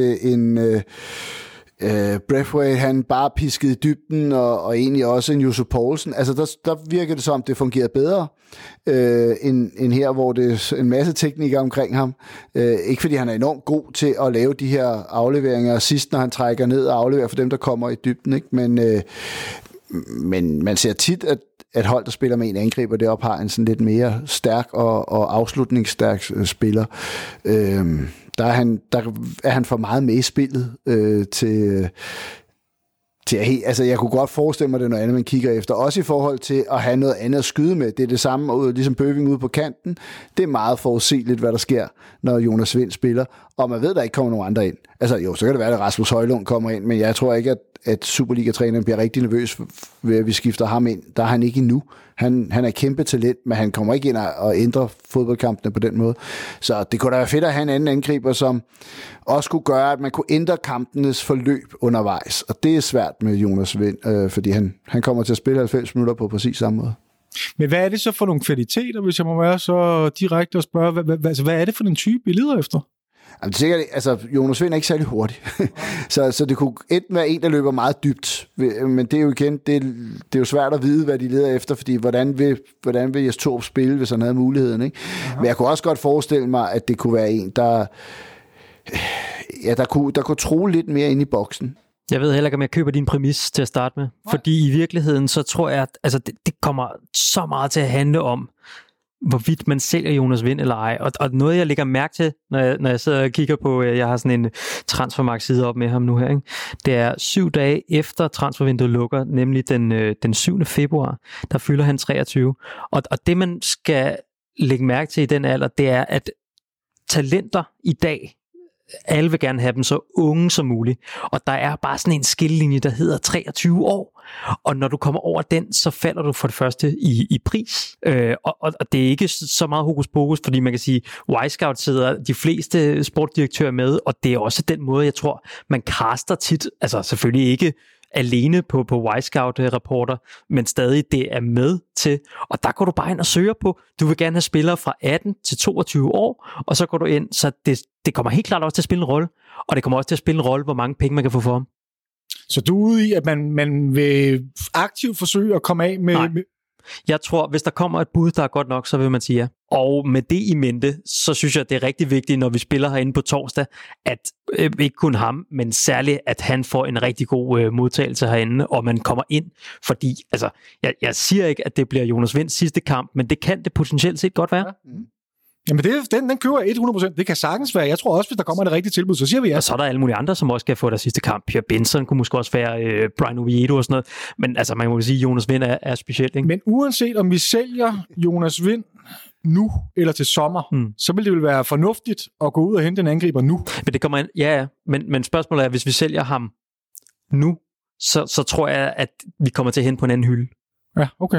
Braithwaite, han bare piskede i dybden, og egentlig også en Josef Poulsen. Altså der virker det som, det fungerede bedre end her, hvor det er en masse teknikere omkring ham. Ikke fordi han er enormt god til at lave de her afleveringer sidst, når han trækker ned og afleverer for dem, der kommer i dybden. Ikke? Men man ser tit, at hold, der spiller med en angriber, deroppe har en sådan lidt mere stærk og afslutningsstærk spiller. Der er han for meget med i spillet til altså jeg kunne godt forestille mig, det er noget andet, man kigger efter. Også i forhold til at have noget andet at skyde med. Det er det samme, ligesom Bøving ude på kanten. Det er meget forudsigeligt, hvad der sker, når Jonas Vind spiller. Og man ved, der ikke kommer nogen andre ind. Altså jo, så kan det være, at Rasmus Højlund kommer ind, men jeg tror ikke, at Superliga-træneren bliver rigtig nervøs ved, at vi skifter ham ind. Der er han ikke endnu. Han er kæmpe talent, men han kommer ikke ind og ændrer fodboldkampene på den måde. Så det kunne da være fedt at have en anden angriber, som også kunne gøre, at man kunne ændre kampenes forløb undervejs. Og det er svært med Jonas Vind, fordi han kommer til at spille 90 minutter på præcis samme måde. Men hvad er det så for nogle kvaliteter, hvis jeg må være så direkte og spørge, hvad er det for en type, I leder efter? Jamen, det er sikkert, altså, Jonas Vind er ikke særlig hurtig. så det kunne enten være en, der løber meget dybt. Men det er jo igen, det er jo svært at vide, hvad de leder efter, fordi hvordan vil Jes Torp spille, hvis han havde muligheden, ikke? Men jeg kunne også godt forestille mig, at det kunne være en, der kunne tro lidt mere ind i boksen. Jeg ved heller ikke, om jeg køber din præmis til at starte med. Nej. Fordi i virkeligheden, så tror jeg, at altså, det kommer så meget til at handle om, hvorvidt man sælger Jonas Vind eller ej. Og noget, jeg lægger mærke til, når jeg sidder og kigger på, jeg har sådan en Transfermarkt-side op med ham nu her, ikke? Det er 7 dage efter transfervinduet lukker, nemlig den 7. februar, der fylder han 23. Og det, man skal lægge mærke til i den alder, det er, at talenter i dag, alle vil gerne have dem så unge som muligt. Og der er bare sådan en skillelinje, der hedder 23 år. Og når du kommer over den, så falder du for det første i pris. Og det er ikke så meget hokus pokus, fordi man kan sige, Y-Scout sidder de fleste sportsdirektører med, og det er også den måde, jeg tror, man caster tit. Altså selvfølgelig ikke alene på Y-Scout-rapporter, men stadig det er med til. Og der går du bare ind og søger på, du vil gerne have spillere fra 18 til 22 år, og så går du ind, så det kommer helt klart også til at spille en rolle, og det kommer også til at spille en rolle, hvor mange penge man kan få for ham. Så du er ude i, at man vil aktivt forsøge at komme af med... Jeg tror, hvis der kommer et bud, der er godt nok, så vil man sige ja. Og med det i mente, så synes jeg, det er rigtig vigtigt, når vi spiller herinde på torsdag, at ikke kun ham, men særligt, at han får en rigtig god modtagelse herinde, og man kommer ind. Fordi, altså, jeg siger ikke, at det bliver Jonas Vinds sidste kamp, men det kan det potentielt set godt være. Ja. Jamen, den køber 100%. Det kan sagtens være. Jeg tror også, hvis der kommer et rigtigt tilbud, så siger vi ja. Og så er der alle mulige andre, som også skal få deres sidste kamp. Pierre Benson kunne måske også være Brian Oviedo og sådan noget. Men altså, man må sige, at Jonas Vind er specielt, ikke? Men uanset om vi sælger Jonas Vind nu eller til sommer, så vil det vel være fornuftigt at gå ud og hente en angriber nu. Men det kommer ind, ja. Men spørgsmålet er, hvis vi sælger ham nu, så tror jeg, at vi kommer til at hente på en anden hylde. Ja, okay.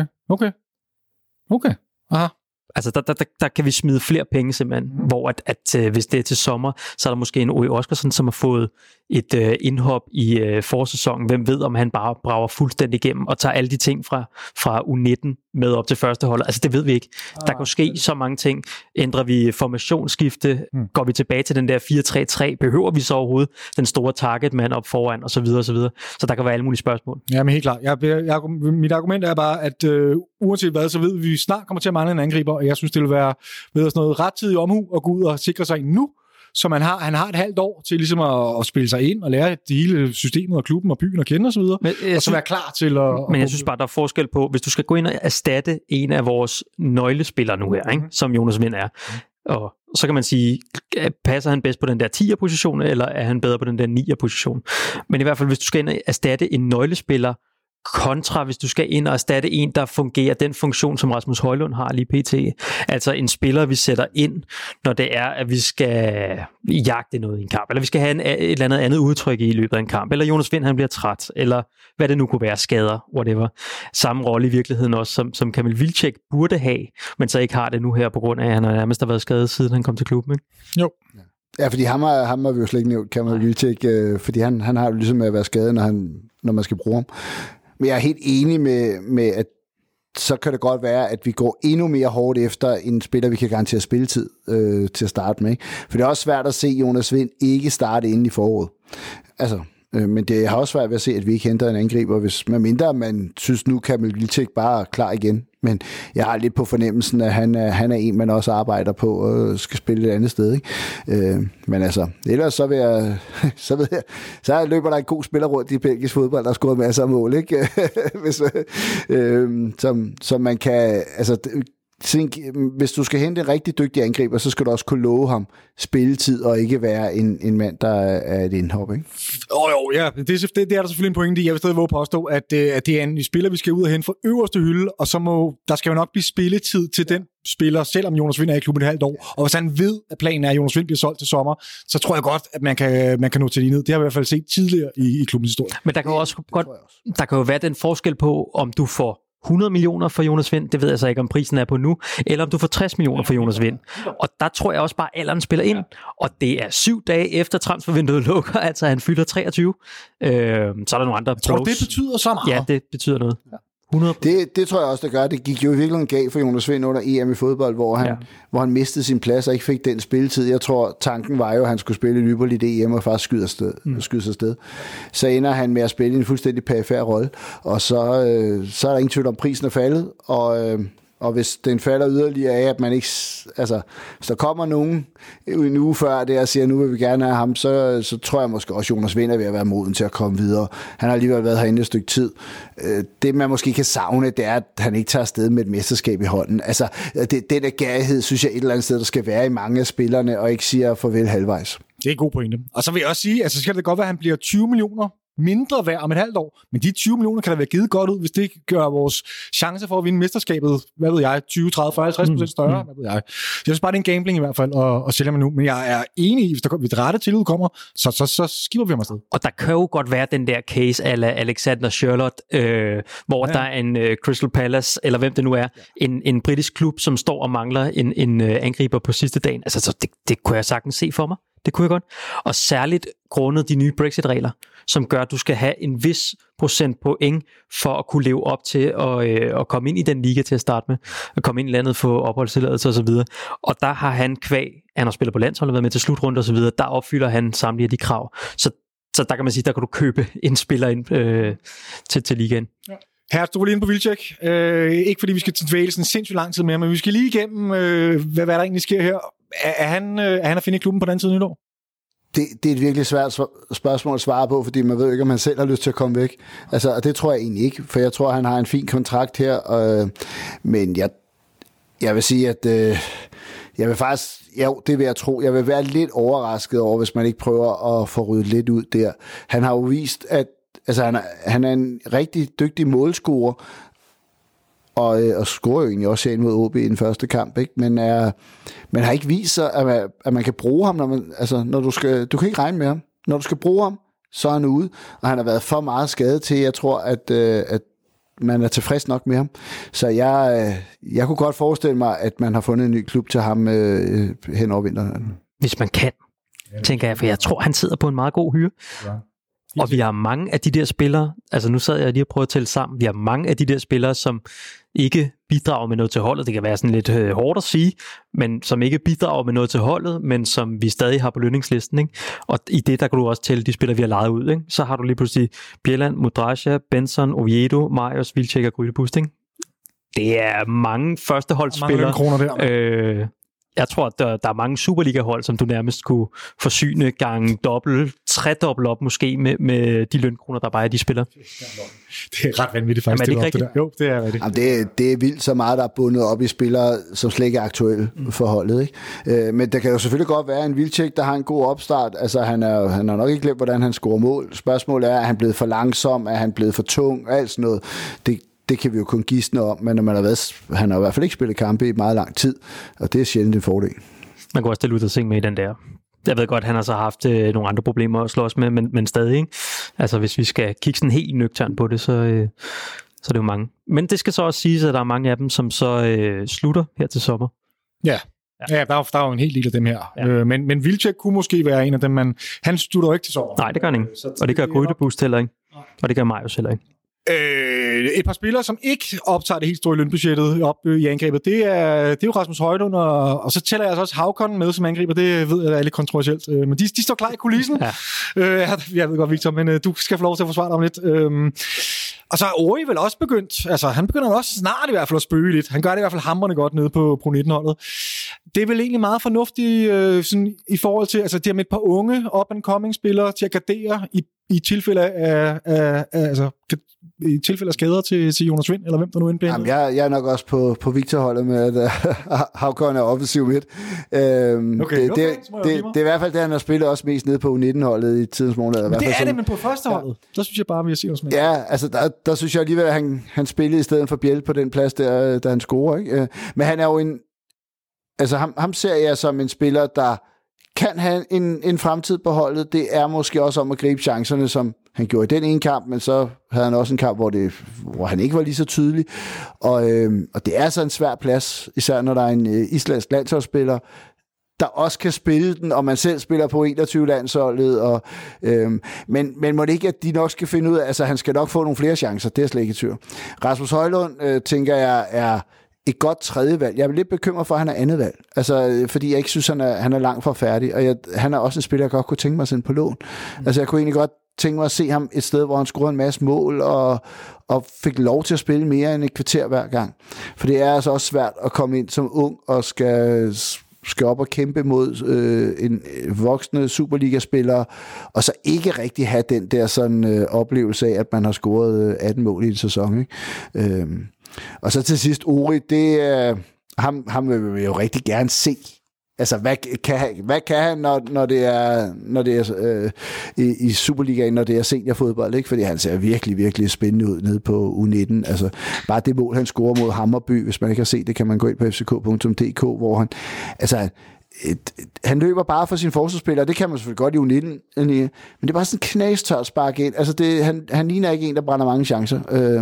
Aha. Altså, der kan vi smide flere penge simpelthen, hvor at hvis det er til sommer, så er der måske en O.E. Oscarsen, som har fået et indhop i forsæsonen. Hvem ved, om han bare brager fuldstændig igennem og tager alle de ting fra U19 med op til første hold. Altså, det ved vi ikke. Der kan ske så mange ting. Ændrer vi formationsskifte? Går vi tilbage til den der 4-3-3? Behøver vi så overhovedet den store targetmand op foran? Og så videre, og så videre. Så der kan være alle mulige spørgsmål. Ja, men helt klart. Mit argument er bare, at uanset hvad, så ved vi, at vi snart kommer til at mangle en angriber, og jeg synes, det vil være sådan noget rettidig omhu at gå ud og sikre sig nu, så han har et halvt år til ligesom at spille sig ind og lære det hele systemet og klubben og byen at kende og så videre, og så være klar til at... Men jeg synes bare, der er forskel på, hvis du skal gå ind og erstatte en af vores nøglespillere nu her, ikke? Som Jonas Vind er, og så kan man sige, passer han bedst på den der 10'er-position, eller er han bedre på den der 9'er-position? Men i hvert fald, hvis du skal ind og erstatte en nøglespiller, kontra hvis du skal ind og erstatte en, der fungerer den funktion, som Rasmus Højlund har lige pt. Altså en spiller, vi sætter ind, når det er, at vi skal jagte noget i en kamp, eller vi skal have et eller andet udtryk i løbet af en kamp, eller Jonas Vind, han bliver træt, eller hvad det nu kunne være, skader, whatever. Samme rolle i virkeligheden også, som Kamil Vilcek burde have, men så ikke har det nu her, på grund af, at han nærmest har været skadet, siden han kom til klubben, ikke? Jo. Ja, fordi ham har vi jo slet ikke nævnt, Kamil Vilcek, fordi han har jo ligesom med at være skadet, når man skal bruge ham. Men jeg er helt enig med, at så kan det godt være, at vi går endnu mere hårdt efter en spiller, vi kan garantere spilletid til at starte med. Ikke? For det er også svært at se Jonas Vind ikke starte inden i foråret. Altså, men det har også svært ved at se, at vi ikke henter en angriber, hvis man synes nu, kan Miltic bare klar igen. Men jeg har lidt på fornemmelsen, at han er en, man også arbejder på og skal spille et andet sted. Ikke? Men altså, ellers så løber der en god spiller rundt i belgisk fodbold, der har scoret masser af mål. Ikke? Som man kan... Altså, hvis du skal hente en rigtig dygtig angriber, så skal du også kunne love ham spilletid, og ikke være en mand, der er et indhop, ikke? Ja, det er der selvfølgelig en pointe i. Jeg vil stadig våge påstå, at det er en spiller, vi skal ud og hente fra øverste hylde, og så der skal jo nok blive spilletid til den spiller, selvom Jonas Vind er i klubben et halvt år. Og hvis han ved, at planen er, at Jonas Vind bliver solgt til sommer, så tror jeg godt, at man kan nå til det ned. Det har vi i hvert fald set tidligere i klubbens historie. Men der kan jo også der kan jo være den forskel på, om du får 100 millioner for Jonas Vind, det ved jeg så ikke, om prisen er på nu, eller om du får 60 millioner for Jonas Vind. Og der tror jeg også bare, at alderen spiller ind, og det er 7 dage efter transfervinduet lukker, altså han fylder 23. Så er der nogle andre tror du, det betyder så meget? Ja, det betyder noget. 100. Det tror jeg også, det gør. Det gik jo i virkeligheden galt for Jonas Vind under EM i fodbold, hvor han mistede sin plads og ikke fik den spilletid. Jeg tror, tanken var jo, at han skulle spille Lyberligt EM og faktisk skyde sig afsted. Så ender han med at spille en fuldstændig perifær rolle, og så er der ingen tvivl om, prisen er faldet, og hvis den falder yderligere af, at man ikke... Altså, hvis der kommer nogen en uge før det og siger, nu vil vi gerne have ham, så tror jeg måske også, Jonas Vind er ved at være moden til at komme videre. Han har alligevel været herinde et stykke tid. Det, man måske kan savne, det er, at han ikke tager afsted med et mesterskab i hånden. Altså, den der gærighed, synes jeg, et eller andet sted, der skal være i mange af spillerne, og ikke siger farvel halvvejs. Det er en god pointe. Og så vil jeg også sige, altså skal det godt være, at han bliver 20 millioner mindre værd om et halvt år, men de 20 millioner kan da være givet godt ud, hvis det gør vores chance for at vinde mesterskabet, hvad ved jeg, 20, 30, 40, 50% større, hvad ved jeg. Jeg synes bare, det er en gambling i hvert fald at sælge mig nu, men jeg er enig i, hvis det rette tilbud kommer, så skipper vi ham afsted. Og der kan jo godt være den der case ala Alexander Charlotte, hvor der er en Crystal Palace, eller hvem det nu er, en britisk klub, som står og mangler en angriber på sidste dagen. Altså, så det kunne jeg sagtens se for mig. Det kunne jeg godt. Og særligt grundet de nye Brexit-regler, som gør, at du skal have en vis procent point for at kunne leve op til at komme ind i den liga til at starte med, at komme ind i landet, få opholdstilladelse og så videre. Og der har han han har spillet på landsholdet, været med til slutrunde og så videre, der opfylder han samtlige af de krav. Så der kan man sige, der kan du købe en spiller ind til ligaen. Ja. Her står vi lige inde på Wilczek. Ikke fordi vi skal tilbage sådan sindssygt lang tid mere, men vi skal lige igennem, hvad der egentlig sker her. Er han at finde i klubben på den tid nytår? Det er et virkelig svært spørgsmål at svare på, fordi man ved ikke, om han selv har lyst til at komme væk. Altså, og det tror jeg egentlig ikke, for jeg tror, han har en fin kontrakt her. Men jeg vil sige, at jeg vil faktisk, det vil jeg tro, jeg vil være lidt overrasket over, hvis man ikke prøver at få ryddet lidt ud der. Han har jo vist, at altså, han er en rigtig dygtig målscorer, og scorer jo egentlig også ind mod OB i den første kamp, ikke? Men har ikke vist sig, at man kan bruge ham, når du kan ikke regne med ham. Når du skal bruge ham, så er han ude, og han har været for meget skadet til, jeg tror, at man er tilfreds nok med ham. Så jeg kunne godt forestille mig, at man har fundet en ny klub til ham hen over vinteren. Hvis man kan, tænker jeg, for jeg tror, han sidder på en meget god hyre. Ja. Og vi har mange af de der spillere, altså nu sad jeg lige og prøvede at tælle sammen, vi har mange af de der spillere, som ikke bidrager med noget til holdet. Det kan være sådan lidt hårdt at sige, men som ikke bidrager med noget til holdet, men som vi stadig har på lønningslisten. Ikke? Og i det, der kan du også tælle de spillere, vi har lejet ud. Ikke? Så har du lige pludselig Bjelland, Mudrasja, Benson, Oviedo, Marius, Wilczek og Grydebust. Det er mange førsteholdsspillere. Mange kroner der. Jeg tror, at der er mange Superliga-hold, som du nærmest kunne forsyne gange tredobbelt op måske med de lønkroner, der bare er de spillere. Det er ret vanvittigt faktisk. Jamen, er det ikke rigtigt? Jo, det er rigtigt. Jamen, det er vildt så meget, der er bundet op i spillere, som slet ikke er aktuelle for holdet. Ikke? Men der kan jo selvfølgelig godt være en Wilczek, der har en god opstart. Altså, han har nok ikke glemt, hvordan han scorer mål. Spørgsmålet er han blevet for langsom? Er han blevet for tung? Alt sådan noget. Det kan vi jo kun gisne om, men når han har i hvert fald ikke spillet kampe i meget lang tid, og det er sjældent en fordel. Man kan også stille Luther Singh med i den der. Jeg ved godt, han har så haft nogle andre problemer at slås med, men stadig, ikke? Altså, hvis vi skal kigge sådan helt nøgtern på det, så er det jo mange. Men det skal så også siges, at der er mange af dem, som så slutter her til sommer. Ja, der er jo en hel del af dem her. Ja. Men Wilczek kunne måske være en af dem, han slutter jo ikke til sommer. Nej, det gør han ikke. Og det gør Grydebust heller ikke. Og det gør Marius heller ikke. Et par spillere, som ikke optager det helt store lønbudgettet op i angrebet, det er jo Rasmus Højlund, og så tæller jeg altså også Havkon med som angriber. Det ved jeg er lidt kontroversielt, men de står klar i kulissen. Ja. Jeg ved godt, Victor, men du skal få lov til at forsvare dig om lidt. Og så er Ori vel også begyndt, altså han begynder også snart i hvert fald at spøge lidt. Han gør det i hvert fald hamrende godt nede på Pro-19-holdet. Det er vel egentlig meget fornuftigt sådan, i forhold til, altså de har med et par unge up-and-coming-spillere til at gardere i tilfælde af skader til Jonas Vind, eller hvem der nu indbænder. Jamen, jeg er nok også på Victor-holdet med, at Havkon er offensiv midt. Det er i hvert fald det, han har spillet også mest nede på U19-holdet i tidens måned. Men det er det, men på første holdet, der synes jeg bare, vi har set os med. Ja, altså der synes jeg alligevel, at han spillede i stedet for Bjell på den plads, der han scorer. Ikke? Men han er jo altså ham ser jeg som en spiller, der kan have en fremtid på holdet. Det er måske også om at gribe chancerne, som han gjorde i den ene kamp, men så havde han også en kamp, hvor han ikke var lige så tydelig. Og det er så en svær plads, især når der er en islandsk landsholdsspiller, der også kan spille den, og man selv spiller på 21-landsholdet. Men må det ikke, at de nok skal finde ud af, altså han skal nok få nogle flere chancer, det er slet ikke i tvivl. Rasmus Højlund, tænker jeg, er et godt tredje valg. Jeg er lidt bekymret for, at han er andet valg. Altså, fordi jeg ikke synes, han er langt fra færdig. Og han er også en spiller, jeg godt kunne tænke mig at sende på lån. Altså, jeg kunne egentlig godt tænke mig at se ham et sted, hvor han scorede en masse mål, og fik lov til at spille mere end et kvarter hver gang. For det er altså også svært at komme ind som ung, og skal op og kæmpe mod en voksne Superliga-spiller, og så ikke rigtig have den der sådan oplevelse af, at man har scoret 18 mål i en sæson. Ikke? Og så til sidst Ori, ham vil vi jo rigtig gerne se. Altså, hvad kan han, når det er i Superligaen, når det er seniorfodbold, ikke? Fordi han ser virkelig, virkelig spændende ud nede på U19. Altså, bare det mål, han scorer mod Hammarby, hvis man ikke har set det, kan man gå ind på fck.dk, hvor han løber bare for sine forsvarsspillere, det kan man selvfølgelig godt i U19, men det er bare sådan en knastørt spark ind. Altså, han ligner ikke en, der brænder mange chancer.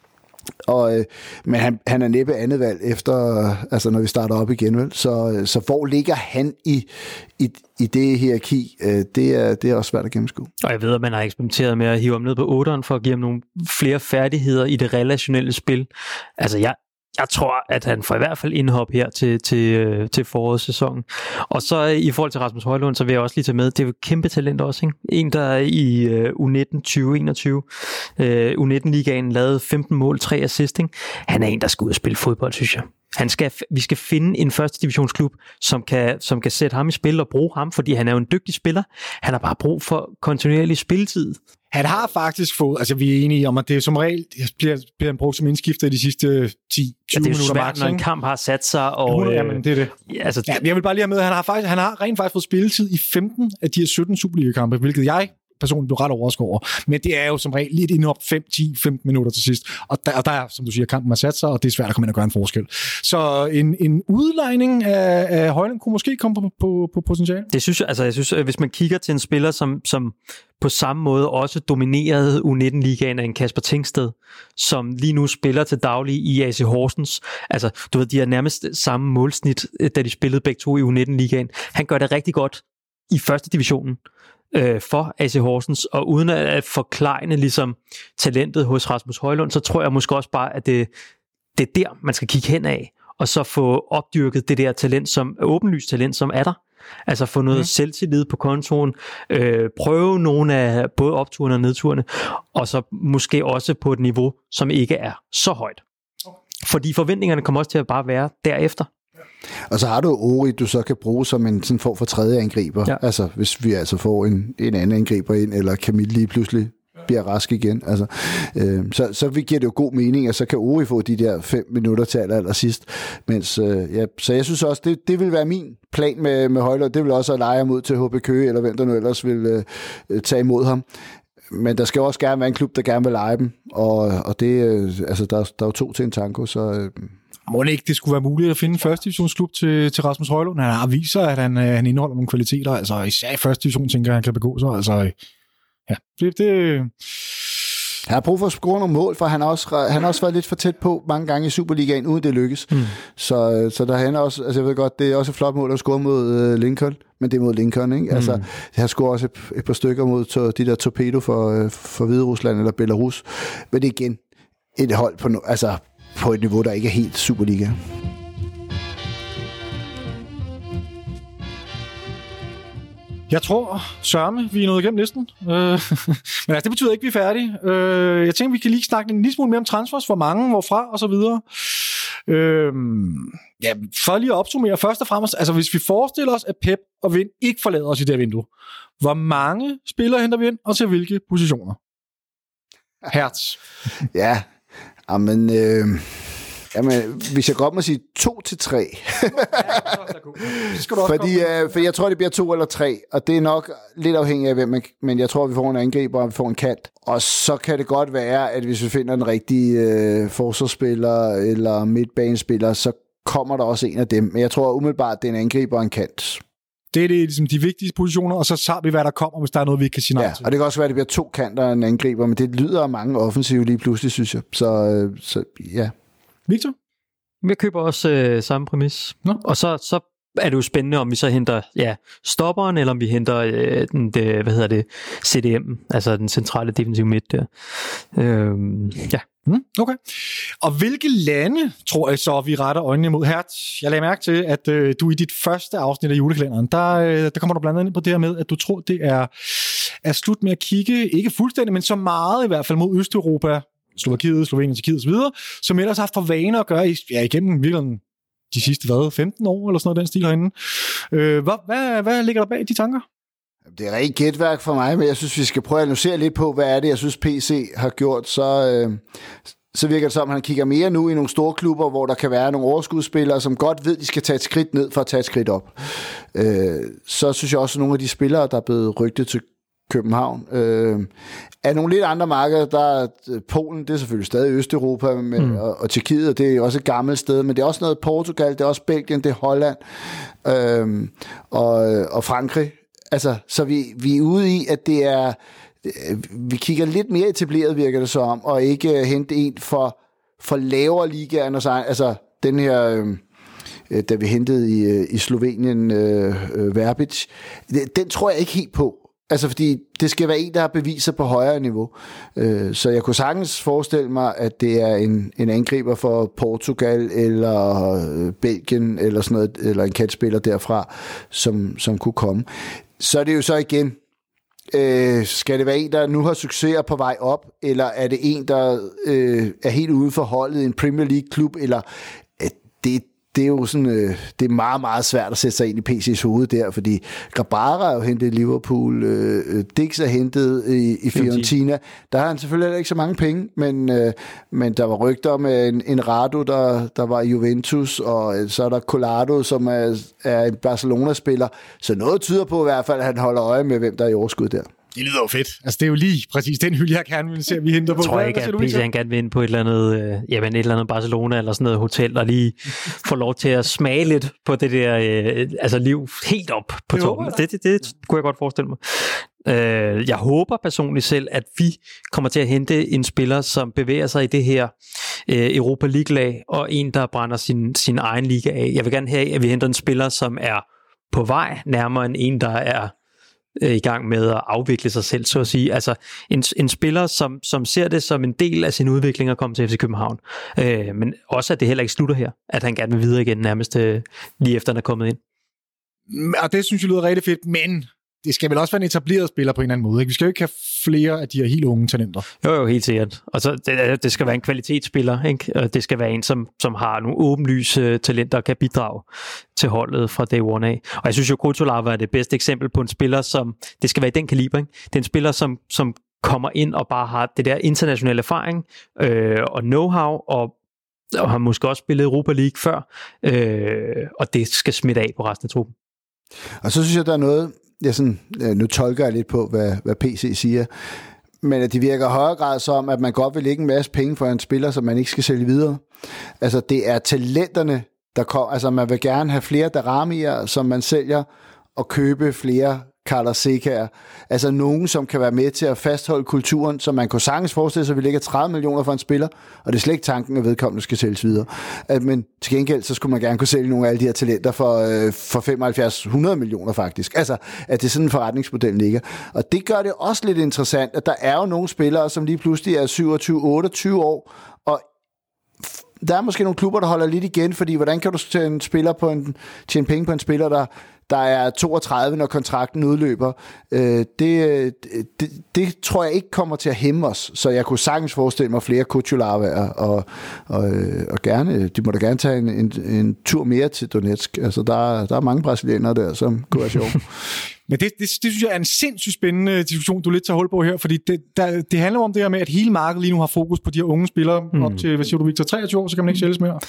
Men han er næppe andet valg efter, altså når vi starter op igen, vel? Så hvor ligger han i det hierarki? Det er også svært at gennemskue. Og jeg ved, at man har eksperimenteret med at hive ham ned på 8'eren for at give ham nogle flere færdigheder i det relationelle spil. Altså jeg Jeg tror, at han får i hvert fald indhop her til forårssæsonen. Og så i forhold til Rasmus Højlund, så vil jeg også lige tage med, det er jo et kæmpe talent også, ikke? En, der i U19 2021, U19-ligaen lavede 15 mål, 3 assist, ikke? Han er en, der skal ud og spille fodbold, synes jeg. Vi skal finde en første divisionsklub, som kan sætte ham i spil og bruge ham, fordi han er jo en dygtig spiller. Han har bare brug for kontinuerlig spilletid. Han har faktisk fået, altså vi er enige om, at det er som regel bliver han brugt som indskifter i de sidste 10-20 minutter. Det er jo svært, når en kamp har sat sig. Og, jamen, det er det. Altså, ja, jeg vil bare lige have med, at han har rent faktisk fået spilletid i 15 af de her 17 Superliga-kampe, hvilket jeg personligt blev ret overrasket over. Men det er jo som regel lidt indop 5-10-15 minutter til sidst. Og der er, som du siger, kampen har sat sig, og det er svært at komme ind og gøre en forskel. Så en udlejning af Højlund kunne måske komme på potentiale. Det synes jeg synes, hvis man kigger til en spiller, som på samme måde også dominerede U19-ligaen af en Kasper Tingsted, som lige nu spiller til daglig i AC Horsens. Altså, du ved, de har nærmest samme målsnit, da de spillede begge to i U19-ligaen. Han gør det rigtig godt i første divisionen for AC Horsens, og uden at forklejne ligesom talentet hos Rasmus Højlund, så tror jeg måske også bare, at det er der, man skal kigge hen af, og så få opdyrket det der talent, som åbenlyst talent, som er der. Altså få noget selvtillid på kontoen, prøve nogle af både opturene og nedturene, og så måske også på et niveau, som ikke er så højt. Fordi forventningerne kommer også til at bare være derefter. Og så har du Ori, du så kan bruge som en sådan form for tredje angriber. Ja. Altså, hvis vi altså får en anden angriber ind, eller Camille lige pludselig bliver rask igen. Altså, så giver det jo god mening, og så kan Ori få de der 5 minutter til allersidst. Så jeg synes også, det vil være min plan med Højlund. Det vil også at lege ham ud til HB Køge, eller hvem der nu ellers vil tage imod ham. Men der skal også gerne være en klub, der gerne vil lege dem. Og det, altså, der er jo 2 til en tango, så... Må det ikke det skulle være muligt at finde en første divisionsklub til Rasmus Højlund? Han har vist sig, at han indeholder nogle kvaliteter. Altså især i første division, tænker jeg, han kan begå sig. Altså, ja, det... Han har brug for at score nogle mål, for han har også været lidt for tæt på mange gange i Superligaen, uden det lykkes. Så der han også, altså jeg ved godt, det er også et flot mål at score mod Lincoln, men det er mod Lincoln, ikke? Altså, det har scoret også et par stykker mod de der Torpedo for Hviderusland eller Belarus. Men det er igen et hold på et niveau, der ikke er helt Superliga. Jeg tror, sørme, vi er nået igennem listen. Men altså, det betyder ikke, at vi er færdige. Jeg tænker, vi kan lige snakke en lille smule mere om transfers, hvor mange, hvorfra og så videre. Ja, for lige at opsummere først og fremmest, altså hvis vi forestiller os, at Pep og Vind ikke forlader os i det her vindue, hvor mange spillere henter vi ind, og til hvilke positioner? Hertz. Ja, men hvis jeg godt må sige 2 til 3. Fordi jeg tror, det bliver 2 eller 3, og det er nok lidt afhængigt af hvem men jeg tror, vi får en angriber, og vi får en kant. Og så kan det godt være, at hvis vi finder en rigtig forsvarsspiller eller midtbanespiller, så kommer der også en af dem. Men jeg tror umiddelbart, det er en angriber og en kant. Det er ligesom de vigtige positioner, og så tager vi, hvad der kommer, hvis der er noget, vi ikke kan sige nej til. Og det kan også være, at det bliver 2 kanter og en angriber, men det lyder af mange offensive lige pludselig, synes jeg. Så ja. Victor? Jeg køber også samme præmis. Nå. Og så er det jo spændende, om vi så henter stopperen, eller om vi henter CDM, altså den centrale defensive midt der. Ja. Okay. Og hvilke lande, tror jeg så, vi retter øjnene imod? Hertz, jeg lagde mærke til, at du i dit første afsnit af julekalenderen, der kommer du blandt andet ind på det her med, at du tror, det er slut med at kigge, ikke fuldstændig, men så meget i hvert fald mod Østeuropa, Slovakiet, Slovenien, Tjekkiet osv., som ellers har haft for vane at gøre igennem virkelig de sidste 15 år, eller sådan noget den stil herinde. Hvad ligger der bag de tanker? Det er rigtig gætværk for mig, men jeg synes, vi skal prøve at analysere lidt på, hvad er det, jeg synes, PC har gjort. Så virker det som, at han kigger mere nu i nogle store klubber, hvor der kan være nogle overskudsspillere, som godt ved, at de skal tage et skridt ned for at tage et skridt op. Så synes jeg også, at nogle af de spillere, der er blevet rygtet til København, er nogle lidt andre markeder. Der er Polen, det er selvfølgelig stadig Østeuropa, og Tjekkiet, det er også et gammelt sted, men det er også noget Portugal, det er også Belgien, det er Holland, og Frankrig. Altså, så vi er ude i, at det er, vi kigger lidt mere etableret, virker det så om, og ikke hente en for lavere ligaer, altså den her, da vi hentede i Slovenien, Verbic, den tror jeg ikke helt på. Altså, fordi det skal være en, der har beviser på højere niveau. Så jeg kunne sagtens forestille mig, at det er en angriber for Portugal eller Belgien eller sådan noget, eller en kantspiller derfra, som kunne komme. Så er det jo så igen, skal det være en, der nu har succeser på vej op, eller er det en, der er helt ude for holdet i en Premier League-klub, eller det er jo sådan, det er meget, meget svært at sætte sig ind i PC's hoved der, fordi Grabara er jo hentet i Liverpool, Dix er hentet i Fiorentina. Der har han selvfølgelig ikke så mange penge, men der var rygter om en Rado, der var i Juventus, og så er der Collado, som er en Barcelona-spiller. Så noget tyder på i hvert fald, at han holder øje med, hvem der er i overskud der. Det lyder jo fedt. Altså, det er jo lige præcis den hylde, jeg gerne vil se, at vi henter på. Jeg tror ikke, at PC han gerne vil ind på et eller andet Barcelona eller sådan noget hotel, og lige få lov til at smage lidt på det der liv helt op på toppen. Det kunne jeg godt forestille mig. Jeg håber personligt selv, at vi kommer til at hente en spiller, som bevæger sig i det her Europa League-lag, og en, der brænder sin egen liga af. Jeg vil gerne have, at vi henter en spiller, som er på vej nærmere end en, der er i gang med at afvikle sig selv, så at sige. Altså en spiller, som ser det som en del af sin udvikling at komme til FC København. Men også, at det heller ikke slutter her. At han gerne vil videre igen nærmest lige efter, han er kommet ind. Og det synes jeg lyder rigtig fedt, men det skal vel også være en etableret spiller på en eller anden måde. Ikke? Vi skal jo ikke have flere af de her helt unge talenter. Jo, helt sikkert. Og så det skal være en kvalitetsspiller, ikke? Og det skal være en, som har nogle åbenlyse talenter og kan bidrage til holdet fra day one af. Og jeg synes jo, Kutulava er det bedste eksempel på en spiller, som det skal være i den kaliber. Ikke? Det er en spiller, som kommer ind og bare har det der internationale erfaring og know-how, og har måske også spillet Europa League før, og det skal smitte af på resten af truppen. Og så synes jeg, der er noget, nu tolker jeg lidt på, hvad PC siger, men at det virker i højere grad som, at man godt vil lægge en masse penge for en spiller, som man ikke skal sælge videre. Altså, det er talenterne, der kommer. Altså, man vil gerne have flere Daramier, som man sælger, og købe flere Carlos Secaer. Altså nogen, som kan være med til at fastholde kulturen, så man kunne sagtens forestille sig, at vi lægger 30 millioner for en spiller, og det er slet ikke tanken, at vedkommende skal sælges videre. Men til gengæld, så skulle man gerne kunne sælge nogle af alle de her talenter for 75-100 millioner faktisk. Altså, at det er sådan en forretningsmodel ligger. Og det gør det også lidt interessant, at der er jo nogle spillere, som lige pludselig er 27-28 år, og der er måske nogle klubber, der holder lidt igen, fordi hvordan kan du tjene penge på en spiller, der er 32, når kontrakten udløber. Det tror jeg ikke kommer til at hæmme os, så jeg kunne sagtens forestille mig flere Kutulavaer, og gerne, de må da gerne tage en tur mere til Donetsk. Altså, der er mange brasilianere der, som kunne være sjov. Men det synes jeg er en sindssygt spændende diskussion, du lidt tager hold på her, fordi det handler om det her med, at hele markedet lige nu har fokus på de her unge spillere op til, hvad siger du, Victor, 23 år, så kan man ikke sælges mere.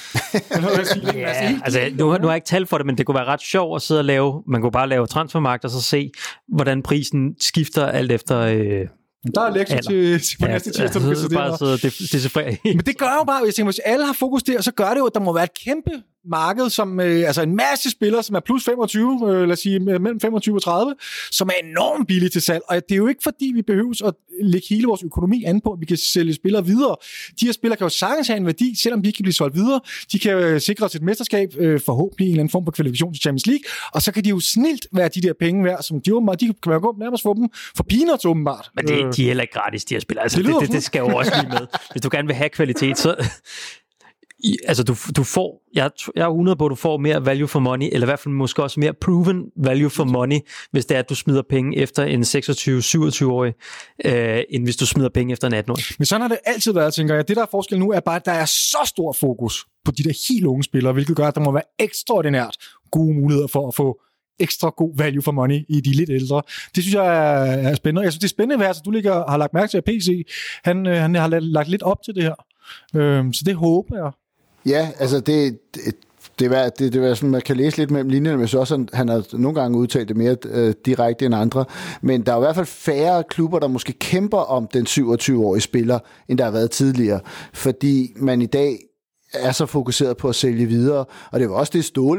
Nu har jeg ikke talt for det, men det kunne være ret sjovt at sidde og lave, man kunne bare lave transfermarkt og så se, hvordan prisen skifter alt efter der er lektier til næste tirsdag, du kan sidde. Men det gør jo bare, jeg tænker, hvis alle har fokus der, så gør det jo, at der må være et kæmpe marked, som altså en masse spillere, som er plus 25, lad os sige mellem 25 og 30, som er enormt billige til salg. Og det er jo ikke fordi, vi behøver at lægge hele vores økonomi an på, at vi kan sælge spillere videre. De her spillere kan jo sagtens have en værdi, selvom de ikke kan blive solgt videre. De kan sikre os et mesterskab, forhåbentlig en eller anden form for kvalifikation til Champions League, og så kan de jo snilt være de der penge værd, som de kan være gå nærmest for dem for peanuts åbenbart. Men de er heller ikke gratis, de her spillere. Altså, det skal jo også blive med. Hvis du gerne vil have kvalitet, så altså du får, jeg er 100 på, at du får mere value for money, eller i hvert fald måske også mere proven value for money, hvis det er, at du smider penge efter en 26-27-årig, end hvis du smider penge efter en 18-årig. Men sådan har det altid været, tænker jeg. Det, der er forskel nu, er bare, at der er så stor fokus på de der helt unge spillere, hvilket gør, at der må være ekstraordinært gode muligheder for at få ekstra god value for money i de lidt ældre. Det synes jeg er spændende. Jeg synes, det er spændende, at du har lagt mærke til, at PC han har lagt lidt op til det her. Så det håber jeg. Ja, altså det er sådan, man kan læse lidt mellem linjerne, men så også han har nogle gange udtalt det mere direkte end andre. Men der er i hvert fald færre klubber, der måske kæmper om den 27-årige spiller, end der har været tidligere. Fordi man i dag er så fokuseret på at sælge videre. Og det var også det Ståle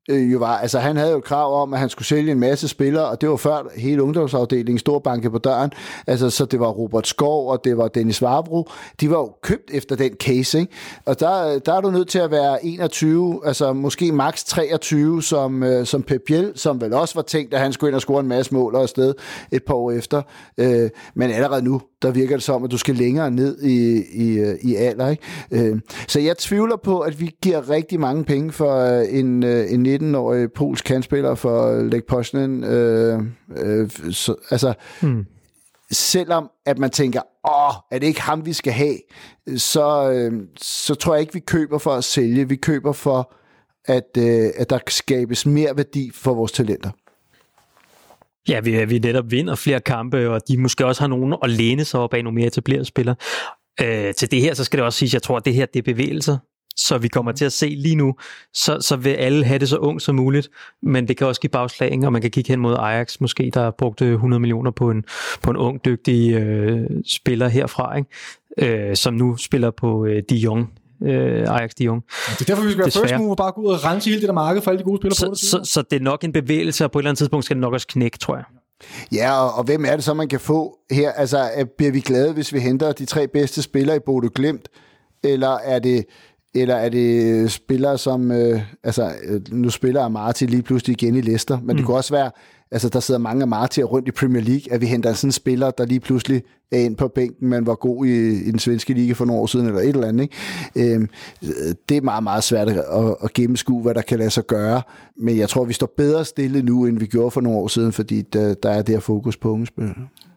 jo var, altså han havde jo krav om, at han skulle sælge en masse spillere, og det var før hele ungdomsafdelingen storbanke på døren, altså så det var Robert Skov, og det var Dennis Varbro, de var jo købt efter den case, ikke? Og der er du nødt til at være 21, altså måske maks 23, som Pep Biel, som vel også var tænkt, at han skulle ind og score en masse mål og afsted et par år efter, men allerede nu, der virker det som, at du skal længere ned i alder, ikke? Så jeg tvivler på, at vi giver rigtig mange penge for en 19-årig polsk kantspiller for Lech Poznan. Selvom at man tænker, er det ikke ham, vi skal have, så tror jeg ikke, vi køber for at sælge. Vi køber for, at der skabes mere værdi for vores talenter. Ja, vi netop vinder flere kampe, og de måske også har nogen at læne sig op af nogle mere etablerede spillere. Til det her, så skal det også siges, jeg tror, at det her, det er bevægelser. Så vi kommer til at se lige nu, så vil alle have det så ung som muligt, men det kan også give bagslag, og man kan kigge hen mod Ajax, måske der brugte 100 millioner på en ung, dygtig spiller herfra, ikke? Som nu spiller på De Jong. Ajax de Jong. Det er derfor, vi skal være first move og bare gå ud og rense hele det der marked for alle de gode spillere på det. Så det er nok en bevægelse, og på et eller andet tidspunkt skal det nok også knække, tror jeg. Ja, og hvem er det så, man kan få her? Altså, bliver vi glade, hvis vi henter de 3 bedste spillere i Bodø Glimt? Eller er det spillere, som... nu spiller Amarty lige pludselig igen i Leicester, men det kunne også være... Altså, der sidder mange Amarty'er rundt i Premier League, at vi henter sådan en spiller, der lige pludselig er ind på bænken, men var god i den svenske liga for nogle år siden, eller et eller andet, ikke? Det er meget, meget svært at gennemskue, hvad der kan lade sig gøre, men jeg tror, vi står bedre stille nu, end vi gjorde for nogle år siden, fordi der er det her fokus på unge spillere.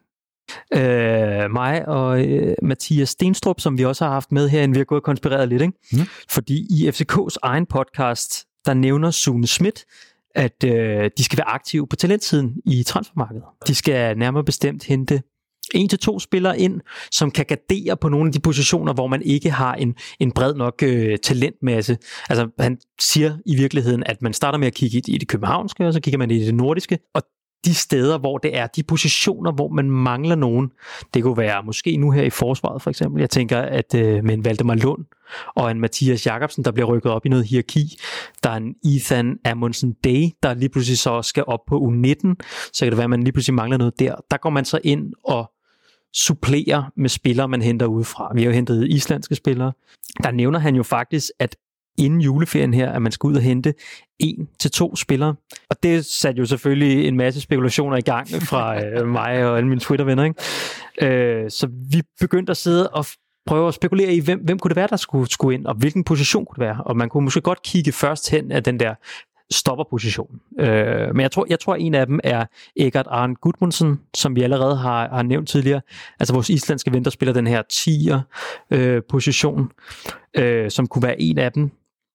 Mig og Mathias Stenstrup, som vi også har haft med herinde, vi har gået og konspireret lidt, ikke? Fordi i FCK's egen podcast, der nævner Sune Schmidt, at de skal være aktive på talentsiden i transfermarkedet. De skal nærmere bestemt hente 1-2 spillere ind, som kan gardere på nogle af de positioner, hvor man ikke har en bred nok talentmasse. Altså han siger i virkeligheden, at man starter med at kigge i det københavnske, og så kigger man i det nordiske, og de steder, hvor det er de positioner, hvor man mangler nogen. Det kunne være måske nu her i forsvaret for eksempel. Jeg tænker, at med en Valdemar Lund og en Mathias Jakobsen, der bliver rykket op i noget hierarki. Der er en Ethan Amundsen Day, der lige pludselig så skal op på U19. Så kan det være, at man lige pludselig mangler noget der. Der går man så ind og supplerer med spillere, man henter udefra. Vi har jo hentet islandske spillere. Der nævner han jo faktisk, at inden juleferien her, at man skal ud og hente 1-2 spillere. Og det satte jo selvfølgelig en masse spekulationer i gang fra mig og alle mine Twitter-venner, ikke? Så vi begyndte at sidde og prøve at spekulere i, hvem kunne det være, der skulle ind, og hvilken position kunne det være. Og man kunne måske godt kigge først hen af den der stopperposition. Men jeg tror en af dem er Egert Arne Gudmundsen, som vi allerede har nævnt tidligere. Altså vores islandske ven, der spiller den her 10'er position, som kunne være en af dem.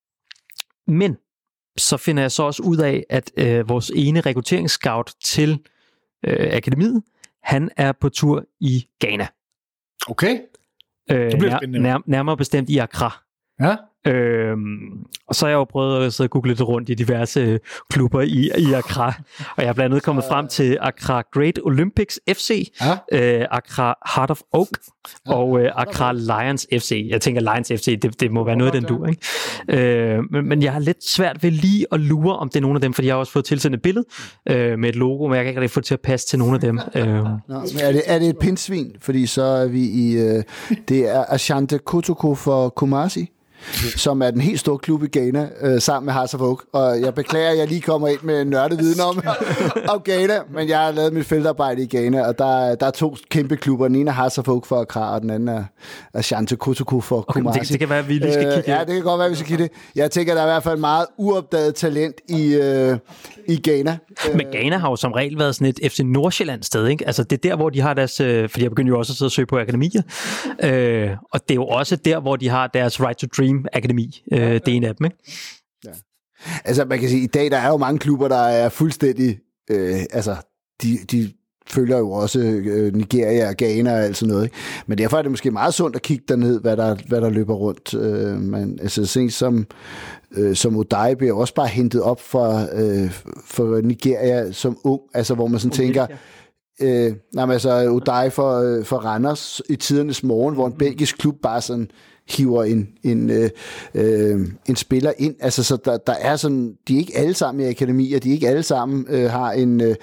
Men så finder jeg så også ud af, at vores ene rekrutteringsscout til akademiet, han er på tur i Ghana. Okay. Det bliver spændende. Nærmere bestemt i Accra. Ja. Og så har jeg jo prøvet at sidde og google lidt rundt i diverse klubber i Accra, og jeg er blandt andet kommet frem til Accra Great Olympics FC, Accra Heart of Oak og Accra Lions FC. Jeg tænker Lions FC, det må være noget af den dur, ikke? Men jeg har lidt svært ved lige at lure, om det er nogle af dem, fordi jeg har også fået tilsendt et billede med et logo, men jeg kan ikke rigtig få det til at passe til nogle af dem. Er det et pindsvin? Fordi så er vi i... det er Ashanti Kotoko for Kumasi, som er den helt store klub i Ghana, sammen med Hearts of Oak. Og jeg beklager, at jeg lige kommer ind med nørdeviden om Ghana, men jeg har lavet mit feltarbejde i Ghana, og der er 2 kæmpe klubber. Den ene er Hearts of Oak for Accra, og den anden er Ashanti Kotoko for Kumasi. Det kan være, at vi lige skal kigge. Ja, det kan godt være, at vi skal kigge det. Jeg tænker, der er i hvert fald meget uopdaget talent i Ghana. Men Ghana har jo som regel været sådan et FC Nordsjælland sted, ikke? Altså det er der, hvor de har deres... fordi jeg begyndte jo også at sidde og søge på akademier. Og det er jo også der, hvor de har deres Right to Dream Akademi. Det er en af dem, ikke? Ja. Altså man kan sige, i dag der er jo mange klubber, der er fuldstændig... de følger jo også Nigeria og Ghana og alt sådan noget, ikke? Men derfor er det måske meget sundt at kigge derned, hvad der løber rundt. Men altså sådan som Odai bliver også bare hentet op for Nigeria som ung, altså hvor man sådan tænker... Odai for Randers i tidernes morgen, hvor en belgisk klub bare sådan hiver en spiller ind. Altså, så der er sådan, de er ikke alle sammen i akademier, de er ikke alle sammen har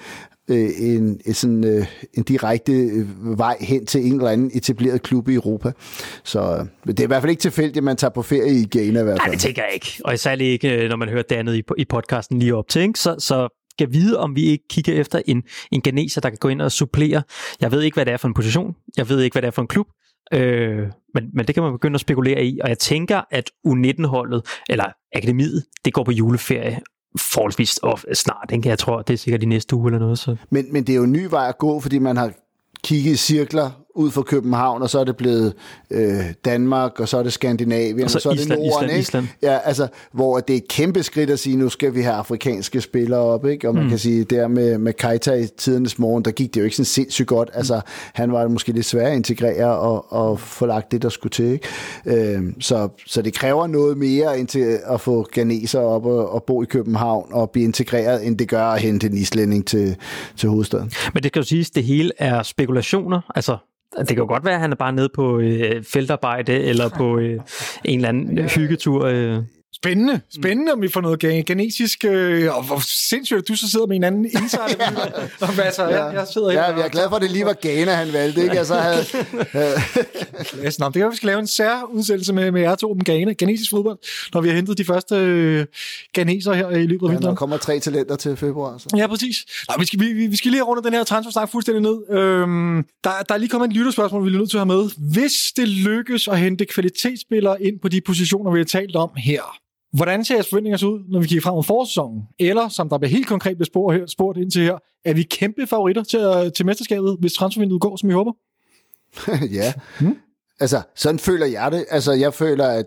en direkte vej hen til en eller anden etableret klub i Europa. Så det er i hvert fald ikke tilfældigt, at man tager på ferie i Ghana i hvert fald. Nej, det tænker jeg ikke. Og særligt ikke, når man hører det andet i podcasten lige op til, ikke? Så skal vide, om vi ikke kigger efter en ghaneser, der kan gå ind og supplere. Jeg ved ikke, hvad det er for en position. Jeg ved ikke, hvad det er for en klub. Men det kan man begynde at spekulere i. Og jeg tænker, at U19-holdet, eller akademiet, det går på juleferie forholdsvis snart, ikke? Jeg tror, det er sikkert de næste uge eller noget. Så. Men det er jo en ny vej at gå, fordi man har kigget i cirkler ud fra København, og så er det blevet Danmark, og så er det Skandinavien, og så er det Norden, ikke? Island. Ja, altså, hvor det er et kæmpe skridt at sige, nu skal vi have afrikanske spillere op, ikke? Og man kan sige, der med Keita i tidernes morgen, der gik det jo ikke sådan sindssygt godt. Altså, han var måske lidt svær at integrere og få lagt det, der skulle til, ikke? Så det kræver noget mere end til at få ghaneser op og bo i København og blive integreret, end det gør at hente en islænding til hovedstaden. Men det kan jo siges, det hele er spekulationer, altså. Det kan jo godt være, at han er bare nede på feltarbejde, eller på en eller anden hyggetur. Spændende, om vi får noget ghanesisk. Og hvor sindssygt, at du så sidder med en anden insider. Jeg sidder her. Ja, jeg er glad for, at det lige var Ghana, han valgte, ikke? Altså, det kan være, vi skal lave en særudsættelse med jer to om ghanesisk fodbold, når vi har hentet de første ghaneser her i løbet af vinteren. Der kommer 3 talenter til februar. Så. Ja, præcis. Vi skal lige have rundet den her transfersnak fuldstændig ned. Der er lige kommet et lytterspørgsmål, vi er nødt til at have med. Hvis det lykkes at hente kvalitetsspillere ind på de positioner, vi har talt om her, hvordan ser jeres forventninger ud, når vi kigger frem mod forårssæsonen? Eller, som der bliver helt konkret spurgt ind til her, er vi kæmpe favoritter til mesterskabet, hvis transfervinduet går, som I håber? Ja. Altså, sådan føler jeg det. Altså, jeg føler,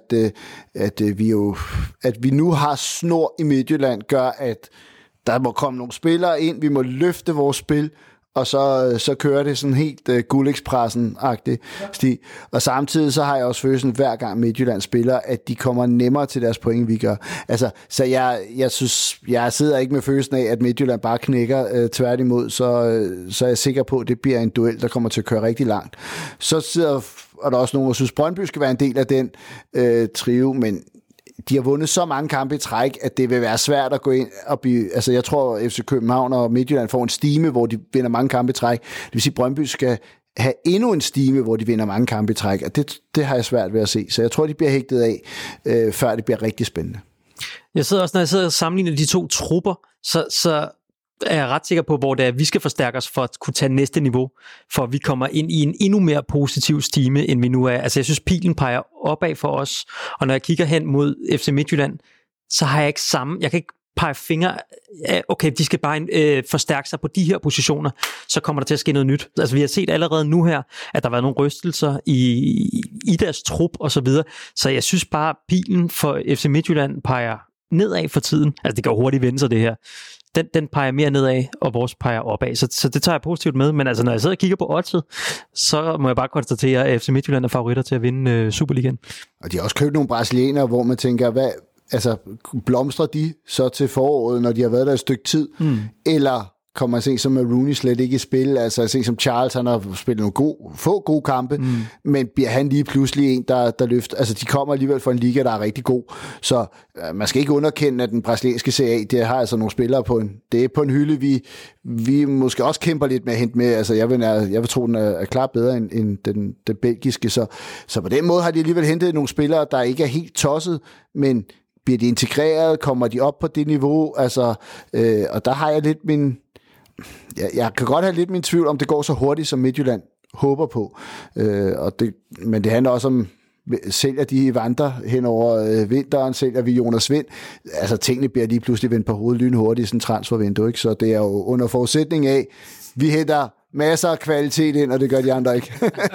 at vi nu har snor i Midtjylland, gør, at der må komme nogle spillere ind, vi må løfte vores spil, og så kører det sådan helt Gullekspressen-agtigt stil. Og samtidig så har jeg også følelsen, hver gang Midtjylland spiller, at de kommer nemmere til deres point, vi gør. Altså, så jeg synes, jeg sidder ikke med følelsen af, at Midtjylland bare knækker tværtimod, så er jeg sikker på, at det bliver en duel, der kommer til at køre rigtig langt. Så sidder der også nogen, der synes, Brøndby skal være en del af den trio, men de har vundet så mange kampe i træk, at det vil være svært at gå ind og blive... Altså, jeg tror, at FC København og Midtjylland får en stime, hvor de vinder mange kampe i træk. Det vil sige, at Brøndby skal have endnu en stime, hvor de vinder mange kampe i træk, og det har jeg svært ved at se. Så jeg tror, de bliver hægtet af, før det bliver rigtig spændende. Når jeg sidder og sammenligner de to trupper, så er jeg ret sikker på, hvor det er, vi skal forstærke os for at kunne tage næste niveau, for at vi kommer ind i en endnu mere positiv stime, end vi nu er. Altså, jeg synes, pilen peger opad for os, og når jeg kigger hen mod FC Midtjylland, så har jeg ikke jeg kan ikke pege fingre af, okay, de skal bare forstærke sig på de her positioner, så kommer der til at ske noget nyt. Altså, vi har set allerede nu her, at der har været nogle rystelser i deres trup og så videre, så jeg synes bare, pilen for FC Midtjylland peger nedad for tiden. Altså, det går hurtigt vende sig, det her. Den peger mere nedad, og vores peger opad. Så det tager jeg positivt med, men altså, når jeg sidder og kigger på oddset, så må jeg bare konstatere, at FC Midtjylland er favoritter til at vinde Superligaen. Og de har også købt nogle brasilianere, hvor man tænker, blomstrer de så til foråret, når de har været der et stykke tid, eller kommer at se som Rooney slet ikke i spil, altså at se som Charles, han har spillet nogle få gode kampe, men bliver han lige pludselig en, der løfter, altså de kommer alligevel fra en liga, der er rigtig god, så man skal ikke underkende, at den brasilianske CA, det har altså nogle spillere det er på en hylde, vi måske også kæmper lidt med at hente med, altså jeg vil tro, den er klart bedre end den belgiske, så på den måde har de alligevel hentet nogle spillere, der ikke er helt tosset, men bliver de integreret, kommer de op på det niveau, altså, og der har jeg lidt jeg kan godt have lidt min tvivl, om det går så hurtigt, som Midtjylland håber på. Men det handler også om, sælger de vandre hen over vinteren, sælger vi Jonas Vind. Altså tingene bliver lige pludselig vendt på hovedet lynhurtigt i sådan en transfervindue, ikke? Så det er jo under forudsætning af, vi henter masser af kvalitet ind, og det gør de andre ikke.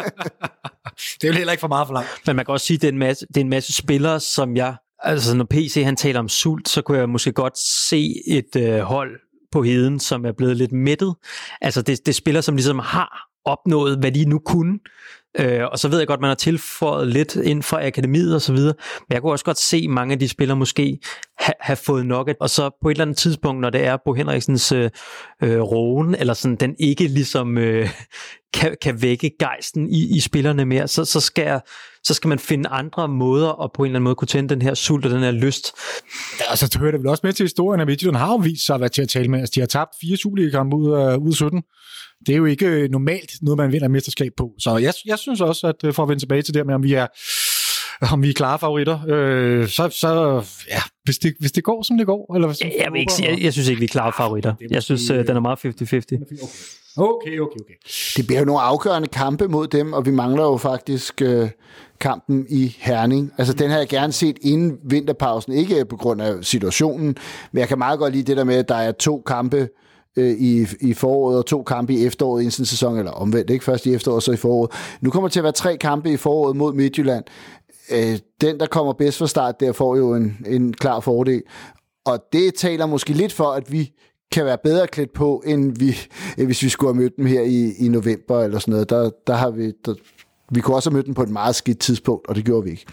Det er jo heller ikke for meget for langt. Men man kan også sige, at det er en masse spillere, som altså når PC han taler om sult, så kunne jeg måske godt se et hold på heden, som er blevet lidt mættet. Altså det er spillere, som ligesom har opnået, hvad de nu kunne. Og så ved jeg godt, man har tilføjet lidt inden for akademiet og så videre. Men jeg kunne også godt se mange af de spillere måske have fået nok af. Og så på et eller andet tidspunkt, når det er Bo Henriksens roen, eller sådan, den ikke ligesom kan vække gejsten i spillerne mere, så skal man finde andre måder at på en eller anden måde kunne tænde den her sult og den her lyst. Ja, så hører det vel også med til historien, at Midtjylland har jo vist sig at være til at tale med. Altså, de har tabt 4 Superliga-kampe ud af 17. Det er jo ikke normalt noget, man vinder mesterskab på. Så jeg synes også, at for at vende tilbage til det med, om vi er klare favoritter, så ja, hvis det går, som det går. Eller jeg synes ikke, vi er klare favoritter. Jeg synes, den er meget 50-50. Okay. Det bliver jo nogle afgørende kampe mod dem, og vi mangler jo faktisk kampen i Herning. Altså, den har jeg gerne set inden vinterpausen. Ikke på grund af situationen, men jeg kan meget godt lide det der med, at der er 2 kampe i foråret og 2 kampe i efteråret i en sådan sæson, eller omvendt, ikke? Først i efteråret, så i foråret. Nu kommer til at være 3 kampe i foråret mod Midtjylland. Den, der kommer bedst fra start, der får jo en klar fordel. Og det taler måske lidt for, at vi kan være bedre klædt på, end hvis vi skulle have mødt dem her i november eller sådan noget. Der har vi kunne også have mødt dem på et meget skidt tidspunkt, og det gjorde vi ikke.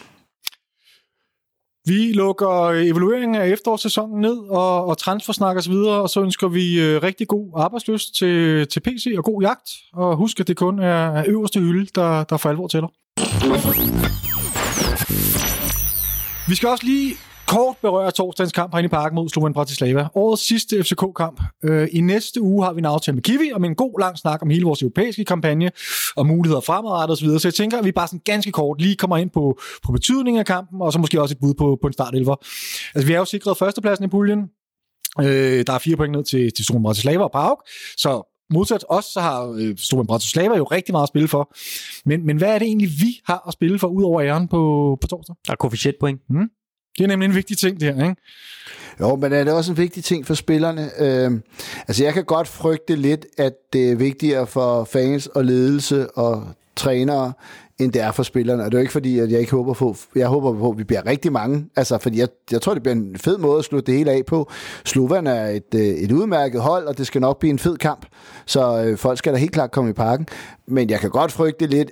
Vi lukker evalueringen af efterårssæsonen ned og transfersnak og så videre, og så ønsker vi rigtig god arbejdslyst til PC og god jagt. Og husk, at det kun er øverste hylde, der for alvor tæller. Vi skal også lige kort berøre torsdagens kamp herinde i parken mod Slovan Bratislava. Årets sidste FCK-kamp. I næste uge har vi en aftale med Kiwi om en god lang snak om hele vores europæiske kampagne og muligheder fremadrettet osv. Så jeg tænker, at vi bare sådan ganske kort lige kommer ind på betydningen af kampen, og så måske også et bud på en startelver. Altså, vi er jo sikret førstepladsen i puljen. Der er 4 point ned til Slovan Bratislava og PAOK. Så modsat os, så har Slovan Bratislava jo rigtig meget at spille for. Men hvad er det egentlig, vi har at spille for, ud over æren på torsdag? Der er koefficientpoint. Det er nemlig en vigtig ting, det her, ikke? Jo, men er det også en vigtig ting for spillerne? Altså, jeg kan godt frygte lidt, at det er vigtigere for fans og ledelse og trænere, end det er for spillerne. Og det er jo ikke fordi, at jeg ikke håber på, jeg håber på, at vi bliver rigtig mange. Altså, fordi jeg tror, det bliver en fed måde at slutte det hele af på. Slovan er et udmærket hold, og det skal nok blive en fed kamp. Så folk skal da helt klart komme i parken. Men jeg kan godt frygte lidt,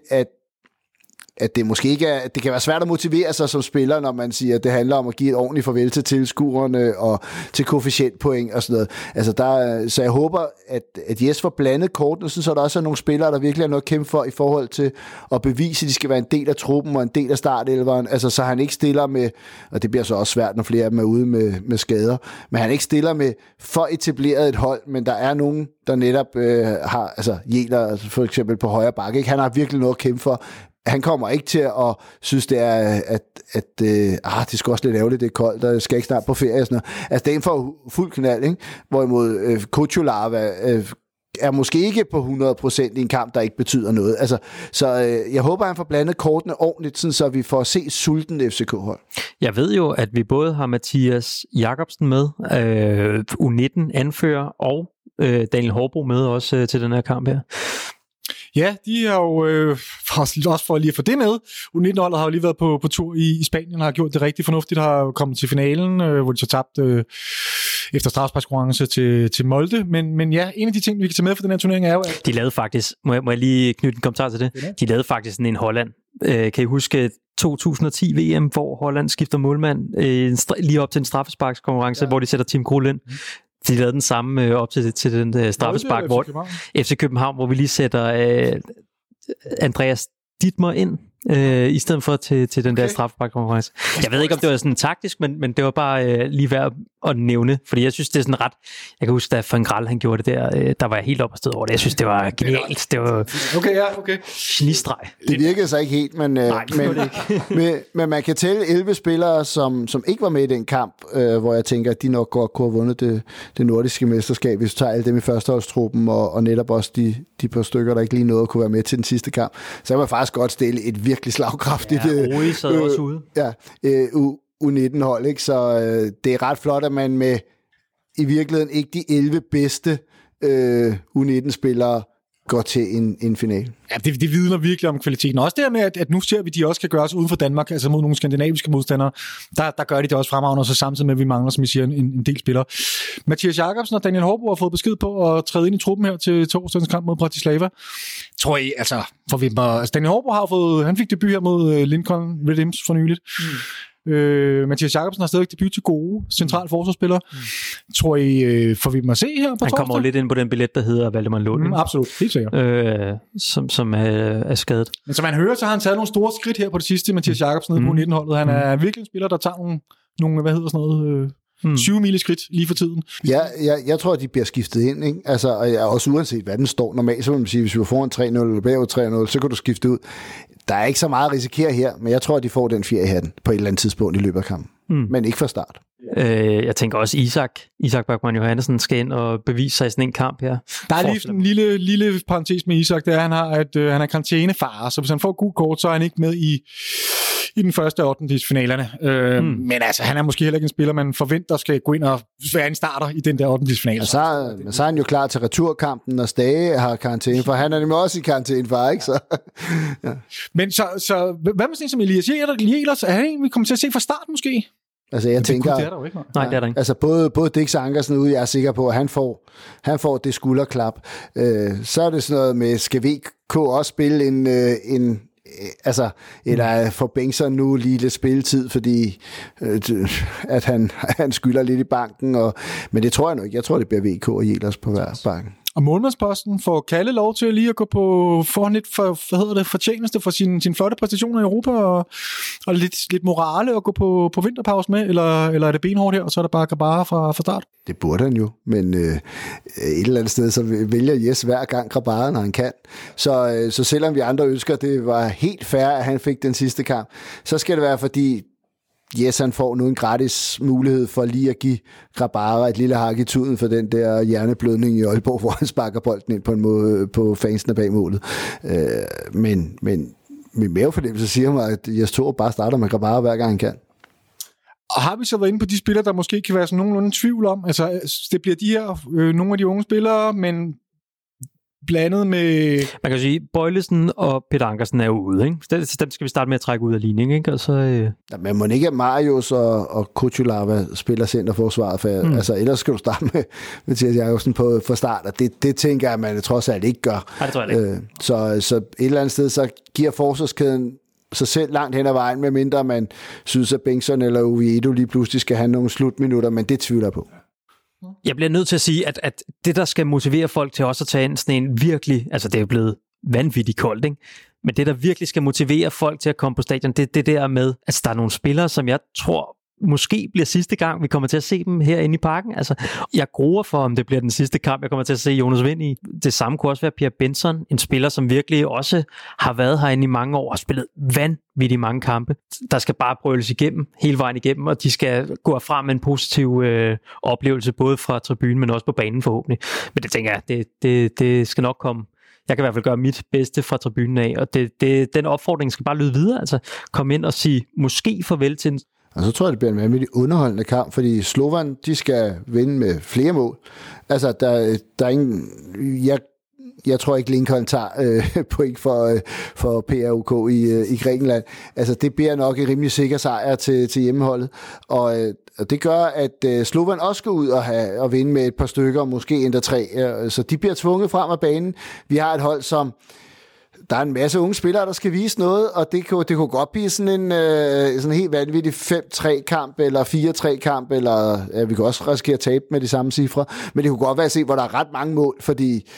at det måske ikke er, det kan være svært at motivere sig som spiller, når man siger, at det handler om at give et ordentligt farvel til tilskuerne og til koefficientpoint og sådan noget. Altså så jeg håber, at Jes får blandet kortene, så der også er nogle spillere, der virkelig har noget at kæmpe for i forhold til at bevise, at de skal være en del af truppen og en del af startelveren. Altså, så han ikke stiller med, og det bliver så også svært, når flere af dem er ude med skader, men han ikke stiller med for etableret et hold, men der er nogen, der netop har, altså Jæler for eksempel på højre bakke, ikke? Han har virkelig noget at kæmpe for. Han kommer ikke til at synes, det er, at det er sgu også lidt ærgerligt, det er koldt, der skal ikke snart på ferie og sådan noget. Altså, det er en for fuld knald, ikke? Hvorimod Kuchularva er måske ikke på 100% i en kamp, der ikke betyder noget. Altså, så jeg håber, han får blandet kortene ordentligt, sådan, så vi får se sulten FCK-hold. Jeg ved jo, at vi både har Mathias Jakobsen med, U19-anfører, og Daniel Hårbro med også til den her kamp her. Ja, de har jo, også for lige at få det med, U19-holdet har jo lige været på tur i Spanien, og har gjort det rigtig fornuftigt, har kommet til finalen, hvor de så tabte efter straffesparkskonkurrence til Molde. Men ja, en af de ting, vi kan tage med for den her turnering er jo, at... De lavede faktisk, må jeg lige knytte en kommentar til det? De lavede faktisk sådan en Holland. Kan I huske 2010 VM, hvor Holland skifter målmand lige op til en straffesparkskonkurrence, hvor de sætter Tim Krul ind? De lavede den samme op til den straffespark, hvor FC København, hvor vi lige sætter Andreas Dittmer ind, i stedet for til den der straffesparkkonkurrence. Jeg ved ikke, om det var sådan taktisk, men det var bare lige værd at nævne, fordi jeg synes, det er sådan ret... Jeg kan huske, da Van Graal, han gjorde det der var jeg helt op og sted over det. Jeg synes, det var genialt. Det var okay. Genistreg. Det virkede så ikke helt, men man kan tælle 11 spillere, som ikke var med i den kamp, hvor jeg tænker, at de nok godt kunne have vundet det nordiske mesterskab, hvis du tager alle dem i førsteholdstruppen, og netop også de par stykker, der ikke lige nåede at kunne være med til den sidste kamp. Så jeg var faktisk godt stille et virkelig slagkraftigt Rui sad også ude. U19-hold, ikke? Så det er ret flot, at man med i virkeligheden ikke de 11 bedste U19-spillere går til en finale. Ja, det vidner virkelig om kvaliteten. Også det med, at nu ser vi, at de også kan gøres uden for Danmark, altså mod nogle skandinaviske modstandere. Der gør de det også fremragende, og så samtidig med, at vi mangler, som I siger, en del spillere. Mathias Jakobsen og Daniel Hårbro har fået besked på at træde ind i truppen her til torsdagens kamp mod Bratislava. Tror I, altså, forventer... Altså, Daniel Hårbro han fik debut her mod Lincoln Redims for nyligt. Mathias Jacobsen har stadig debut til gode central forsvarsspiller. Tror I, får vi dem at se her på torsdag? Han kommer lidt ind på den billet, der hedder Valdemar Lund. Absolut, helt sikkert. Som er skadet. Men som man hører, så har han taget nogle store skridt her på det sidste, Mathias Jacobsen nede på 19-holdet. Han er virkelig en spiller, der tager nogle hvad hedder sådan noget... 20 mile skridt lige for tiden. Ja, jeg tror, de bliver skiftet ind, ikke? Altså, og også uanset, hvad den står. Normalt, så vil man sige, hvis vi var foran 3-0 eller bagud 3-0, så kan du skifte ud. Der er ikke så meget at risikere her, men jeg tror, de får den 4 i hatten på et eller andet tidspunkt i løbet af kampen. Men ikke fra start. Jeg tænker også Isak Bachmann Johansen skal ind og bevise sig i sådan en kamp her. Der er lige sådan en lille parentes med Isak, det er, at han er karantænefar, så hvis han får gult kort, så er han ikke med i den første 8-finalerne. Men altså, han er måske heller ikke en spiller, man forventer skal gå ind og være en starter i den der 8-finale. Så er han jo klar til returkampen, og Stage har karantæne, for han er nemlig også i karantæne for, ikke? Så, ja. Men så hvad med sådan som Elias Jelers? Er han egentlig kommet til at se fra start måske? Altså jeg tænker, det er der jo ikke. Nej, det er der ikke. Altså både Dix Ankersen ude, jeg er sikker på, at han får det skulderklap. Så er det sådan noget med, skal VK også spille eller får Bengtsson nu lige lidt spilletid, fordi at han skylder lidt i banken, men det tror jeg nu ikke. Jeg tror, det bliver VK og Jelers på hver banken. Og målmandsposten får Kalle lov til lige at gå på lidt fortjeneste for sin flotte præstationer i Europa, og lidt morale at gå på vinterpause med, eller er det benhårdt her, og så er det bare Grabara fra start? Det burde han jo, men et eller andet sted, så vælger Jes hver gang Grabara, når han kan. Så selvom vi andre ønsker, det var helt fair, at han fik den sidste kamp, så skal det være, fordi Jes, han får nu en gratis mulighed for lige at give Grabara et lille hak i tuden for den der hjerneblødning i Aalborg, hvor han sparker bolden ind på en måde på fansene bag målet. Men min mavefornemmelse siger mig, at Jes Torup bare starter med Grabara hver gang han kan. Og har vi så været inde på de spillere, der måske kan være sådan nogenlunde tvivl om? Altså, det bliver de her, nogle af de unge spillere, men blandet med... Man kan sige, Bøjlesen og Peter Ankersen er jo ude, ikke? Dem skal vi starte med at trække ud af ligningen, ikke? Og så, Ja, men må ikke Marius og Kuchulava spiller centerforsvaret, for altså ellers skal du starte med Mathias Jacobsen for start, og det tænker jeg, at man trods alt ikke gør. Nej, det tror jeg ikke. Så et eller andet sted, så giver forsvarskæden sig selv langt hen ad vejen, medmindre man synes, at Bengtsson eller Oviedo lige pludselig skal have nogle slutminutter, men det tvivler på. Jeg bliver nødt til at sige, at det, der skal motivere folk til også at tage ind sådan en virkelig, altså det er jo blevet vanvittigt koldt, ikke? Men det, der virkelig skal motivere folk til at komme på stadion, det der med, at der er nogle spillere, som jeg tror måske bliver sidste gang, vi kommer til at se dem herinde i parken. Altså, jeg gruer for, om det bliver den sidste kamp, jeg kommer til at se Jonas Vind i. Det samme kunne også være Pierre Benson, en spiller, som virkelig også har været herinde i mange år og spillet vanvittigt mange kampe. Der skal bare brøles igennem, hele vejen igennem, og de skal gå frem med en positiv oplevelse, både fra tribunen, men også på banen forhåbentlig. Men det tænker jeg, det skal nok komme. Jeg kan i hvert fald gøre mit bedste fra tribunen af, og den opfordring skal bare lyde videre. Altså, komme ind og sige måske farvel til en. Og så tror jeg, det bliver en vanvittig underholdende kamp, fordi Slovan, de skal vinde med flere mål. Altså, der er ingen... Jeg tror ikke, Lincoln tager point for PAOK i Grækenland. Altså, det bliver nok en rimelig sikker sejr til hjemmeholdet. Og det gør, at Slovan også skal ud og vinde med et par stykker, måske endda 3. Så de bliver tvunget frem af banen. Vi har et hold, som... Der er en masse unge spillere, der skal vise noget, og det kunne godt blive sådan en helt vanvittig 5-3-kamp, eller 4-3-kamp, eller vi kan også risikere at tabe med de samme cifre, men det kunne godt være at se, hvor der er ret mange mål, fordi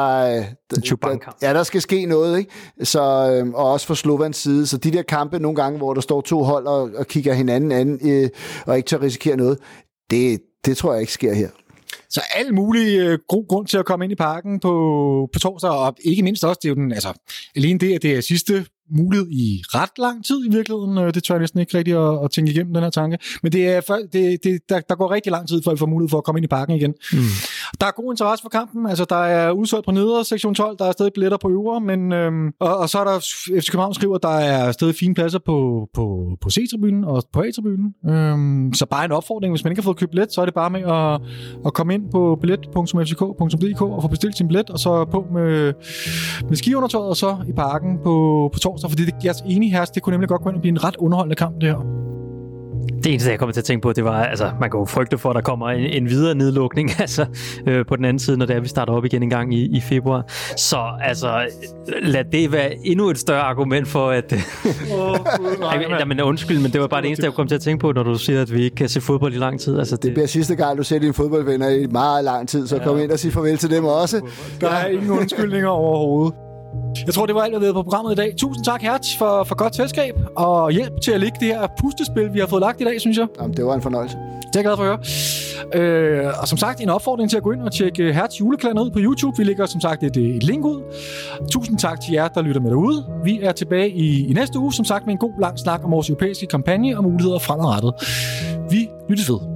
der skal ske noget, ikke? Så, og også fra Slovans side, så de der kampe nogle gange, hvor der står 2 hold og kigger hinanden an, og ikke tør risikere noget, det tror jeg ikke sker her. Så al mulig god grund til at komme ind i parken på torsdag, og ikke mindst også, det er jo den, altså, alene det, at det er sidste mulighed i ret lang tid i virkeligheden. Det tør jeg næsten ikke rigtig at tænke igennem, den her tanke. Men der går rigtig lang tid, for at få mulighed for at komme ind i parken igen. Der er god interesse for kampen. Altså, der er udsolgt på nedre sektion 12, der er stadig billetter på øvre, men og så er der FC København skriver, at der er stadig fine pladser på C-tribunen og på A-tribunen. Så bare en opfordring, hvis man ikke har fået købt billet, så er det bare med at komme ind på billet.fck.dk og få bestilt sin billet, og så på med skiundertøjet, og så i parken på torsdag. Fordi jeg er enig her, det kunne nemlig godt gå ind og blive en ret underholdende kamp, det her. Det eneste, jeg kommer til at tænke på, det var, altså, man kan jo frygte for, at der kommer en videre nedlukning, altså, på den anden side, når det er, vi starter op igen en gang i februar. Så, altså, lad det være endnu et større argument for, at... men undskyld, men det var bare det eneste, jeg kom til at tænke på, når du siger, at vi ikke kan se fodbold i lang tid. Altså, det bliver sidste gang, du ser dine fodboldvenner i meget lang tid, så kom ind og sig farvel til dem også. Der er ingen undskyldninger overhovedet. Jeg tror, det var alt, hvad vi havde på programmet i dag. Tusind tak, Hertz, for godt selskab og hjælp til at lægge det her pustespil, vi har fået lagt i dag, synes jeg. Jamen, det var en fornøjelse. Det er jeg glad for at høre. Og som sagt, en opfordring til at gå ind og tjekke Hertz juleklæder ud på YouTube. Vi lægger som sagt et link ud. Tusind tak til jer, der lytter med derude. Vi er tilbage i næste uge, som sagt, med en god lang snak om vores europæiske kampagne og muligheder fremadrettet. Vi lyttes ved.